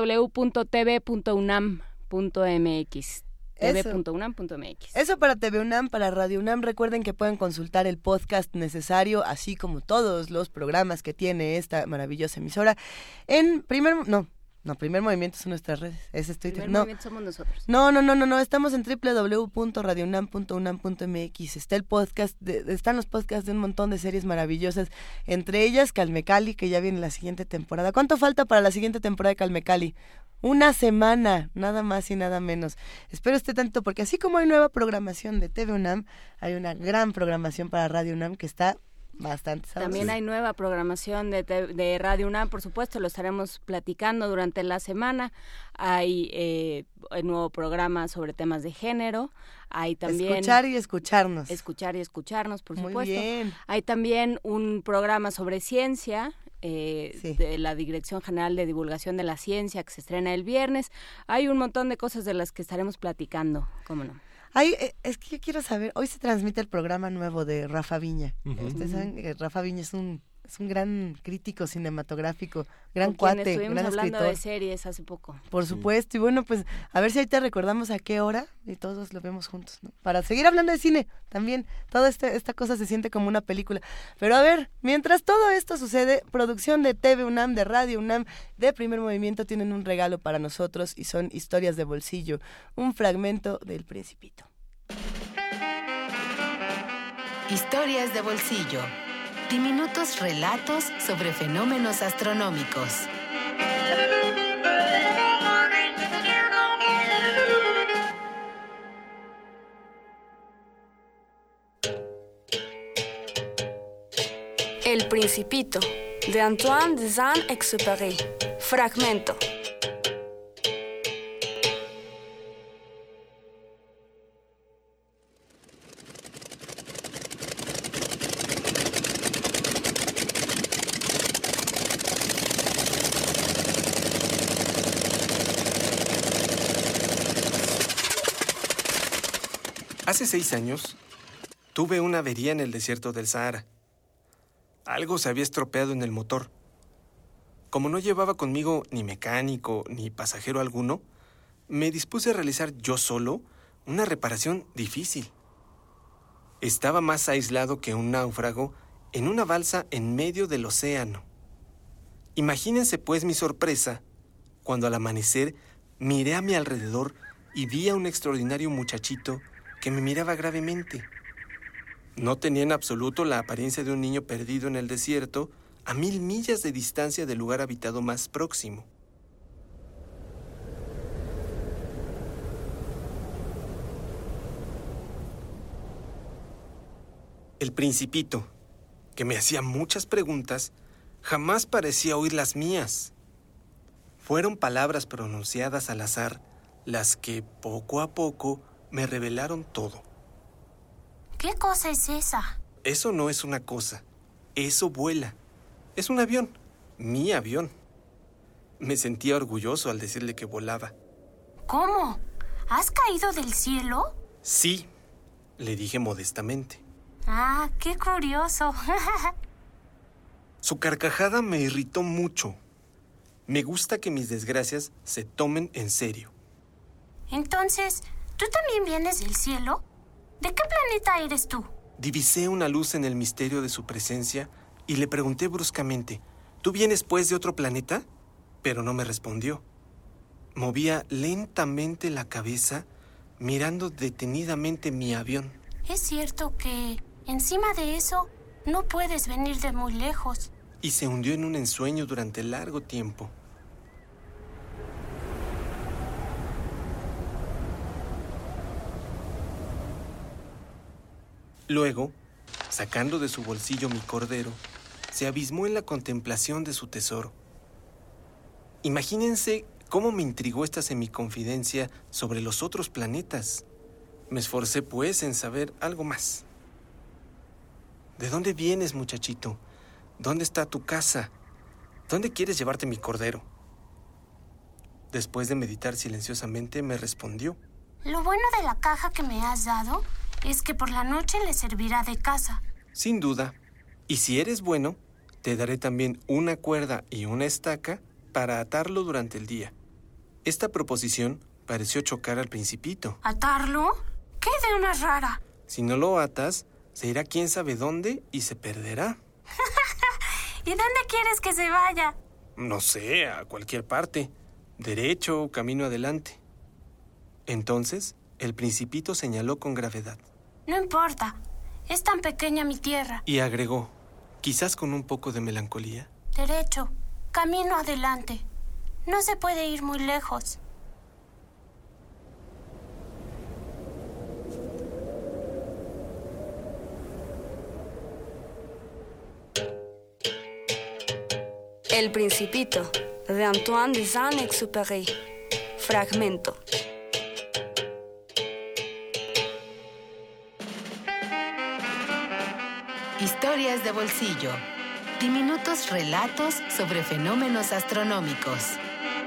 www.tv.unam.mx. tv.unam.mx. Eso para TV UNAM, para Radio UNAM. Recuerden que pueden consultar el podcast necesario, así como todos los programas que tiene esta maravillosa emisora en Primer Movimiento son nuestras redes. Ese es Twitter. Primer Movimiento somos nosotros. No. Estamos en www.radiounam.unam.mx. Está el podcast, están los podcasts de un montón de series maravillosas. Entre ellas, Calmecali, que ya viene la siguiente temporada. ¿Cuánto falta para la siguiente temporada de Calmecali? Una semana, nada más y nada menos. Espero esté tanto, porque así como hay nueva programación de TV UNAM, hay una gran programación para Radio UNAM que está bastante sabrosa. También hay nueva programación de Radio UNAM, por supuesto, lo estaremos platicando durante la semana. Hay el nuevo programa sobre temas de género. Hay también Escuchar y escucharnos, por Muy supuesto. Bien. Hay también un programa sobre ciencia, de la Dirección General de Divulgación de la Ciencia, que se estrena el viernes. Hay un montón de cosas de las que estaremos platicando, ¿cómo no? Es que yo quiero saber, hoy se transmite el programa nuevo de Rafa Viña. Ustedes saben que Rafa Viña es un gran crítico cinematográfico, gran cuate, gran escritor. Estuvimos hablando de series hace poco. Por supuesto, y bueno, pues a ver si ahorita recordamos a qué hora y todos lo vemos juntos, ¿no? Para seguir hablando de cine también. Toda esta cosa se siente como una película. Pero a ver, mientras todo esto sucede, producción de TV UNAM, de Radio UNAM, de Primer Movimiento tienen un regalo para nosotros y son historias de bolsillo, un fragmento del Principito. Historias de bolsillo. Diminutos relatos sobre fenómenos astronómicos. El Principito, de Antoine de Saint-Exupéry. Fragmento. Hace 6 años, tuve una avería en el desierto del Sahara. Algo se había estropeado en el motor. Como no llevaba conmigo ni mecánico ni pasajero alguno, me dispuse a realizar yo solo una reparación difícil. Estaba más aislado que un náufrago en una balsa en medio del océano. Imagínense pues mi sorpresa cuando al amanecer miré a mi alrededor y vi a un extraordinario muchachito que me miraba gravemente. No tenía en absoluto la apariencia de un niño perdido en el desierto a 1000 millas de distancia del lugar habitado más próximo. El Principito, que me hacía muchas preguntas, jamás parecía oír las mías. Fueron palabras pronunciadas al azar las que, poco a poco, me revelaron todo. ¿Qué cosa es esa? Eso no es una cosa. Eso vuela. Es un avión. Mi avión. Me sentía orgulloso al decirle que volaba. ¿Cómo? ¿Has caído del cielo? Sí, le dije modestamente. Ah, qué curioso. Su carcajada me irritó mucho. Me gusta que mis desgracias se tomen en serio. Entonces, ¿tú también vienes del cielo? ¿De qué planeta eres tú? Divisé una luz en el misterio de su presencia y le pregunté bruscamente, ¿tú vienes pues de otro planeta? Pero no me respondió. Movía lentamente la cabeza, mirando detenidamente mi avión. Es cierto que, encima de eso, no puedes venir de muy lejos. Y se hundió en un ensueño durante largo tiempo. Luego, sacando de su bolsillo mi cordero, se abismó en la contemplación de su tesoro. Imagínense cómo me intrigó esta semiconfidencia sobre los otros planetas. Me esforcé, pues, en saber algo más. ¿De dónde vienes, muchachito? ¿Dónde está tu casa? ¿Dónde quieres llevarte mi cordero? Después de meditar silenciosamente, me respondió. Lo bueno de la caja que me has dado es que por la noche le servirá de casa. Sin duda. Y si eres bueno, te daré también una cuerda y una estaca para atarlo durante el día. Esta proposición pareció chocar al Principito. ¿Atarlo? ¡Qué idea más rara! Si no lo atas, se irá quién sabe dónde y se perderá. ¿Y dónde quieres que se vaya? No sé, a cualquier parte. Derecho o camino adelante. Entonces, el Principito señaló con gravedad. No importa. Es tan pequeña mi tierra. Y agregó, quizás con un poco de melancolía. Derecho. Camino adelante. No se puede ir muy lejos. El Principito, de Antoine de Saint-Exupéry. Fragmento. Historias de bolsillo. Diminutos relatos sobre fenómenos astronómicos.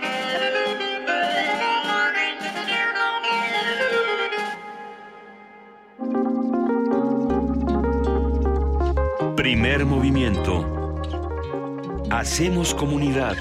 Primer movimiento. Hacemos comunidad.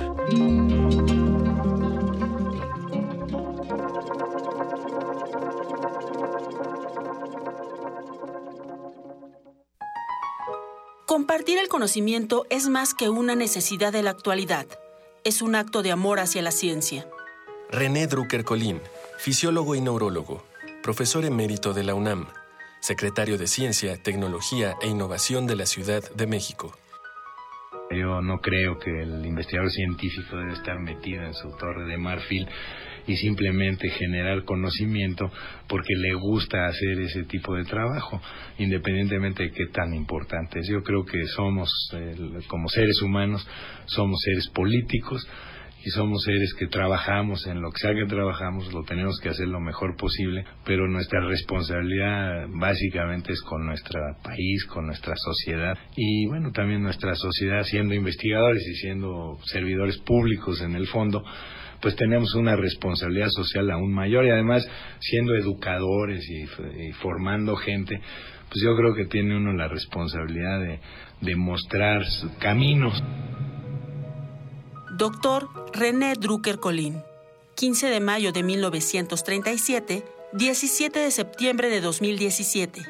Compartir el conocimiento es más que una necesidad de la actualidad. Es un acto de amor hacia la ciencia. René Drucker Colín, fisiólogo y neurólogo, profesor emérito de la UNAM, secretario de Ciencia, Tecnología e Innovación de la Ciudad de México. Yo no creo que el investigador científico debe estar metido en su torre de marfil y simplemente generar conocimiento porque le gusta hacer ese tipo de trabajo, independientemente de qué tan importante es. Yo creo que somos, como seres humanos, somos seres políticos y somos seres que trabajamos en lo que sea que trabajamos, lo tenemos que hacer lo mejor posible, pero nuestra responsabilidad básicamente es con nuestro país, con nuestra sociedad y bueno, también nuestra sociedad siendo investigadores y siendo servidores públicos en el fondo, pues tenemos una responsabilidad social aún mayor y además siendo educadores y formando gente, pues yo creo que tiene uno la responsabilidad de mostrar caminos. Doctor René Drucker Colín, 15 de mayo de 1937, 17 de septiembre de 2017.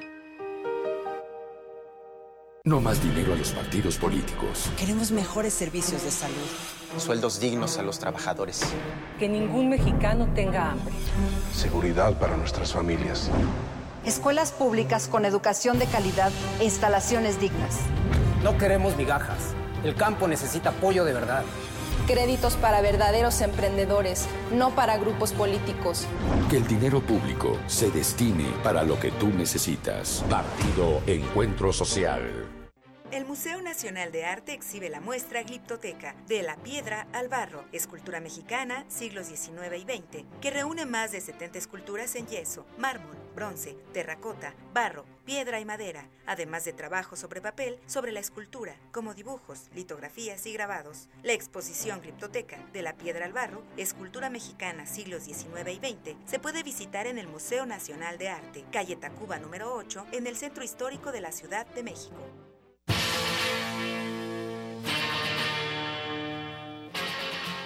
No más dinero a los partidos políticos. Queremos mejores servicios de salud. Sueldos dignos a los trabajadores. Que ningún mexicano tenga hambre. Seguridad para nuestras familias. Escuelas públicas con educación de calidad e instalaciones dignas. No queremos migajas. El campo necesita apoyo de verdad. Créditos para verdaderos emprendedores, no para grupos políticos. Que el dinero público se destine para lo que tú necesitas. Partido Encuentro Social. El Museo Nacional de Arte exhibe la muestra Gliptoteca, de la piedra al barro, escultura mexicana, siglos XIX y XX, que reúne más de 70 esculturas en yeso, mármol, bronce, terracota, barro, piedra y madera, además de trabajos sobre papel sobre la escultura, como dibujos, litografías y grabados. La exposición Gliptoteca, de la piedra al barro, escultura mexicana, siglos XIX y XX, se puede visitar en el Museo Nacional de Arte, calle Tacuba número 8, en el Centro Histórico de la Ciudad de México.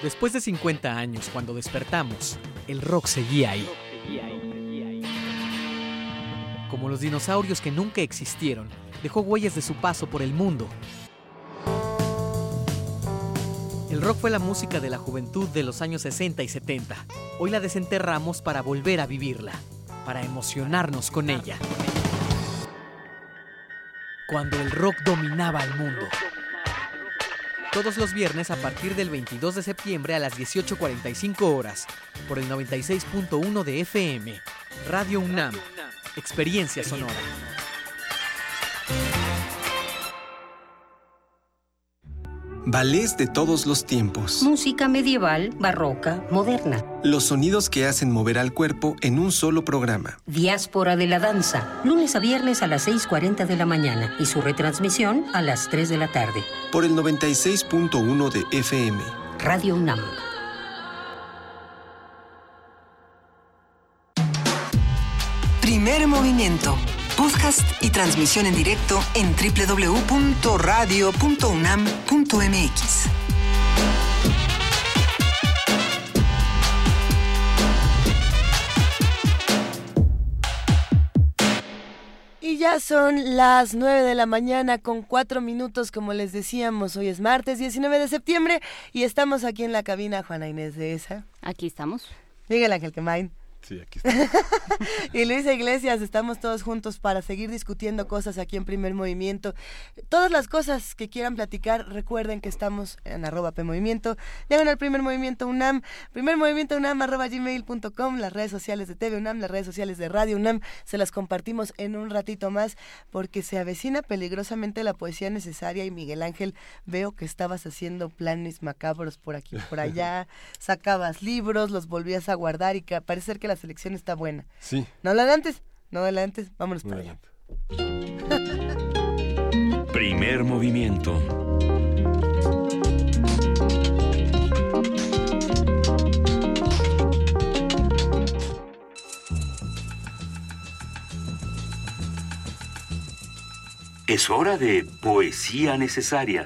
Después de 50 años, cuando despertamos, el rock seguía ahí. Como los dinosaurios que nunca existieron, dejó huellas de su paso por el mundo. El rock fue la música de la juventud de los años 60 y 70. Hoy la desenterramos para volver a vivirla, para emocionarnos con ella. Cuando el rock dominaba al mundo. Todos los viernes a partir del 22 de septiembre a las 18:45 horas, por el 96.1 de FM, Radio UNAM, Experiencia Sonora. Ballets de todos los tiempos. Música medieval, barroca, moderna. Los sonidos que hacen mover al cuerpo en un solo programa. Diáspora de la danza, lunes a viernes a las 6:40 de la mañana y su retransmisión a las 3 de la tarde. Por el 96.1 de FM. Radio UNAM. Primer movimiento. Podcast y transmisión en directo en www.radio.unam.mx. Y ya son las 9 de la mañana con 4 minutos, como les decíamos. Hoy es martes 19 de septiembre y estamos aquí en la cabina. Juana Inés de ESA. Aquí estamos. Miguel Ángel Quemain. Sí, aquí está. Y Luisa Iglesias, estamos todos juntos para seguir discutiendo cosas aquí en Primer Movimiento. Todas las cosas que quieran platicar, recuerden que estamos en @PMovimiento, llegan al Primer Movimiento UNAM, primermovimientounam@gmail.com, las redes sociales de TV UNAM, las redes sociales de Radio UNAM, se las compartimos en un ratito más, porque se avecina peligrosamente la poesía necesaria. Y Miguel Ángel, veo que estabas haciendo planes macabros por aquí, por allá, sacabas libros, los volvías a guardar y que parece que la selección está buena. Sí. No adelantes, vámonos para allá. Primer movimiento. Es hora de poesía necesaria.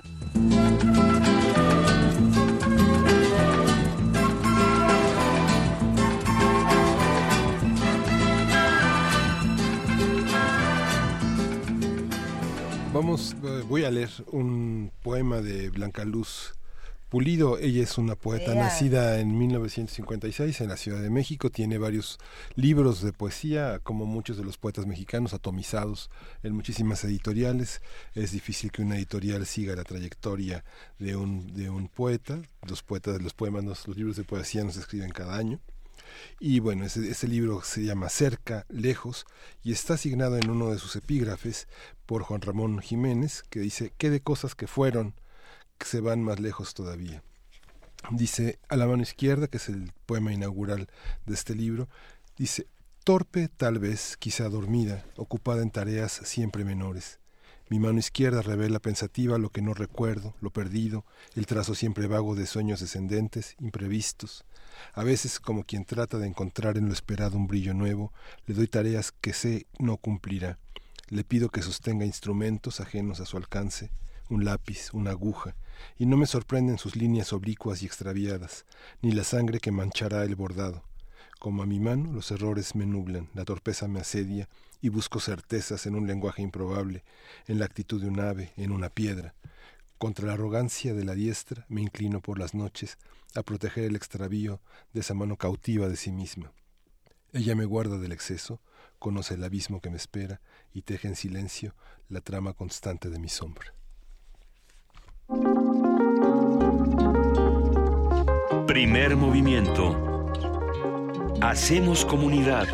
Voy a leer un poema de Blanca Luz Pulido. Ella es una poeta nacida en 1956 en la Ciudad de México. Tiene varios libros de poesía, como muchos de los poetas mexicanos, atomizados en muchísimas editoriales. Es difícil que una editorial siga la trayectoria de un poeta. Los poemas, los libros de poesía no se escriben cada año. Y bueno, ese libro se llama Cerca, Lejos, y está asignado en uno de sus epígrafes por Juan Ramón Jiménez, que dice: ¿qué de cosas que fueron, que se van más lejos todavía? Dice, a la mano izquierda, que es el poema inaugural de este libro, dice: torpe tal vez, quizá dormida, ocupada en tareas siempre menores. Mi mano izquierda revela pensativa lo que no recuerdo, lo perdido, el trazo siempre vago de sueños descendentes, imprevistos. A veces, como quien trata de encontrar en lo esperado un brillo nuevo, le doy tareas que sé no cumplirá. Le pido que sostenga instrumentos ajenos a su alcance, un lápiz, una aguja, y no me sorprenden sus líneas oblicuas y extraviadas, ni la sangre que manchará el bordado. Como a mi mano, los errores me nublan, la torpeza me asedia, y busco certezas en un lenguaje improbable, en la actitud de un ave, en una piedra. Contra la arrogancia de la diestra me inclino por las noches a proteger el extravío de esa mano cautiva de sí misma. Ella me guarda del exceso, conoce el abismo que me espera y teje en silencio la trama constante de mi sombra. Primer movimiento. Hacemos comunidad.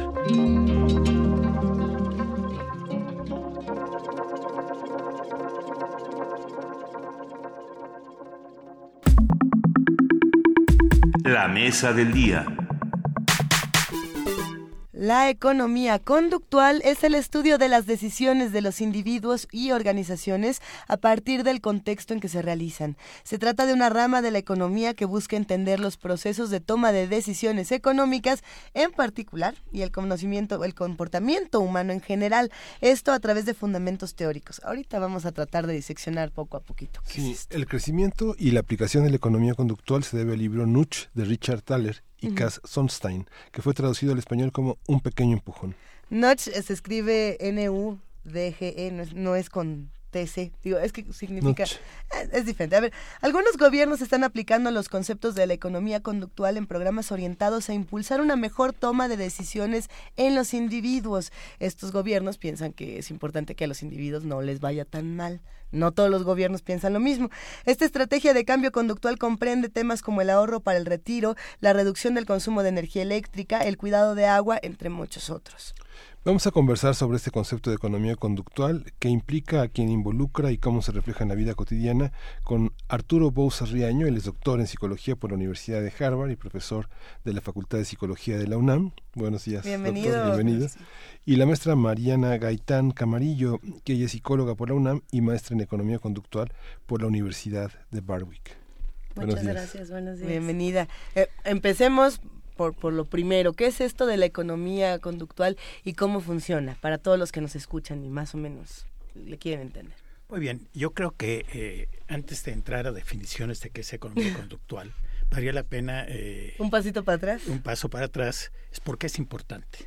La mesa del día. La economía conductual es el estudio de las decisiones de los individuos y organizaciones a partir del contexto en que se realizan. Se trata de una rama de la economía que busca entender los procesos de toma de decisiones económicas en particular y el comportamiento humano en general, esto a través de fundamentos teóricos. Ahorita vamos a tratar de diseccionar poco a poquito. Sí, el crecimiento y la aplicación de la economía conductual se debe al libro Nudge de Richard Thaler y Cass Sunstein, que fue traducido al español como Un pequeño empujón. Nudge se escribe N-U-D-G-E, no es con TC, digo, es que significa, es diferente. A ver, algunos gobiernos están aplicando los conceptos de la economía conductual en programas orientados a impulsar una mejor toma de decisiones en los individuos. Estos gobiernos piensan que es importante que a los individuos no les vaya tan mal. No todos los gobiernos piensan lo mismo. Esta estrategia de cambio conductual comprende temas como el ahorro para el retiro, la reducción del consumo de energía eléctrica, el cuidado de agua, entre muchos otros. Vamos a conversar sobre este concepto de economía conductual, qué implica, a quién involucra y cómo se refleja en la vida cotidiana, con Arturo Bouzas Riaño. Él es doctor en psicología por la Universidad de Harvard y profesor de la Facultad de Psicología de la UNAM. Buenos días, bienvenido. Doctor, bienvenido. Y la maestra Mariana Gaitán Camarillo, que ella es psicóloga por la UNAM y maestra en economía conductual por la Universidad de Warwick. Muchas gracias, buenos días. Bienvenida. Empecemos por lo primero, ¿qué es esto de la economía conductual y cómo funciona? Para todos los que nos escuchan y más o menos le quieren entender. Muy bien, yo creo que antes de entrar a definiciones de qué es economía conductual, valdría la pena... ¿Un pasito para atrás? Un paso para atrás, es porque es importante.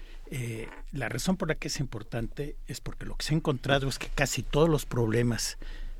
La razón por la que es importante es porque lo que se ha encontrado es que casi todos los problemas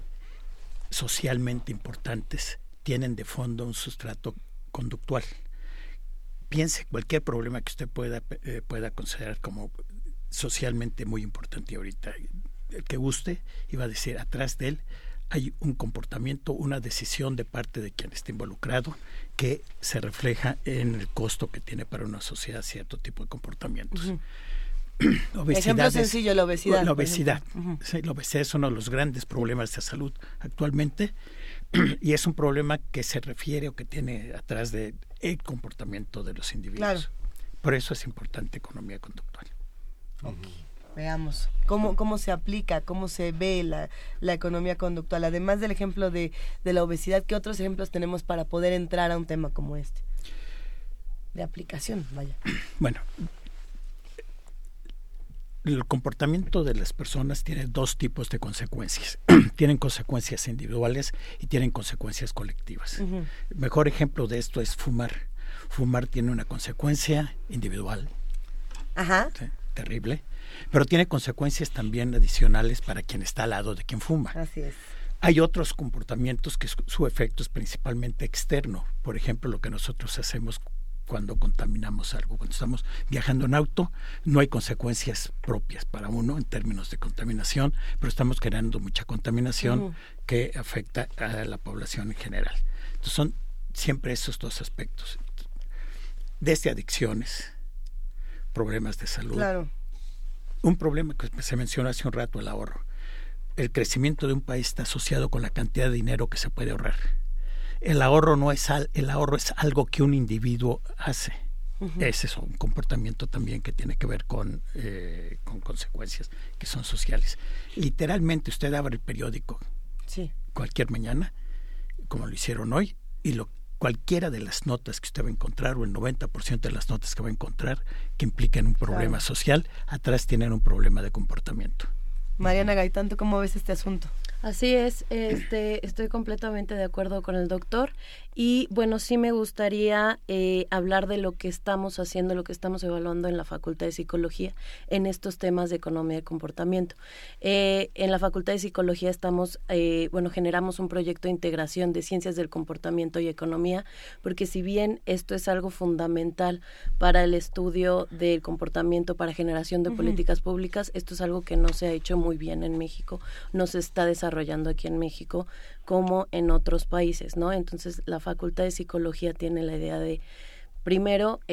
socialmente importantes tienen de fondo un sustrato conductual. Piense cualquier problema que usted pueda considerar como socialmente muy importante ahorita, el que guste, iba a decir, atrás de él hay un comportamiento, una decisión de parte de quien está involucrado que se refleja en el costo que tiene para una sociedad cierto tipo de comportamientos. Ejemplo sencillo, la obesidad. La obesidad. Sí, la obesidad es uno de los grandes problemas de salud actualmente y es un problema que se refiere o que tiene atrás de el comportamiento de los individuos. Claro. Por eso es importante economía conductual. Okay. Veamos cómo se aplica, cómo se ve la economía conductual. Además del ejemplo de la obesidad, ¿qué otros ejemplos tenemos para poder entrar a un tema como este? De aplicación, vaya. Bueno, el comportamiento de las personas tiene dos tipos de consecuencias. Tienen consecuencias individuales y tienen consecuencias colectivas. El mejor ejemplo de esto es fumar. Fumar tiene una consecuencia individual. ¿Sí? Terrible. Pero tiene consecuencias también adicionales para quien está al lado de quien fuma. Así es. Hay otros comportamientos que su efecto es principalmente externo. Por ejemplo, lo que nosotros hacemos cuando contaminamos algo. Cuando estamos viajando en auto, no hay consecuencias propias para uno en términos de contaminación, pero estamos generando mucha contaminación que afecta a la población en general. Entonces son siempre esos dos aspectos. Desde adicciones, problemas de salud. Claro. Un problema que se mencionó hace un rato, el ahorro. El crecimiento de un país está asociado con la cantidad de dinero que se puede ahorrar. El ahorro el ahorro es algo que un individuo hace. Ese es un comportamiento también que tiene que ver con consecuencias que son sociales. Literalmente usted abre el periódico cualquier mañana, como lo hicieron hoy, y cualquiera de las notas que usted va a encontrar, o el 90% de las notas que va a encontrar que implican un problema social, atrás tienen un problema de comportamiento. Mariana Gaitán, ¿tú cómo ves este asunto? Así es, estoy completamente de acuerdo con el doctor y bueno, sí me gustaría hablar de lo que estamos haciendo, lo que estamos evaluando en la Facultad de Psicología en estos temas de economía de comportamiento. En la Facultad de Psicología generamos un proyecto de integración de ciencias del comportamiento y economía, porque si bien esto es algo fundamental para el estudio del comportamiento, para generación de políticas públicas, esto es algo que no se ha hecho muy bien en México, no se está desarrollando aquí en México como en otros países, ¿no? Entonces la Facultad de Psicología tiene la idea de primero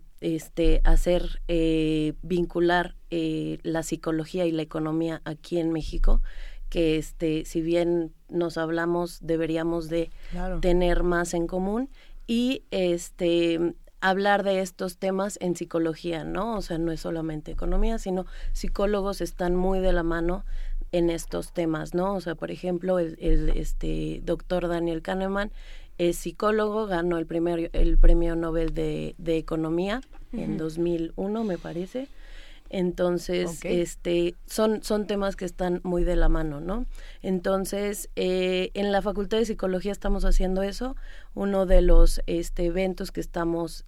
vincular la psicología y la economía aquí en México, que si bien nos hablamos deberíamos de tener más en común y hablar de estos temas en psicología, ¿no? O sea, no es solamente economía, sino psicólogos están muy de la mano en estos temas, ¿no? O sea, por ejemplo, el doctor Daniel Kahneman es psicólogo, ganó el premio Nobel de Economía en 2001, me parece. Entonces, son temas que están muy de la mano, ¿no? Entonces, en la Facultad de Psicología estamos haciendo eso. Uno de los eventos que estamos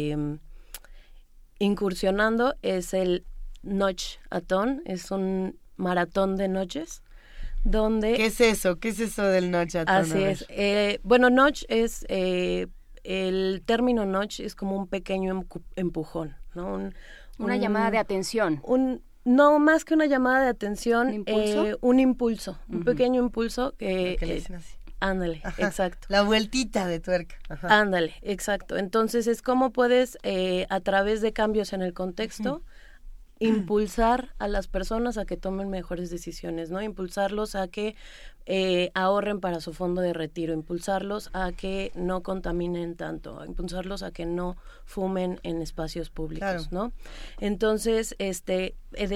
incursionando es el Noche-Athon, es un maratón de noches, donde... ¿Qué es eso? ¿Qué es eso del Noche-Athon? Así es. Bueno, noche es... el término noche es como un pequeño empujón, ¿no? Una llamada de atención. No, más que una llamada de atención, un impulso, un pequeño impulso que le dicen así. Ándale, Ajá, exacto. La vueltita de tuerca. Ajá. Ándale, exacto. Entonces es cómo puedes, a través de cambios en el contexto, impulsar a las personas a que tomen mejores decisiones, ¿no? Impulsarlos a que ahorren para su fondo de retiro, impulsarlos a que no contaminen tanto, impulsarlos a que no fumen en espacios públicos, claro, ¿no? Entonces, de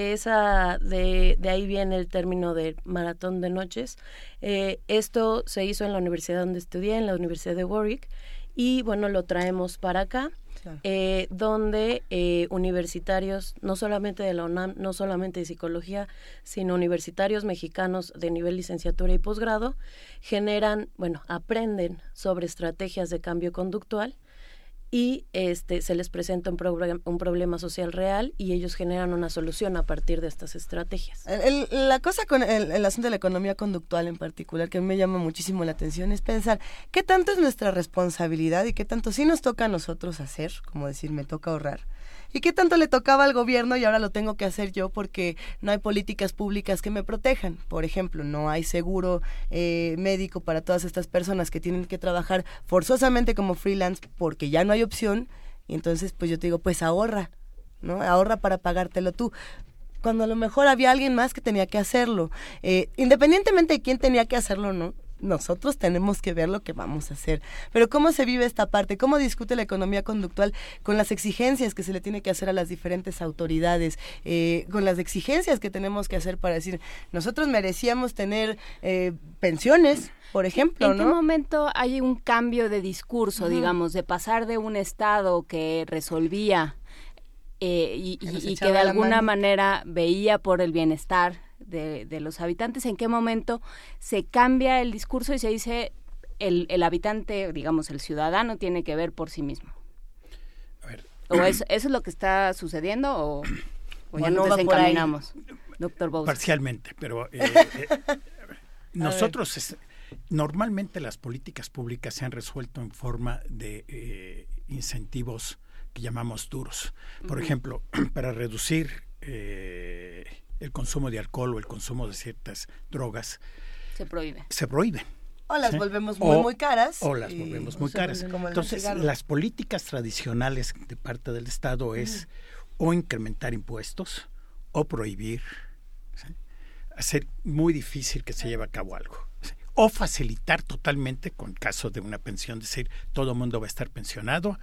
ahí viene el término de maratón de noches. Esto se hizo en la universidad donde estudié, en la Universidad de Warwick, y bueno, lo traemos para acá. Claro. Donde universitarios, no solamente de la UNAM, no solamente de psicología, sino universitarios mexicanos de nivel licenciatura y posgrado, aprenden sobre estrategias de cambio conductual y se les presenta un problema social real y ellos generan una solución a partir de estas estrategias. La cosa con el asunto de la economía conductual en particular, que a mí me llama muchísimo la atención, es pensar qué tanto es nuestra responsabilidad y qué tanto sí nos toca a nosotros hacer, como decir, me toca ahorrar, y qué tanto le tocaba al gobierno y ahora lo tengo que hacer yo porque no hay políticas públicas que me protejan. Por ejemplo, no hay seguro médico para todas estas personas que tienen que trabajar forzosamente como freelance porque ya no hay opción, y entonces pues yo te digo, pues ahorra, ¿no? Ahorra para pagártelo tú, cuando a lo mejor había alguien más que tenía que hacerlo. Independientemente de quién tenía que hacerlo o no, nosotros tenemos que ver lo que vamos a hacer. Pero ¿cómo se vive esta parte? ¿Cómo discute la economía conductual con las exigencias que se le tiene que hacer a las diferentes autoridades? Con las exigencias que tenemos que hacer para decir, nosotros merecíamos tener pensiones, por ejemplo, ¿En qué momento hay un cambio de discurso, digamos, de pasar de un Estado que resolvía y que de alguna manera veía por el bienestar de los habitantes? ¿En qué momento se cambia el discurso y se dice el habitante, digamos, el ciudadano tiene que ver por sí mismo? A ver. ¿O eso es lo que está sucediendo o ya nos desencaminamos, doctor Bouza? Parcialmente, pero nosotros normalmente las políticas públicas se han resuelto en forma de incentivos que llamamos duros. Por ejemplo, para reducir el consumo de alcohol o el consumo de ciertas drogas. Se prohíben. O las volvemos muy caras. O las volvemos muy caras. Entonces, las políticas tradicionales de parte del Estado es o incrementar impuestos o prohibir, ¿sí? Hacer muy difícil que se lleve a cabo algo. ¿Sí? O facilitar totalmente, con el caso de una pensión, decir, todo el mundo va a estar pensionado,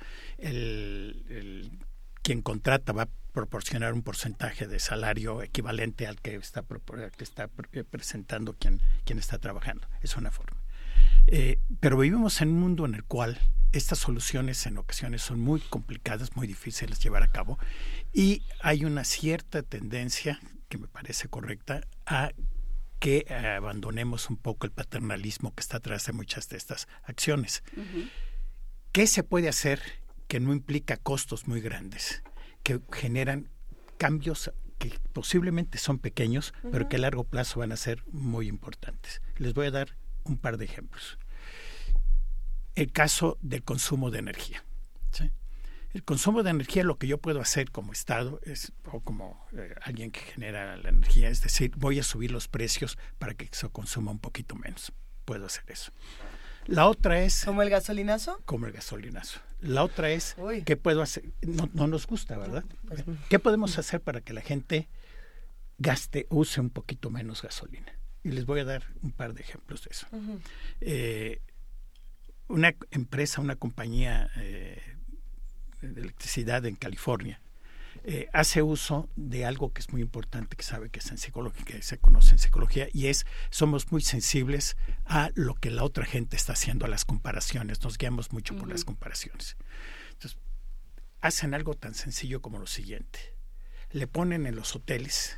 quien contrata va a proporcionar un porcentaje de salario equivalente al que está presentando quien está trabajando. Es una forma. Pero vivimos en un mundo en el cual estas soluciones en ocasiones son muy complicadas, muy difíciles de llevar a cabo, y hay una cierta tendencia, que me parece correcta, a que abandonemos un poco el paternalismo que está atrás de muchas de estas acciones. ¿Qué se puede hacer que no implica costos muy grandes, que generan cambios que posiblemente son pequeños, pero que a largo plazo van a ser muy importantes? Les voy a dar un par de ejemplos. El caso del consumo de energía. ¿Sí? El consumo de energía, lo que yo puedo hacer como Estado o como alguien que genera la energía, es decir, voy a subir los precios para que se consuma un poquito menos. Puedo hacer eso. La otra es... ¿Como el gasolinazo? Como el gasolinazo. La otra es, ¿qué puedo hacer? No nos gusta, ¿verdad? ¿Qué podemos hacer para que la gente use un poquito menos gasolina? Y les voy a dar un par de ejemplos de eso. Una empresa, una compañía electricidad en California, hace uso de algo que es muy importante, que sabe que es en psicología, que se conoce en psicología, y somos muy sensibles a lo que la otra gente está haciendo, a las comparaciones, nos guiamos mucho por las comparaciones. Entonces, hacen algo tan sencillo como lo siguiente: le ponen en los hoteles,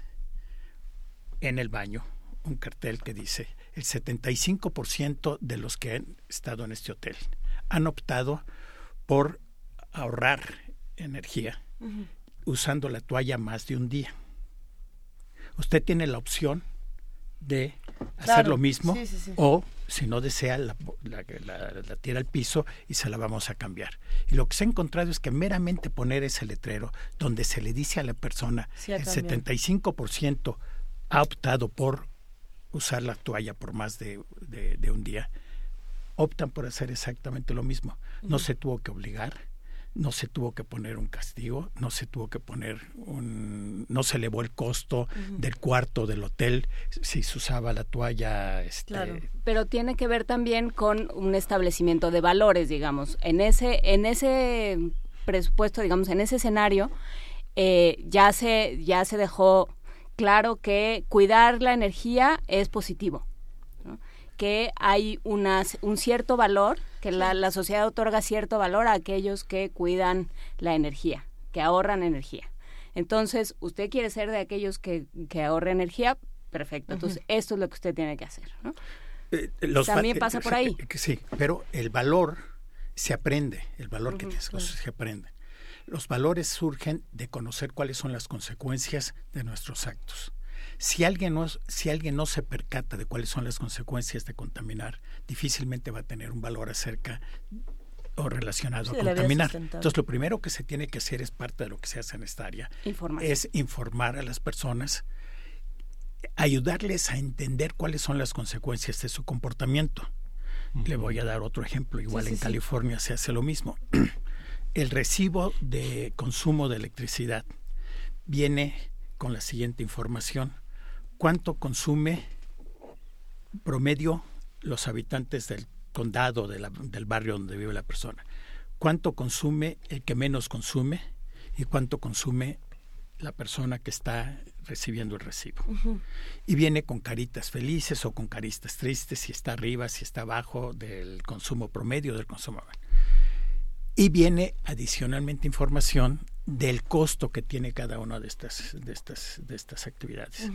en el baño, un cartel que dice: el 75% de los que han estado en este hotel han optado por ahorrar energía usando la toalla más de un día. Usted tiene la opción de hacer lo mismo, o si no desea, la tira al piso y se la vamos a cambiar. Y lo que se ha encontrado es que meramente poner ese letrero donde se le dice a la persona el 75% ha optado por usar la toalla por más de un día, optan por hacer exactamente lo mismo. No se tuvo que obligar, no se tuvo que poner un castigo, no se tuvo que poner no se elevó el costo del cuarto del hotel si se usaba la toalla. Claro, pero tiene que ver también con un establecimiento de valores, digamos. En ese presupuesto, digamos, en ese escenario, ya se dejó claro que cuidar la energía es positivo, ¿no? Que hay un cierto valor, que la sociedad otorga cierto valor a aquellos que cuidan la energía, que ahorran energía. Entonces, usted quiere ser de aquellos que ahorren energía, perfecto. Entonces, esto es lo que usted tiene que hacer, ¿no? También pasa por ahí. Sí, pero el valor se aprende, el valor que tienes se aprende. Los valores surgen de conocer cuáles son las consecuencias de nuestros actos. Si alguien no se percata de cuáles son las consecuencias de contaminar, difícilmente va a tener un valor acerca o relacionado a contaminar. Entonces, lo primero que se tiene que hacer, es parte de lo que se hace en esta área, es informar a las personas, ayudarles a entender cuáles son las consecuencias de su comportamiento. Le voy a dar otro ejemplo. Igual en California se hace lo mismo. El recibo de consumo de electricidad viene con la siguiente información: ¿cuánto consume promedio los habitantes del condado, del barrio donde vive la persona? ¿Cuánto consume el que menos consume? ¿Y cuánto consume la persona que está recibiendo el recibo? Y viene con caritas felices o con caritas tristes, si está arriba, si está abajo del consumo promedio, del consumo. Y viene adicionalmente información del costo que tiene cada una de estas actividades.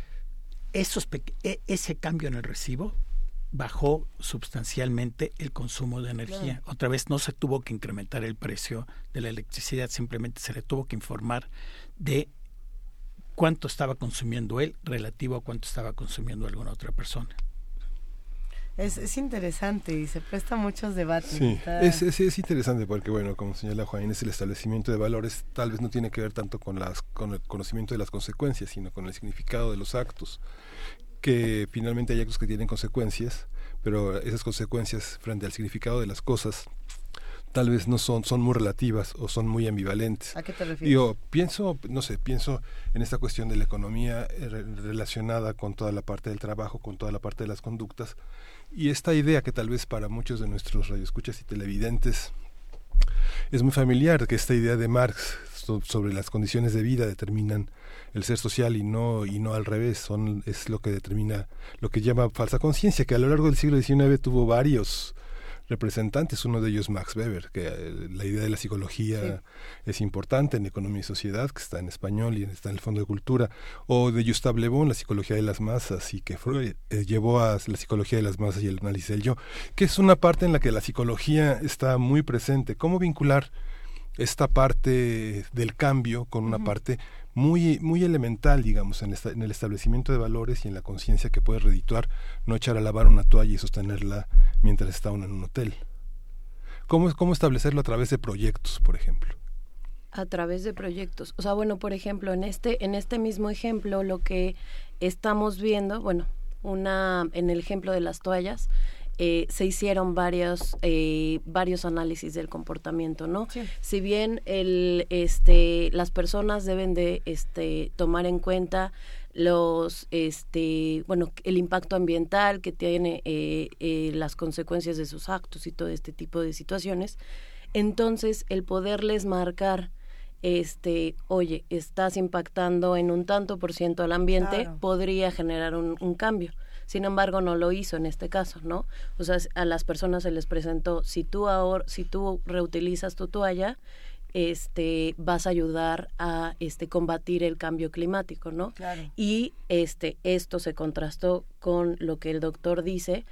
Ese cambio en el recibo bajó sustancialmente el consumo de energía. Otra vez, no se tuvo que incrementar el precio de la electricidad, simplemente se le tuvo que informar de cuánto estaba consumiendo él relativo a cuánto estaba consumiendo alguna otra persona. Es interesante y se presta muchos debates. Sí, es interesante porque, bueno, como señala Juan Inés, el establecimiento de valores tal vez no tiene que ver tanto con el conocimiento de las consecuencias, sino con el significado de los actos. Que finalmente hay actos que tienen consecuencias, pero esas consecuencias frente al significado de las cosas tal vez no son muy relativas o son muy ambivalentes. ¿A qué te refieres? Pienso en esta cuestión de la economía relacionada con toda la parte del trabajo, con toda la parte de las conductas, y esta idea que tal vez para muchos de nuestros radioescuchas y televidentes es muy familiar, que esta idea de Marx sobre las condiciones de vida determinan el ser social y no al revés, es lo que determina lo que llama falsa conciencia, que a lo largo del siglo XIX tuvo varios representantes, uno de ellos Max Weber, que la idea de la psicología es importante en Economía y Sociedad, que está en español y está en el Fondo de Cultura, o de Gustave Le Bon, la psicología de las masas, y que Freud llevó a la psicología de las masas y el análisis del yo, que es una parte en la que la psicología está muy presente. ¿Cómo vincular esta parte del cambio con una parte muy elemental, digamos, en el establecimiento de valores y en la conciencia que puede redituar no echar a lavar una toalla y sostenerla mientras está uno en un hotel? ¿Cómo establecerlo a través de proyectos, por ejemplo? A través de proyectos. O sea, bueno, por ejemplo, en este mismo ejemplo, lo que estamos viendo, bueno, en el ejemplo de las toallas, se hicieron varios análisis del comportamiento, ¿no? Sí. Si bien las personas deben de tomar en cuenta el impacto ambiental que tiene las consecuencias de sus actos y todo este tipo de situaciones, entonces el poderles marcar oye, estás impactando en un tanto por ciento al ambiente, claro, podría generar un cambio. Sin embargo, no lo hizo en este caso, ¿no? O sea, a las personas se les presentó, si tú reutilizas tu toalla, vas a ayudar a combatir el cambio climático, ¿no? Claro. Y esto se contrastó con lo que el doctor dice,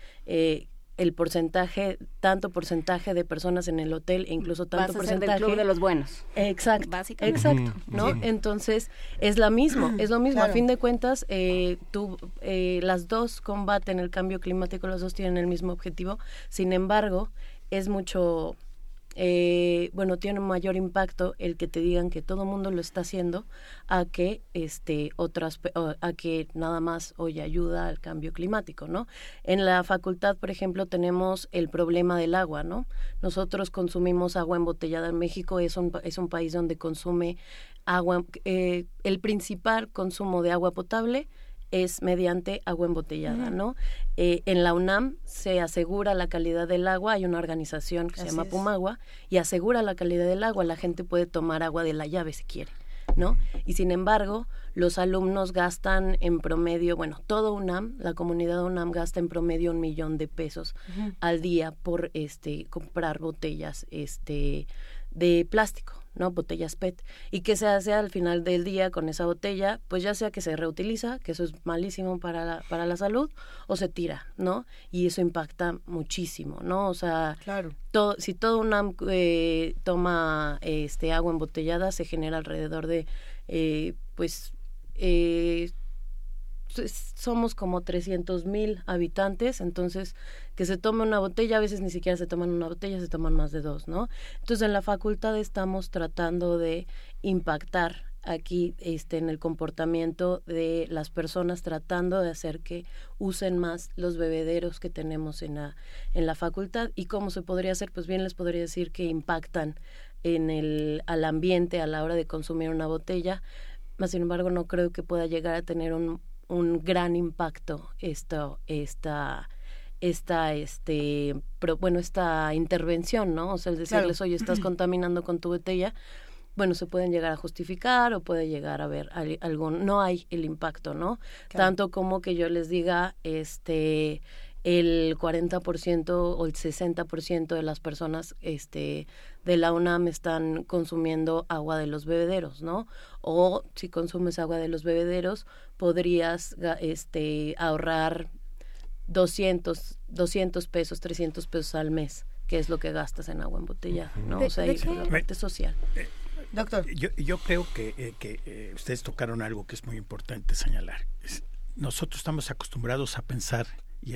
tanto porcentaje de personas en el hotel e incluso tanto porcentaje del club de los buenos. Exacto, ¿no? Sí. Entonces es lo mismo. Claro. A fin de cuentas, las dos combaten el cambio climático, las dos tienen el mismo objetivo. Sin embargo, es mucho tiene un mayor impacto el que te digan que todo el mundo lo está haciendo a que a que nada más ayuda al cambio climático, ¿no? En la facultad, por ejemplo, tenemos el problema del agua, ¿no? Nosotros consumimos agua embotellada. En México es un país donde consume agua, el principal consumo de agua potable es mediante agua embotellada, ¿no? En la UNAM se asegura la calidad del agua, hay una organización que se llama Pumagua y asegura la calidad del agua, la gente puede tomar agua de la llave si quiere, ¿no? Y sin embargo, los alumnos gastan en promedio, todo UNAM, la comunidad UNAM gasta en promedio $1 millón al día por comprar botellas de plástico, ¿no? Botellas PET. ¿Y qué se hace al final del día con esa botella? Pues ya sea que se reutiliza, que eso es malísimo para la salud, o se tira, ¿no? Y eso impacta muchísimo, ¿no? O sea, claro, si todo UNAM toma agua embotellada, se genera alrededor de, somos como 300,000 habitantes, entonces que se tome una botella, a veces ni siquiera se toman una botella, se toman más de 2, ¿no? Entonces en la facultad estamos tratando de impactar aquí en el comportamiento de las personas, tratando de hacer que usen más los bebederos que tenemos en la facultad. ¿Y cómo se podría hacer? Pues bien, les podría decir que impactan al ambiente a la hora de consumir una botella, más sin embargo no creo que pueda llegar a tener un gran impacto esta intervención, ¿no? O sea, el decirles, claro, oye, estás contaminando con tu botella, se pueden llegar a justificar o puede llegar a haber no hay el impacto, ¿no? Claro. Tanto como que yo les diga, el 40% o el 60% de las personas de la UNAM están consumiendo agua de los bebederos, ¿no? O si consumes agua de los bebederos, podrías ahorrar 200 pesos, 300 pesos al mes, que es lo que gastas en agua embotellada, ¿no? O sea, y la parte social. Doctor. Yo creo que ustedes tocaron algo que es muy importante señalar. Nosotros estamos acostumbrados a pensar, y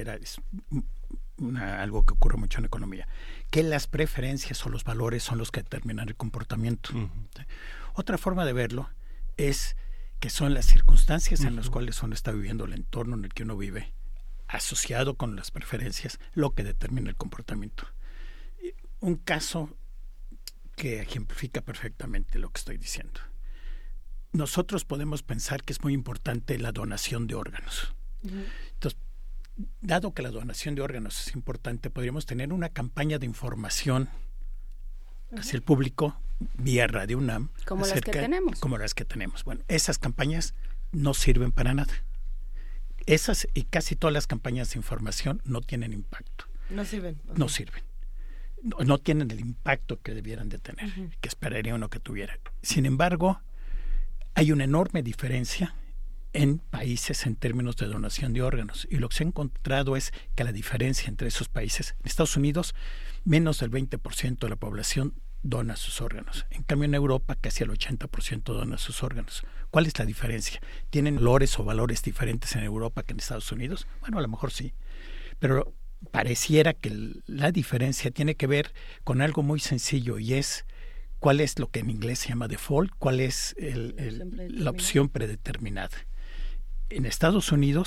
algo que ocurre mucho en economía, que las preferencias o los valores son los que determinan el comportamiento. Otra forma de verlo es que son las circunstancias en las cuales uno está viviendo, el entorno en el que uno vive, asociado con las preferencias, lo que determina el comportamiento. Un caso que ejemplifica perfectamente lo que estoy diciendo. Nosotros podemos pensar que es muy importante la donación de órganos. Entonces, dado que la donación de órganos es importante, podríamos tener una campaña de información hacia el público vía Radio UNAM. Como las que tenemos. Bueno, esas campañas no sirven para nada. Esas y casi todas las campañas de información no tienen impacto. No sirven. Okay. No sirven. No tienen el impacto que debieran de tener, que esperaría uno que tuviera. Sin embargo, hay una enorme diferencia en países en términos de donación de órganos. Y lo que se ha encontrado es que la diferencia entre esos países, en Estados Unidos, menos del 20% de la población dona sus órganos. En cambio, en Europa, casi el 80% dona sus órganos. ¿Cuál es la diferencia? ¿Tienen valores diferentes en Europa que en Estados Unidos? Bueno, a lo mejor sí. Pero pareciera que la diferencia tiene que ver con algo muy sencillo, y es cuál es lo que en inglés se llama default, cuál es la opción predeterminada. En Estados Unidos,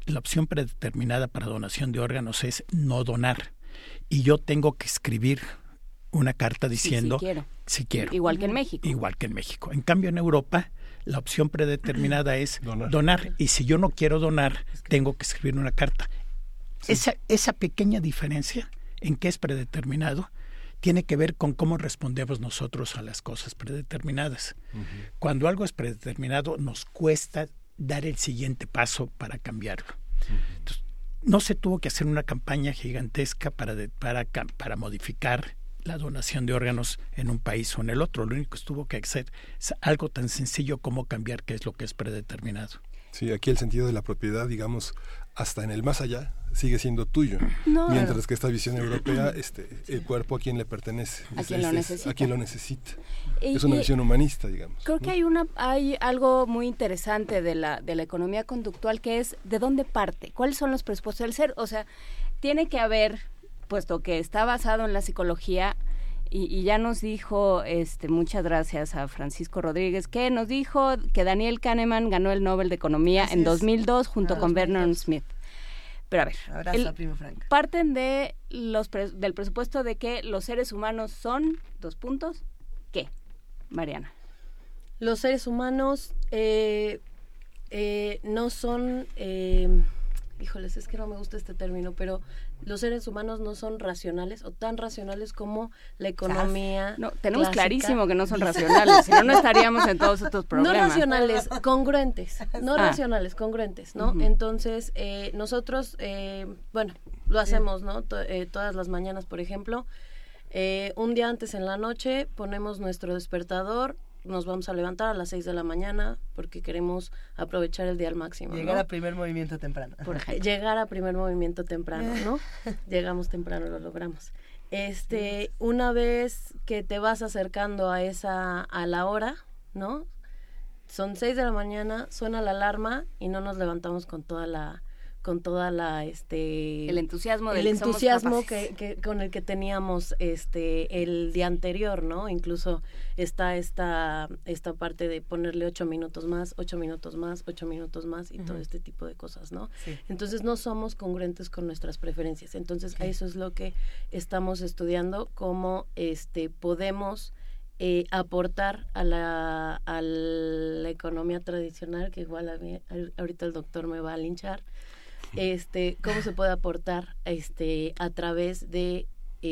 la opción predeterminada para donación de órganos es no donar. Y yo tengo que escribir una carta diciendo si quiero. Igual que en México. Igual que en México. En cambio, en Europa, la opción predeterminada es donar. Y si yo no quiero donar, tengo que escribir una carta. Sí. Esa pequeña diferencia en qué es predeterminado tiene que ver con cómo respondemos nosotros a las cosas predeterminadas. Cuando algo es predeterminado, nos cuesta dar el siguiente paso para cambiarlo. Entonces, no se tuvo que hacer una campaña gigantesca para modificar la donación de órganos en un país o en el otro. Lo único que tuvo que hacer es algo tan sencillo como cambiar qué es lo que es predeterminado. Sí, aquí el sentido de la propiedad, digamos, hasta en el más allá, sigue siendo tuyo. Mientras que esta visión europea, el cuerpo a quien le pertenece. A quien lo necesita. A quien lo necesita. Es una visión humanista, digamos. Creo que hay algo muy interesante de la economía conductual, que es de dónde parte, cuáles son los presupuestos del ser. O sea, tiene que haber, puesto que está basado en la psicología, y ya nos dijo, muchas gracias a Francisco Rodríguez, que nos dijo que Daniel Kahneman ganó el Nobel de Economía en 2002 junto con Vernon Smith. Pero a ver, abrazo, primo Frank. Parten de del presupuesto de que los seres humanos son, ¿qué? Mariana. Los seres humanos no son... híjoles, es que no me gusta este término, pero los seres humanos no son racionales o tan racionales como la economía. No, tenemos clásica. Clarísimo que no son racionales, si no, no estaríamos en todos estos problemas. No racionales, congruentes, racionales, congruentes, ¿no? Entonces, nosotros, lo hacemos, ¿no? Todas las mañanas, por ejemplo, un día antes en la noche ponemos nuestro despertador. Nos vamos a levantar a las 6 de la mañana porque queremos aprovechar el día al máximo. Llegar a primer movimiento temprano. Llegar a primer movimiento temprano, ¿no? Llegamos temprano, lo logramos. Una vez que te vas acercando a la hora, ¿no? Son 6 de la mañana, suena la alarma y no nos levantamos con toda la el entusiasmo que con el que teníamos el día anterior, ¿no? Incluso está esta parte de ponerle 8 minutos más, 8 minutos más, 8 minutos más y todo este tipo de cosas, ¿no? Sí. Entonces no somos congruentes con nuestras preferencias. Entonces eso es lo que estamos estudiando, cómo podemos aportar a la economía tradicional, que igual ahorita el doctor me va a linchar. Cómo se puede aportar a través de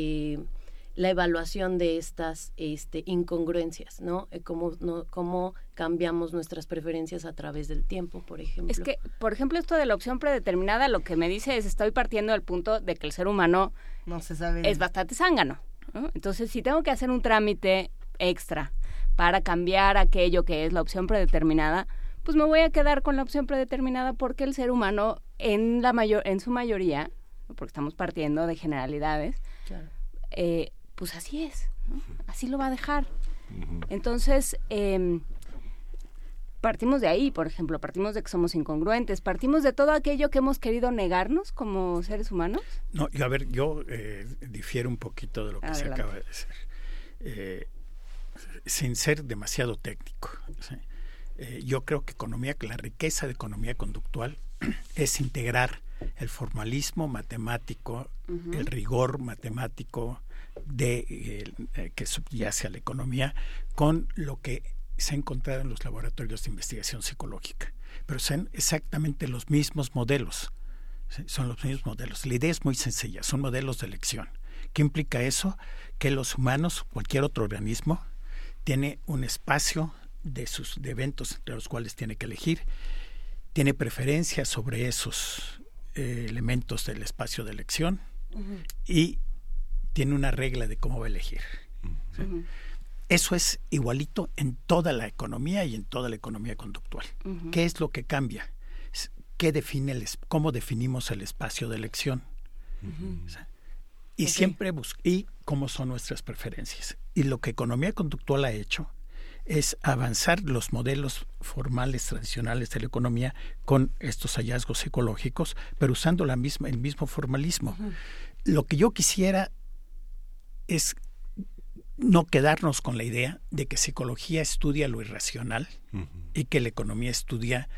la evaluación de estas incongruencias, ¿no? Cómo cambiamos nuestras preferencias a través del tiempo, por ejemplo. Es que, por ejemplo, esto de la opción predeterminada, lo que me dice es, estoy partiendo del punto de que el ser humano no se sabe es bastante zángano, ¿no? Entonces, si tengo que hacer un trámite extra para cambiar aquello que es la opción predeterminada, pues me voy a quedar con la opción predeterminada porque el ser humano en su mayoría, porque estamos partiendo de generalidades, claro. Pues así es, ¿no? Así lo va a dejar. Entonces, partimos de ahí, por ejemplo, partimos de que somos incongruentes, partimos de todo aquello que hemos querido negarnos como seres humanos. No, yo difiero un poquito de lo que se acaba de decir, sin ser demasiado técnico, ¿sí? Yo creo que la riqueza de economía conductual es integrar el formalismo matemático, el rigor matemático que subyace a la economía, con lo que se ha encontrado en los laboratorios de investigación psicológica. Pero son exactamente los mismos modelos, ¿sí? Son los mismos modelos. La idea es muy sencilla, son modelos de elección. ¿Qué implica eso? Que los humanos, cualquier otro organismo, tiene un espacio de eventos entre los cuales tiene que elegir, tiene preferencia sobre esos elementos del espacio de elección y tiene una regla de cómo va a elegir. ¿Sí? Eso es igualito en toda la economía y en toda la economía conductual. ¿Qué es lo que cambia? ¿Cómo definimos el espacio de elección? ¿Sí? Y siempre y cómo son nuestras preferencias. Y lo que economía conductual ha hecho es avanzar los modelos formales tradicionales de la economía con estos hallazgos psicológicos, pero usando el mismo formalismo. Lo que yo quisiera es no quedarnos con la idea de que psicología estudia lo irracional y que la economía estudia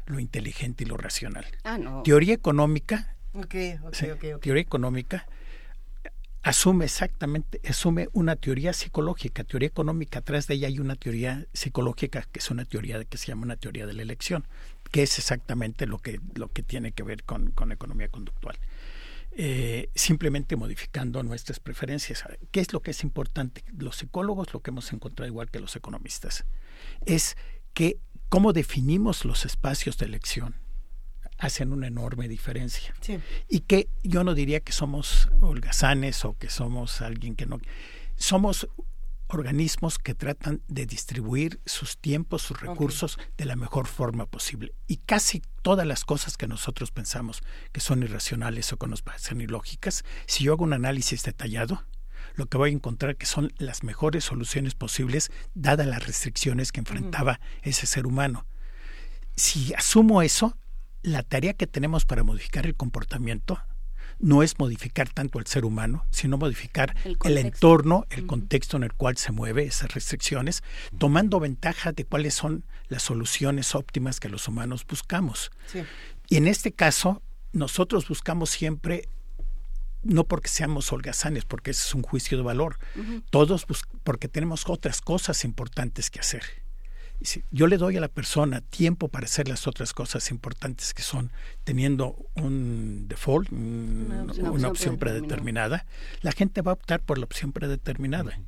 lo inteligente y lo racional. No. Teoría económica, okay. Teoría económica asume una teoría psicológica. Teoría económica, atrás de ella hay una teoría psicológica que es una teoría que se llama una teoría de la elección, que es exactamente lo que tiene que ver con economía conductual. Simplemente modificando nuestras preferencias. ¿Qué es lo que es importante? Los psicólogos, lo que hemos encontrado igual que los economistas, es que cómo definimos los espacios de elección hacen una enorme diferencia. Sí. Y que yo no diría que somos holgazanes o que somos alguien que no... Somos organismos que tratan de distribuir sus tiempos, sus recursos de la mejor forma posible. Y casi todas las cosas que nosotros pensamos que son irracionales o que nos parecen ilógicas, si yo hago un análisis detallado, lo que voy a encontrar que son las mejores soluciones posibles dadas las restricciones que enfrentaba ese ser humano. Si asumo eso, la tarea que tenemos para modificar el comportamiento no es modificar tanto al ser humano, sino modificar el entorno, el contexto en el cual se mueve esas restricciones, tomando ventaja de cuáles son las soluciones óptimas que los humanos buscamos. Sí. Y en este caso, nosotros buscamos siempre, no porque seamos holgazanes, porque ese es un juicio de valor, todos porque tenemos otras cosas importantes que hacer. Si yo le doy a la persona tiempo para hacer las otras cosas importantes que son teniendo un default, una opción predeterminada, la gente va a optar por la opción predeterminada.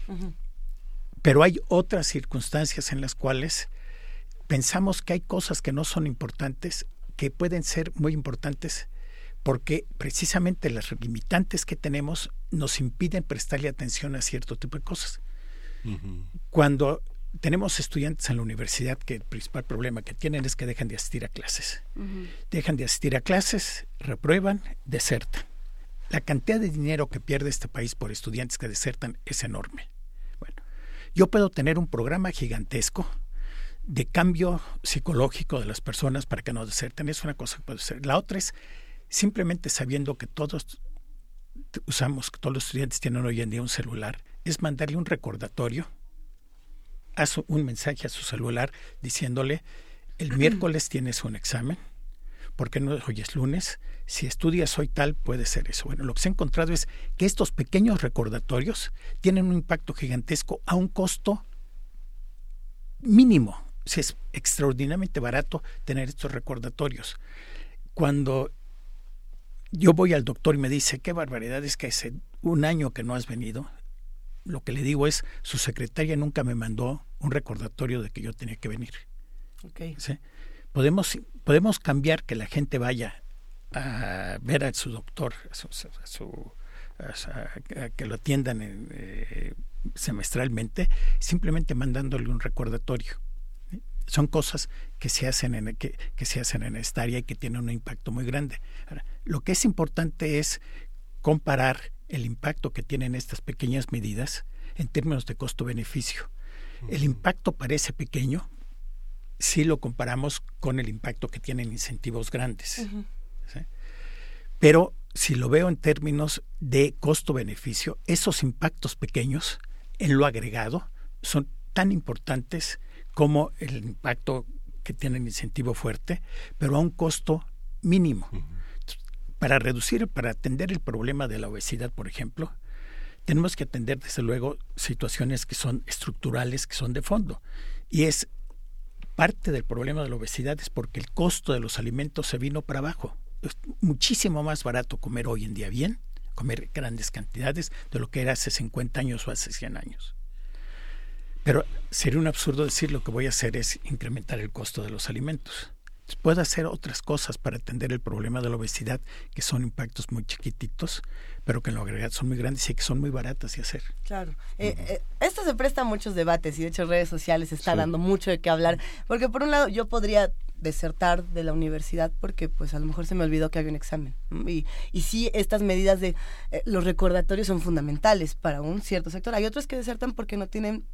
Pero hay otras circunstancias en las cuales pensamos que hay cosas que no son importantes, que pueden ser muy importantes, porque precisamente las limitantes que tenemos nos impiden prestarle atención a cierto tipo de cosas. Cuando tenemos estudiantes en la universidad que el principal problema que tienen es que dejan de asistir a clases. Dejan de asistir a clases, reprueban, desertan. La cantidad de dinero que pierde este país por estudiantes que desertan es enorme. Bueno, yo puedo tener un programa gigantesco de cambio psicológico de las personas para que no deserten. Es una cosa que puedo hacer. La otra es simplemente sabiendo que todos los estudiantes tienen hoy en día un celular, es mandarle un recordatorio, haz un mensaje a su celular diciéndole: el miércoles tienes un examen, porque no, hoy es lunes, si estudias hoy tal, puede ser eso. Bueno, lo que se ha encontrado es que estos pequeños recordatorios tienen un impacto gigantesco a un costo mínimo. O sea, es extraordinariamente barato tener estos recordatorios. Cuando yo voy al doctor y me dice: qué barbaridad, es que hace un año que no has venido, lo que le digo es: su secretaria nunca me mandó un recordatorio de que yo tenía que venir. ¿Sí? Podemos cambiar que la gente vaya a ver a su doctor, a que lo atiendan semestralmente, simplemente mandándole un recordatorio. Son cosas que se hacen en esta área y que tienen un impacto muy grande. Ahora, lo que es importante es comparar el impacto que tienen estas pequeñas medidas en términos de costo-beneficio. El impacto parece pequeño si lo comparamos con el impacto que tienen incentivos grandes. ¿Sí? Pero si lo veo en términos de costo-beneficio, esos impactos pequeños en lo agregado son tan importantes como el impacto que tiene el incentivo fuerte, pero a un costo mínimo. Para atender el problema de la obesidad, por ejemplo, tenemos que atender, desde luego, situaciones que son estructurales, que son de fondo. Y es parte del problema de la obesidad es porque el costo de los alimentos se vino para abajo. Es muchísimo más barato comer hoy en día bien, comer grandes cantidades, de lo que era hace 50 años o hace 100 años. Pero sería un absurdo decir: lo que voy a hacer es incrementar el costo de los alimentos. Entonces, puedo hacer otras cosas para atender el problema de la obesidad, que son impactos muy chiquititos, pero que en lo agregado son muy grandes y que son muy baratas de hacer. Claro. Esto se presta a muchos debates y de hecho redes sociales está dando mucho de qué hablar, porque por un lado yo podría desertar de la universidad porque pues a lo mejor se me olvidó que había un examen, y sí, estas medidas de los recordatorios son fundamentales para un cierto sector. Hay otros que desertan porque no tienen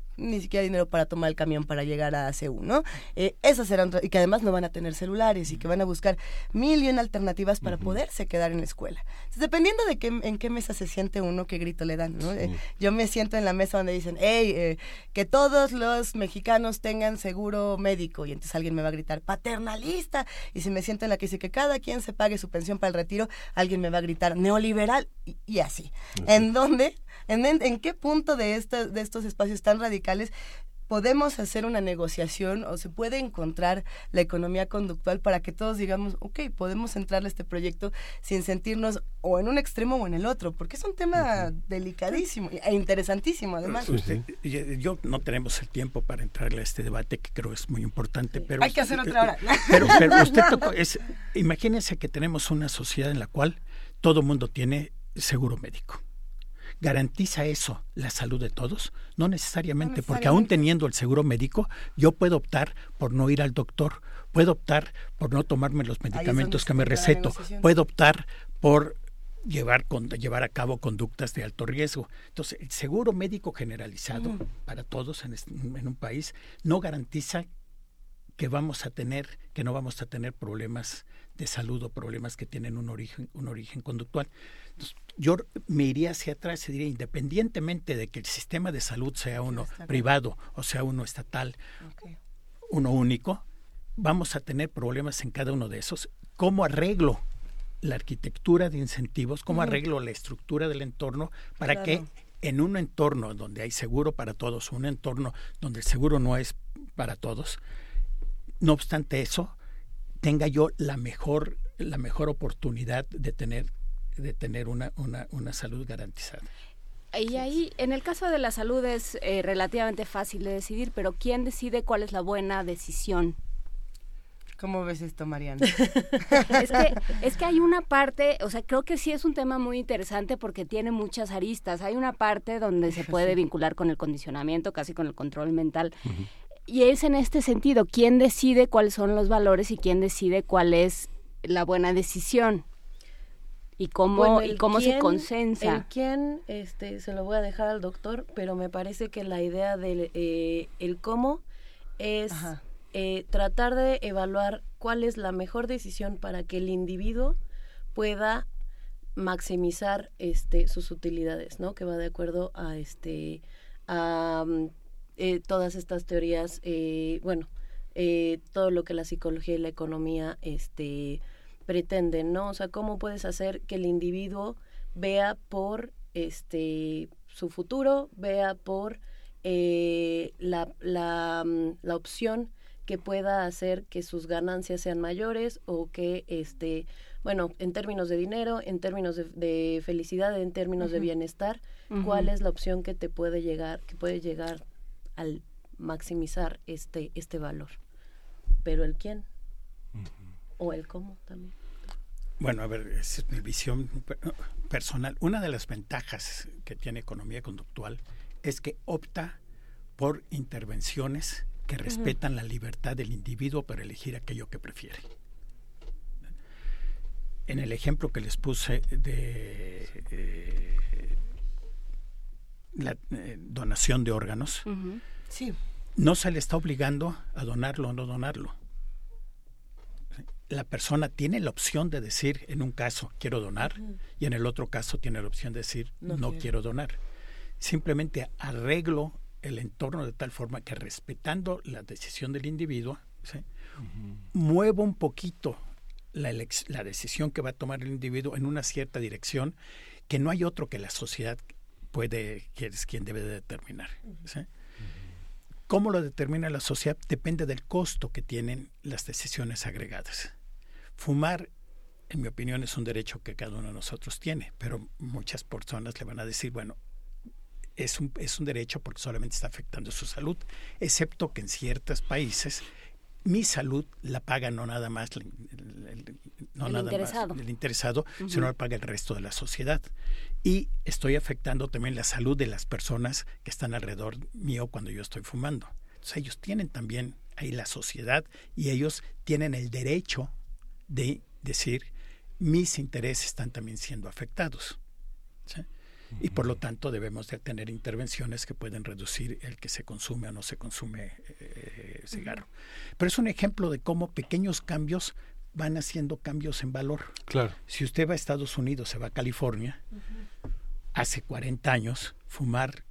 ni siquiera dinero para tomar el camión para llegar a CEU, ¿no? Esas serán, y que además no van a tener celulares y que van a buscar 1,000,000 alternativas para poderse quedar en la escuela. Entonces, dependiendo de en qué mesa se siente uno, qué grito le dan, ¿no? Yo me siento en la mesa donde dicen, hey, que todos los mexicanos tengan seguro médico, y entonces alguien me va a gritar, paternalista, y si me siento en la que dice que cada quien se pague su pensión para el retiro, alguien me va a gritar neoliberal, y así. ¿En dónde? ¿En qué punto de estos espacios tan radicales podemos hacer una negociación o se puede encontrar la economía conductual para que todos digamos, ok, podemos entrarle a este proyecto sin sentirnos o en un extremo o en el otro? Porque es un tema delicadísimo e interesantísimo, además. Yo no tenemos el tiempo para entrarle a este debate, que creo es muy importante, pero... Hay que hacer otra hora. Pero usted tocó, imagínense que tenemos una sociedad en la cual todo mundo tiene seguro médico. ¿Garantiza eso la salud de todos? No necesariamente, porque aún teniendo el seguro médico, yo puedo optar por no ir al doctor, puedo optar por no tomarme los medicamentos que me receto, puedo optar por llevar a cabo conductas de alto riesgo. Entonces, el seguro médico generalizado para todos en un país no garantiza que no vamos a tener problemas de salud o problemas que tienen un origen conductual. Entonces, yo me iría hacia atrás y diría, independientemente de que el sistema de salud sea uno privado o sea uno estatal, uno único, vamos a tener problemas en cada uno de esos. ¿Cómo arreglo la arquitectura de incentivos? ¿Cómo arreglo la estructura del entorno para que en un entorno donde hay seguro para todos, un entorno donde el seguro no es para todos, no obstante eso, tenga yo la mejor oportunidad de tener una salud garantizada? Y ahí, en el caso de la salud es relativamente fácil de decidir, pero ¿quién decide cuál es la buena decisión? ¿Cómo ves esto, Mariana? Es que hay una parte, o sea, creo que sí es un tema muy interesante porque tiene muchas aristas. Hay una parte donde se puede vincular con el condicionamiento, casi con el control mental. Y es en este sentido, ¿quién decide cuáles son los valores y quién decide cuál es la buena decisión? Y cómo se consensa. El quién, se lo voy a dejar al doctor, pero me parece que la idea del el cómo es tratar de evaluar cuál es la mejor decisión para que el individuo pueda maximizar sus utilidades, ¿no? Que va de acuerdo a todas estas teorías, todo lo que la psicología y la economía pretenden, ¿no? O sea, cómo puedes hacer que el individuo vea por su futuro, vea por la opción que pueda hacer que sus ganancias sean mayores o que en términos de dinero, en términos de felicidad, en términos de bienestar, cuál es la opción que puede llegar al maximizar este valor. Pero el quién o el cómo también. Bueno, a ver, esa es mi visión personal. Una de las ventajas que tiene economía conductual es que opta por intervenciones que respetan la libertad del individuo para elegir aquello que prefiere. En el ejemplo que les puse de la donación de órganos, no se le está obligando a donarlo o no donarlo. La persona tiene la opción de decir, en un caso, quiero donar, y en el otro caso tiene la opción de decir, no quiero donar. Simplemente arreglo el entorno de tal forma que, respetando la decisión del individuo, muevo un poquito la decisión que va a tomar el individuo en una cierta dirección que no hay otro que la sociedad que es quien debe de determinar. ¿Sí? ¿Cómo lo determina la sociedad? Depende del costo que tienen las decisiones agregadas. Fumar, en mi opinión, es un derecho que cada uno de nosotros tiene, pero muchas personas le van a decir, bueno, es un derecho porque solamente está afectando su salud, excepto que en ciertos países mi salud la paga no nada más el interesado, sino la paga el resto de la sociedad. Y estoy afectando también la salud de las personas que están alrededor mío cuando yo estoy fumando. Entonces ellos tienen también ahí la sociedad y ellos tienen el derecho de decir mis intereses están también siendo afectados. ¿Sí? y por lo tanto debemos de tener intervenciones que pueden reducir el que se consume o no se consume cigarro. Pero es un ejemplo de cómo pequeños cambios van haciendo cambios en valor. Claro. Si usted va a Estados Unidos, se va a California, hace 40 años, fumar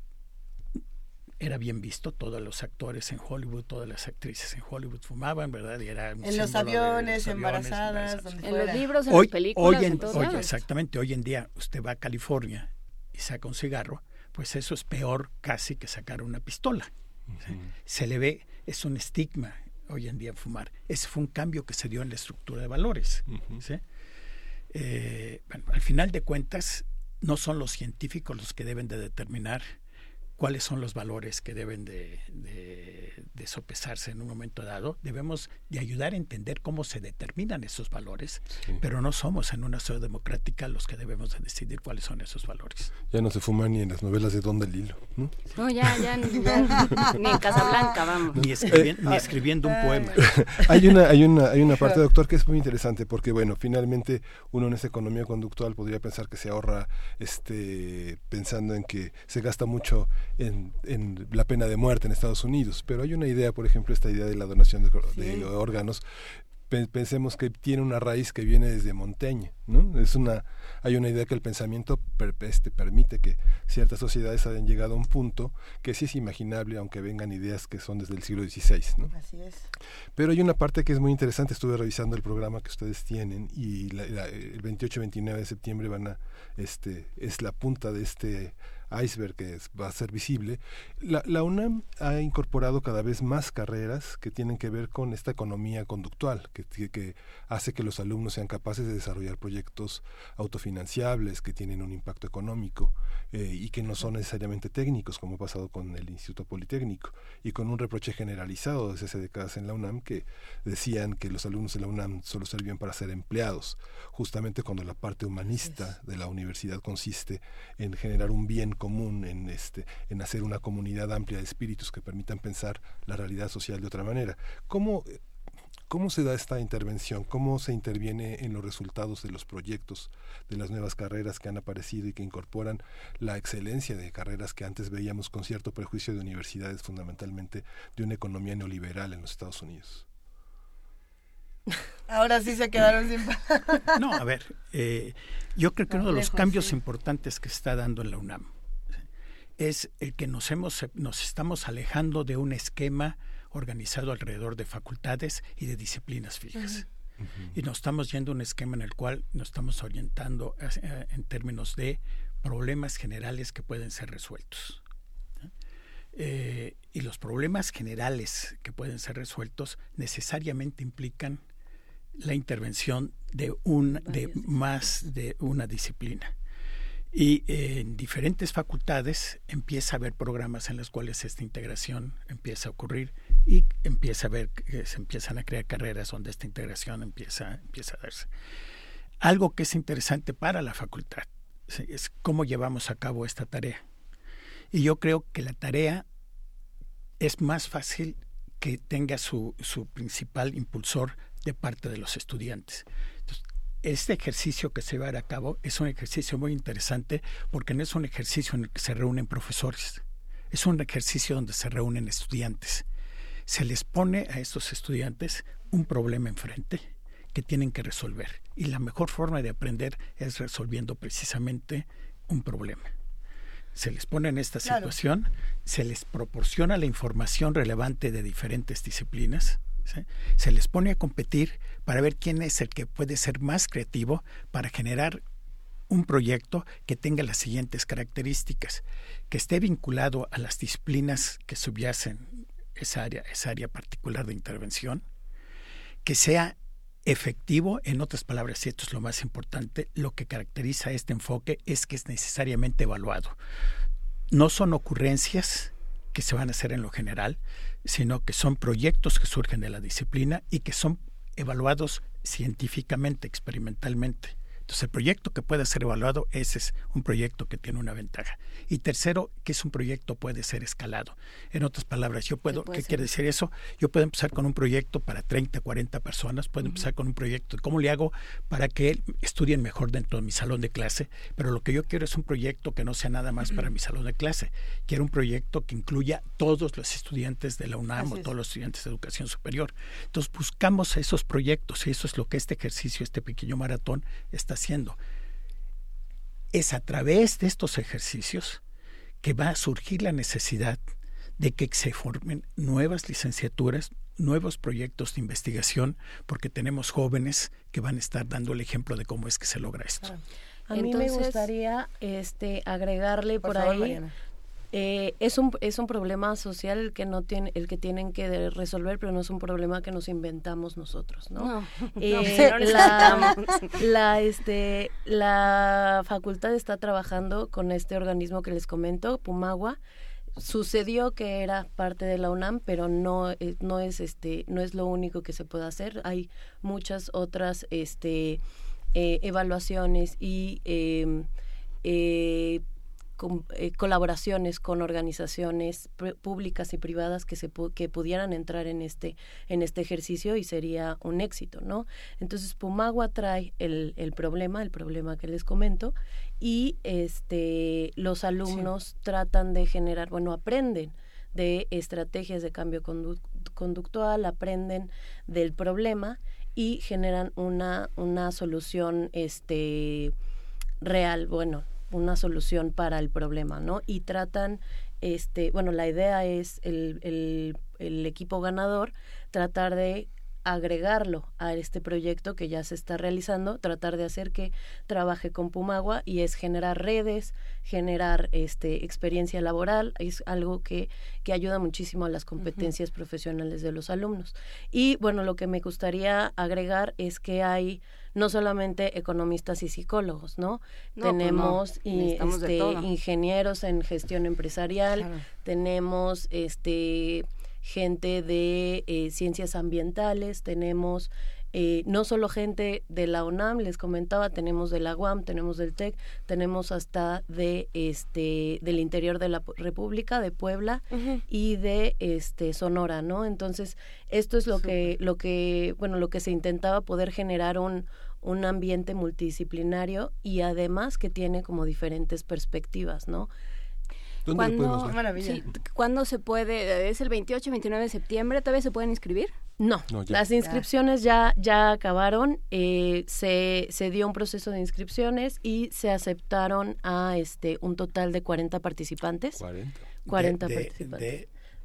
era bien visto. Todos los actores en Hollywood, todas las actrices en Hollywood fumaban, ¿verdad? Y era un en los aviones, embarazadas, en los libros, en las películas, en todos lados. Exactamente. Hoy en día usted va a California y saca un cigarro, pues eso es peor casi que sacar una pistola. ¿Sí? Se le ve, es un estigma hoy en día fumar. Ese fue un cambio que se dio en la estructura de valores. ¿Sí? Bueno, al final de cuentas, no son los científicos los que deben de determinar cuáles son los valores que deben de sopesarse en un momento dado. Debemos de ayudar a entender cómo se determinan esos valores, pero no somos en una sociedad democrática los que debemos de decidir cuáles son esos valores. Ya no se fuma ni en las novelas de Don DeLillo, ¿no? No, ya ni en Casablanca, vamos. Ni escribiendo un poema. Hay una parte, doctor, que es muy interesante, porque bueno, finalmente uno en esta economía conductual podría pensar que se ahorra pensando en que se gasta mucho en la pena de muerte en Estados Unidos, pero hay una idea, por ejemplo, esta idea de la donación de órganos. Pensemos que tiene una raíz que viene desde Montaigne, ¿no? Hay una idea que el pensamiento permite que ciertas sociedades hayan llegado a un punto que sí es imaginable, aunque vengan ideas que son desde el siglo XVI, ¿no? Así es. Pero hay una parte que es muy interesante. Estuve revisando el programa que ustedes tienen y el 28-29 de septiembre es la punta de este iceberg que va a ser visible. La UNAM ha incorporado cada vez más carreras que tienen que ver con esta economía conductual, que hace que los alumnos sean capaces de desarrollar proyectos autofinanciables que tienen un impacto económico y que no son necesariamente técnicos, como ha pasado con el Instituto Politécnico, y con un reproche generalizado desde hace décadas en la UNAM, que decían que los alumnos de la UNAM solo servían para ser empleados, justamente cuando la parte humanista de la universidad consiste en generar un bien común, en hacer una comunidad amplia de espíritus que permitan pensar la realidad social de otra manera. ¿Cómo se da esta intervención? ¿Cómo se interviene en los resultados de los proyectos de las nuevas carreras que han aparecido y que incorporan la excelencia de carreras que antes veíamos con cierto prejuicio de universidades, fundamentalmente de una economía neoliberal en los Estados Unidos? Ahora sí se quedaron sin palabras. No, a ver, yo creo que uno de los cambios importantes que está dando en la UNAM es el que nos estamos alejando de un esquema organizado alrededor de facultades y de disciplinas fijas. Y nos estamos yendo a un esquema en el cual nos estamos orientando en términos de problemas generales que pueden ser resueltos. Y los problemas generales que pueden ser resueltos necesariamente implican la intervención de más de una disciplina. Y en diferentes facultades empieza a haber programas en los cuales esta integración empieza a ocurrir y empieza a ver que se empiezan a crear carreras donde esta integración empieza a darse. Algo que es interesante para la facultad es cómo llevamos a cabo esta tarea. Y yo creo que la tarea es más fácil que tenga su principal impulsor de parte de los estudiantes. Entonces, este ejercicio que se va a llevar a cabo es un ejercicio muy interesante porque no es un ejercicio en el que se reúnen profesores, es un ejercicio donde se reúnen estudiantes. Se les pone a estos estudiantes un problema enfrente que tienen que resolver y la mejor forma de aprender es resolviendo precisamente un problema. Se les pone en esta situación, se les proporciona la información relevante de diferentes disciplinas, ¿sí? Se les pone a competir para ver quién es el que puede ser más creativo para generar un proyecto que tenga las siguientes características, que esté vinculado a las disciplinas que subyacen esa área particular de intervención, que sea efectivo, en otras palabras, y esto es lo más importante, lo que caracteriza este enfoque es que es necesariamente evaluado. No son ocurrencias que se van a hacer en lo general, sino que son proyectos que surgen de la disciplina y que son evaluados científicamente, experimentalmente. Entonces, el proyecto que pueda ser evaluado, ese es un proyecto que tiene una ventaja. Y tercero, que es un proyecto puede ser escalado. En otras palabras, ¿qué quiere decir eso? Yo puedo empezar con un proyecto para 30, 40 personas, puedo empezar con un proyecto. ¿Cómo le hago para que estudien mejor dentro de mi salón de clase? Pero lo que yo quiero es un proyecto que no sea nada más para mi salón de clase. Quiero un proyecto que incluya todos los estudiantes de la UNAM o todos los estudiantes de educación superior. Entonces, buscamos esos proyectos y eso es lo que este ejercicio, este pequeño maratón está haciendo. Es a través de estos ejercicios que va a surgir la necesidad de que se formen nuevas licenciaturas, nuevos proyectos de investigación, porque tenemos jóvenes que van a estar dando el ejemplo de cómo es que se logra esto. A mí me gustaría agregarle por ahí. Mariana. Es un problema social el que tienen que resolver, pero no es un problema que nos inventamos nosotros, ¿no? La facultad está trabajando con este organismo que les comento, Pumagua. Sucedió que era parte de la UNAM, pero no es lo único que se puede hacer. Hay muchas otras evaluaciones y colaboraciones con organizaciones públicas y privadas que pudieran entrar en este ejercicio y sería un éxito, ¿no? Entonces Pumagua trae el problema que les comento y los alumnos tratan de generar, aprenden de estrategias de cambio conductual, aprenden del problema y generan una solución real, una solución para el problema, ¿no? Y tratan, la idea es el equipo ganador tratar de agregarlo a este proyecto que ya se está realizando, tratar de hacer que trabaje con Pumagua y es generar redes, generar experiencia laboral, es algo que ayuda muchísimo a las competencias profesionales de los alumnos. Y lo que me gustaría agregar es que hay no solamente economistas y psicólogos, ¿no? Tenemos ingenieros en gestión empresarial, tenemos gente de ciencias ambientales, tenemos no solo gente de la UNAM, les comentaba, tenemos de la UAM, tenemos del TEC, tenemos hasta del interior de la República, de Puebla y de Sonora, ¿no? Entonces, esto es lo que se intentaba, poder generar un ambiente multidisciplinario y además que tiene como diferentes perspectivas, ¿no? ¿Cuándo se puede? ¿Es el 28, 29 de septiembre? ¿Todavía se pueden inscribir? No, las inscripciones ya acabaron, se dio un proceso de inscripciones y se aceptaron a un total de 40 participantes. 40 participantes.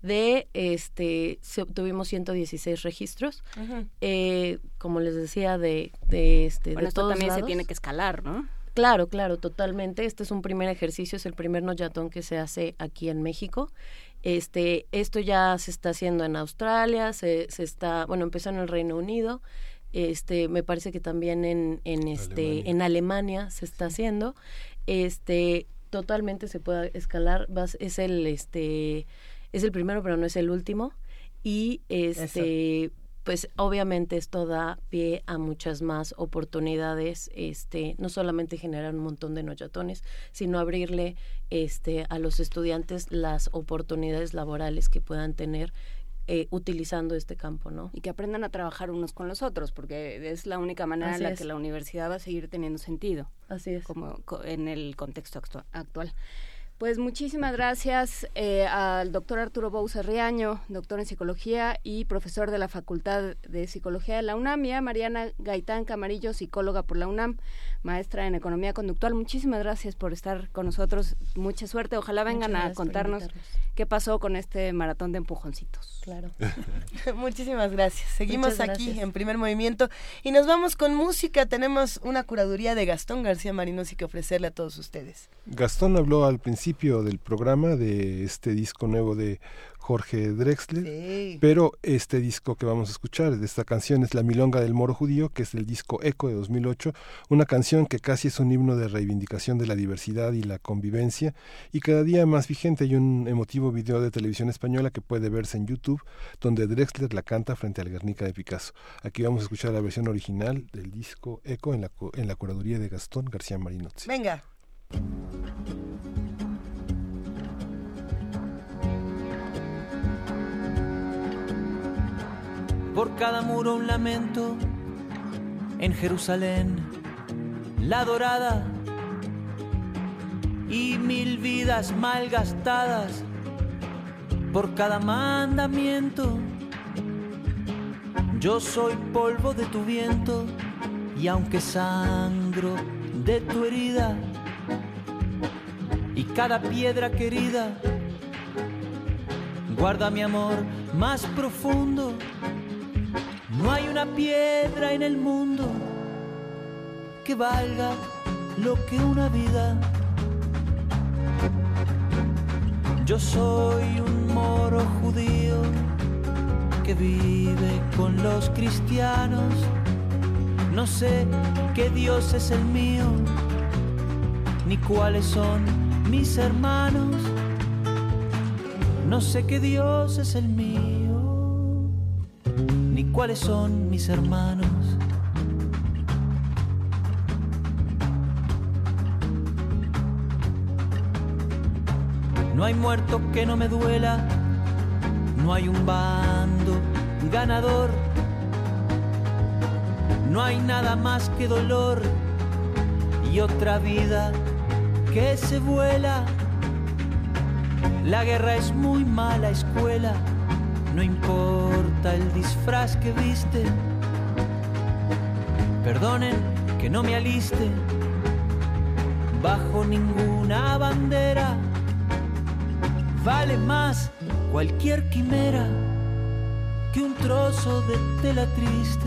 Tuvimos 116 registros, como les decía, de esto todos también lados. Se tiene que escalar, ¿no? Claro, totalmente. Este es un primer ejercicio, es el primer Noyatón que se hace aquí en México. Esto ya se está haciendo en Australia, empezó en el Reino Unido, me parece que también en Alemania se está haciendo. Totalmente se puede escalar, es el primero, pero no es el último. Y pues obviamente esto da pie a muchas más oportunidades, no solamente generar un montón de noyatones, sino abrirle a los estudiantes las oportunidades laborales que puedan tener utilizando este campo, ¿no? Y que aprendan a trabajar unos con los otros, porque es la única manera en la que la universidad va a seguir teniendo sentido. Así es. Como en el contexto actual. Pues muchísimas gracias al doctor Arturo Bouza Riaño, doctor en psicología y profesor de la Facultad de Psicología de la UNAM, y a Mariana Gaitán Camarillo, psicóloga por la UNAM, maestra en economía conductual. Muchísimas gracias por estar con nosotros. Mucha suerte. Ojalá vengan a contarnos qué pasó con este maratón de empujoncitos. Claro. Muchísimas gracias. Seguimos aquí en Primer Movimiento y nos vamos con música. Tenemos una curaduría de Gastón García Marinosi que ofrecerle a todos ustedes. Gastón habló al principio del programa de este disco nuevo de Jorge Drexler, Sí. pero este disco que vamos a escuchar de esta canción es La Milonga del Moro Judío, que es del disco Eco de 2008, una canción que casi es un himno de reivindicación de la diversidad y la convivencia, y cada día más vigente. Hay un emotivo video de Televisión Española que puede verse en YouTube, donde Drexler la canta frente al Guernica de Picasso. Aquí vamos a escuchar la versión original del disco Eco en la curaduría de Gastón García Marinozzi. Venga. Por cada muro un lamento, en Jerusalén, la dorada, y 1000 vidas mal gastadas, por cada mandamiento. Yo soy polvo de tu viento, y aunque sangro de tu herida, y cada piedra querida, guarda mi amor más profundo. No hay una piedra en el mundo que valga lo que una vida. Yo soy un moro judío que vive con los cristianos. No sé qué Dios es el mío, ni cuáles son mis hermanos. No sé qué Dios es el mío, ni cuáles son mis hermanos. No hay muerto que no me duela, no hay un bando ganador, no hay nada más que dolor y otra vida que se vuela. La guerra es muy mala escuela, no importa el disfraz que viste. Perdonen que no me aliste bajo ninguna bandera. Vale más cualquier quimera que un trozo de tela triste.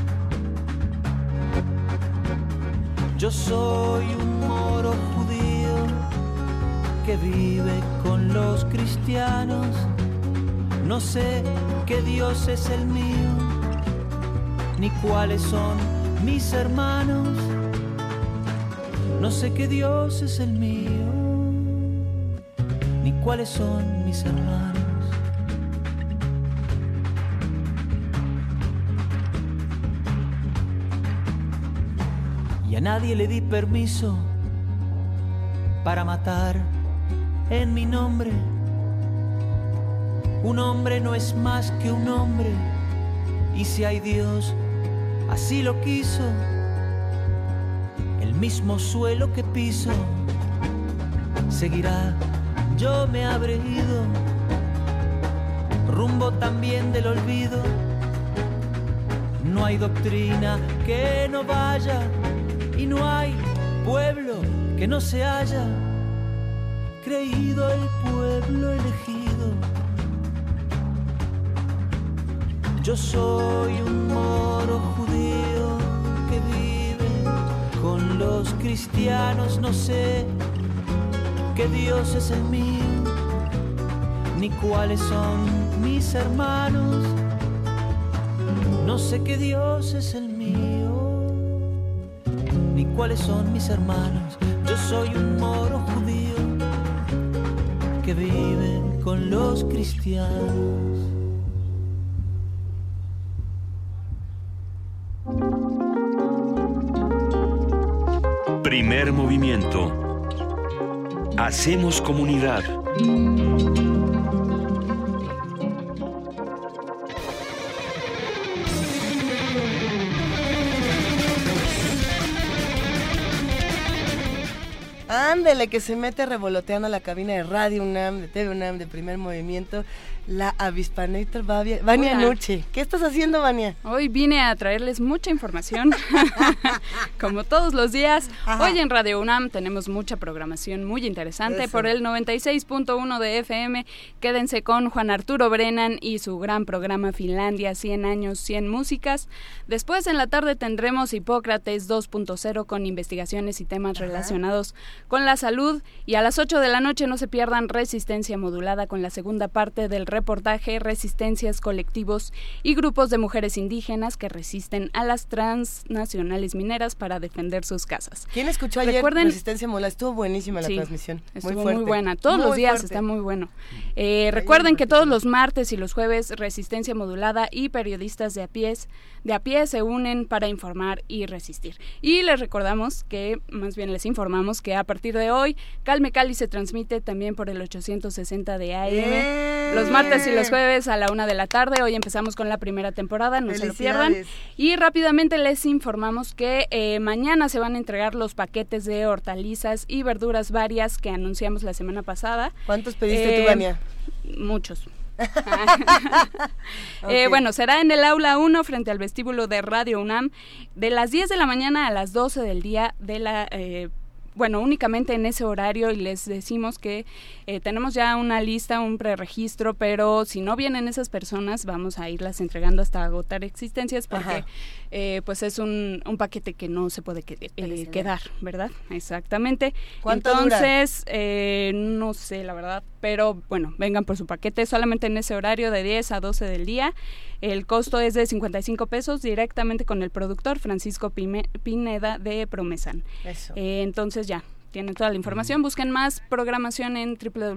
Yo soy un moro judío que vive con los cristianos. No sé qué Dios es el mío, ni cuáles son mis hermanos. No sé qué Dios es el mío, ni cuáles son mis hermanos. Y a nadie le di permiso para matar en mi nombre. Un hombre no es más que un hombre, y si hay Dios, así lo quiso. El mismo suelo que piso seguirá, yo me habré ido, rumbo también del olvido. No hay doctrina que no vaya, y no hay pueblo que no se haya creído el pueblo elegido. Yo soy un moro judío que vive con los cristianos. No sé qué Dios es el mío, ni cuáles son mis hermanos. No sé qué Dios es el mío, ni cuáles son mis hermanos. Yo soy un moro judío que vive con los cristianos. Primer movimiento. Hacemos comunidad. Ándele, que se mete revoloteando a la cabina de Radio UNAM, de TV UNAM, de Primer Movimiento, la avispanator Vania Nuche. ¿Qué estás haciendo, Vania? Hoy vine a traerles mucha información, como todos los días. Ajá. Hoy en Radio UNAM tenemos mucha programación muy interesante. Eso. Por el 96.1 de FM. Quédense con Juan Arturo Brennan y su gran programa Finlandia, 100 años, 100 músicas. Después en la tarde tendremos Hipócrates 2.0 con investigaciones y temas relacionados con con la salud. Y a las 8 de la noche no se pierdan Resistencia Modulada con la segunda parte del reportaje Resistencias, colectivos y grupos de mujeres indígenas que resisten a las transnacionales mineras para defender sus casas. ¿Quién escuchó ayer Resistencia Modulada? Estuvo buenísima la transmisión. Estuvo muy buena. Todos los días está muy bueno. Recuerden que todos los martes y los jueves Resistencia Modulada y periodistas de a pie se unen para informar y resistir. Y les recordamos que, más bien les informamos que a partir de hoy Calme Cali se transmite también por el 860 de AM los martes y los jueves a la 1 de la tarde. Hoy empezamos con la primera temporada, no se lo pierdan. Y rápidamente les informamos que mañana se van a entregar los paquetes de hortalizas y verduras varias que anunciamos la semana pasada. ¿Cuántos pediste tú, Vania? Muchos. Bueno, será en el aula 1 frente al vestíbulo de Radio UNAM de las 10 de la mañana a las 12 del día de la únicamente en ese horario, y les decimos que tenemos ya una lista, un preregistro, pero si no vienen esas personas vamos a irlas entregando hasta agotar existencias porque pues es un paquete que no se puede quedar, ¿verdad? Exactamente. ¿Cuánto Entonces, no sé la verdad, pero bueno, vengan por su paquete solamente en ese horario de 10 a 12 del día. El costo es de 55 pesos directamente con el productor Francisco Pineda de Promesan. Eso. Entonces ya tienen toda la información. Busquen más programación en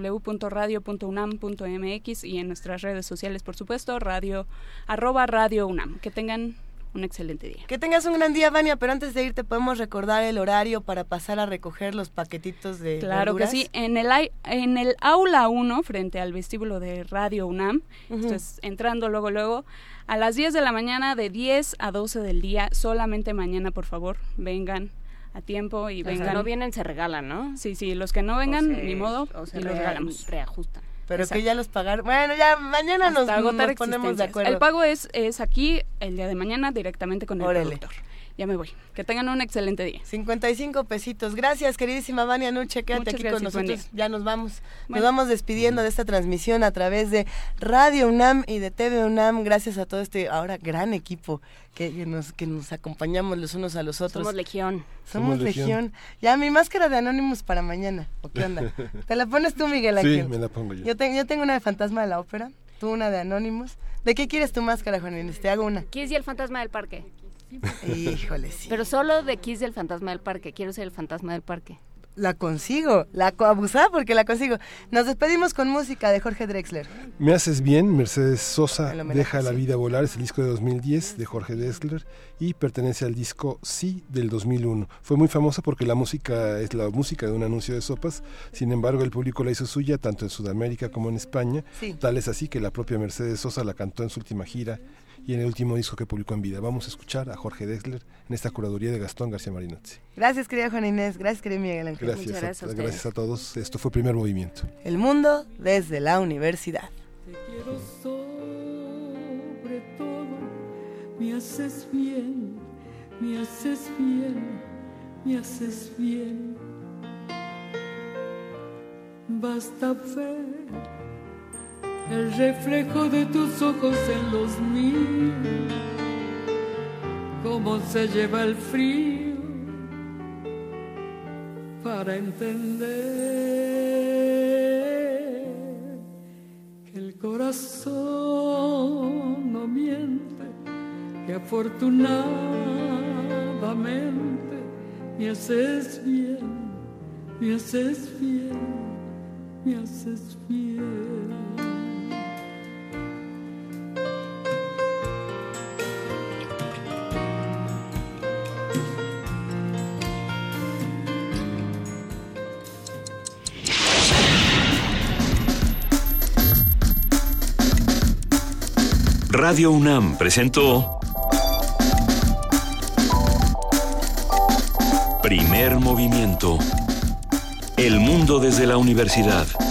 www.radio.unam.mx y en nuestras redes sociales, por supuesto, @Radio UNAM. Que tengan un excelente día. Que tengas un gran día, Vania, pero antes de irte podemos recordar el horario para pasar a recoger los paquetitos de Claro verduras. Que sí, en el aula 1 frente al vestíbulo de Radio UNAM, entonces entrando luego a las 10 de la mañana de 10 a 12 del día, solamente mañana, por favor, vengan a tiempo y vengan. Los que no vienen se regalan, ¿no? Sí, los que no vengan, ni modo, y los regalamos. Reajustan. Pero exacto, que ya los pagaron. Bueno, ya mañana nos ponemos de acuerdo. El pago es aquí, el día de mañana, directamente con el productor. Ya me voy. Que tengan un excelente día. 55 pesitos. Gracias, queridísima Vania Nuche. Quédate Muchas aquí gracias, con nosotros. Ya nos vamos. Bueno. Nos vamos despidiendo de esta transmisión a través de Radio UNAM y de TV UNAM. Gracias a todo este ahora gran equipo que nos acompañamos los unos a los otros. Somos Legión. Somos Legión. Ya, mi máscara de Anonymous para mañana. ¿O qué onda? ¿Te la pones tú, Miguel Ángel? Sí, me la pongo yo. Yo tengo una de Fantasma de la Ópera, tú una de Anonymous. ¿De qué quieres tu máscara, Juan Inés? Te hago una. Kiss y el fantasma del parque. Híjole, sí. Pero solo de Kiss y el fantasma del parque. Quiero ser el fantasma del parque. La consigo, abusada porque la consigo. Nos despedimos con música de Jorge Drexler. Me haces bien, Mercedes Sosa, Deja la vida volar, es el disco de 2010 de Jorge Drexler y pertenece al disco Sí del 2001. Fue muy famosa porque la música es la música de un anuncio de sopas, sin embargo el público la hizo suya tanto en Sudamérica como en España, tal es así que la propia Mercedes Sosa la cantó en su última gira y en el último disco que publicó en vida. Vamos a escuchar a Jorge Drexler en esta curaduría de Gastón García Marinozzi. Gracias, querida Juana Inés. Gracias, querido Miguel Ángel. Gracias a todos. Esto fue Primer Movimiento. El mundo desde la universidad. Te quiero sobre todo, me haces bien, me haces bien, me haces bien. Basta ver el reflejo de tus ojos en los míos, cómo se lleva el frío para entender que el corazón no miente, que afortunadamente me haces bien, me haces bien, me haces bien. Radio UNAM presentó Primer Movimiento. El mundo desde la universidad.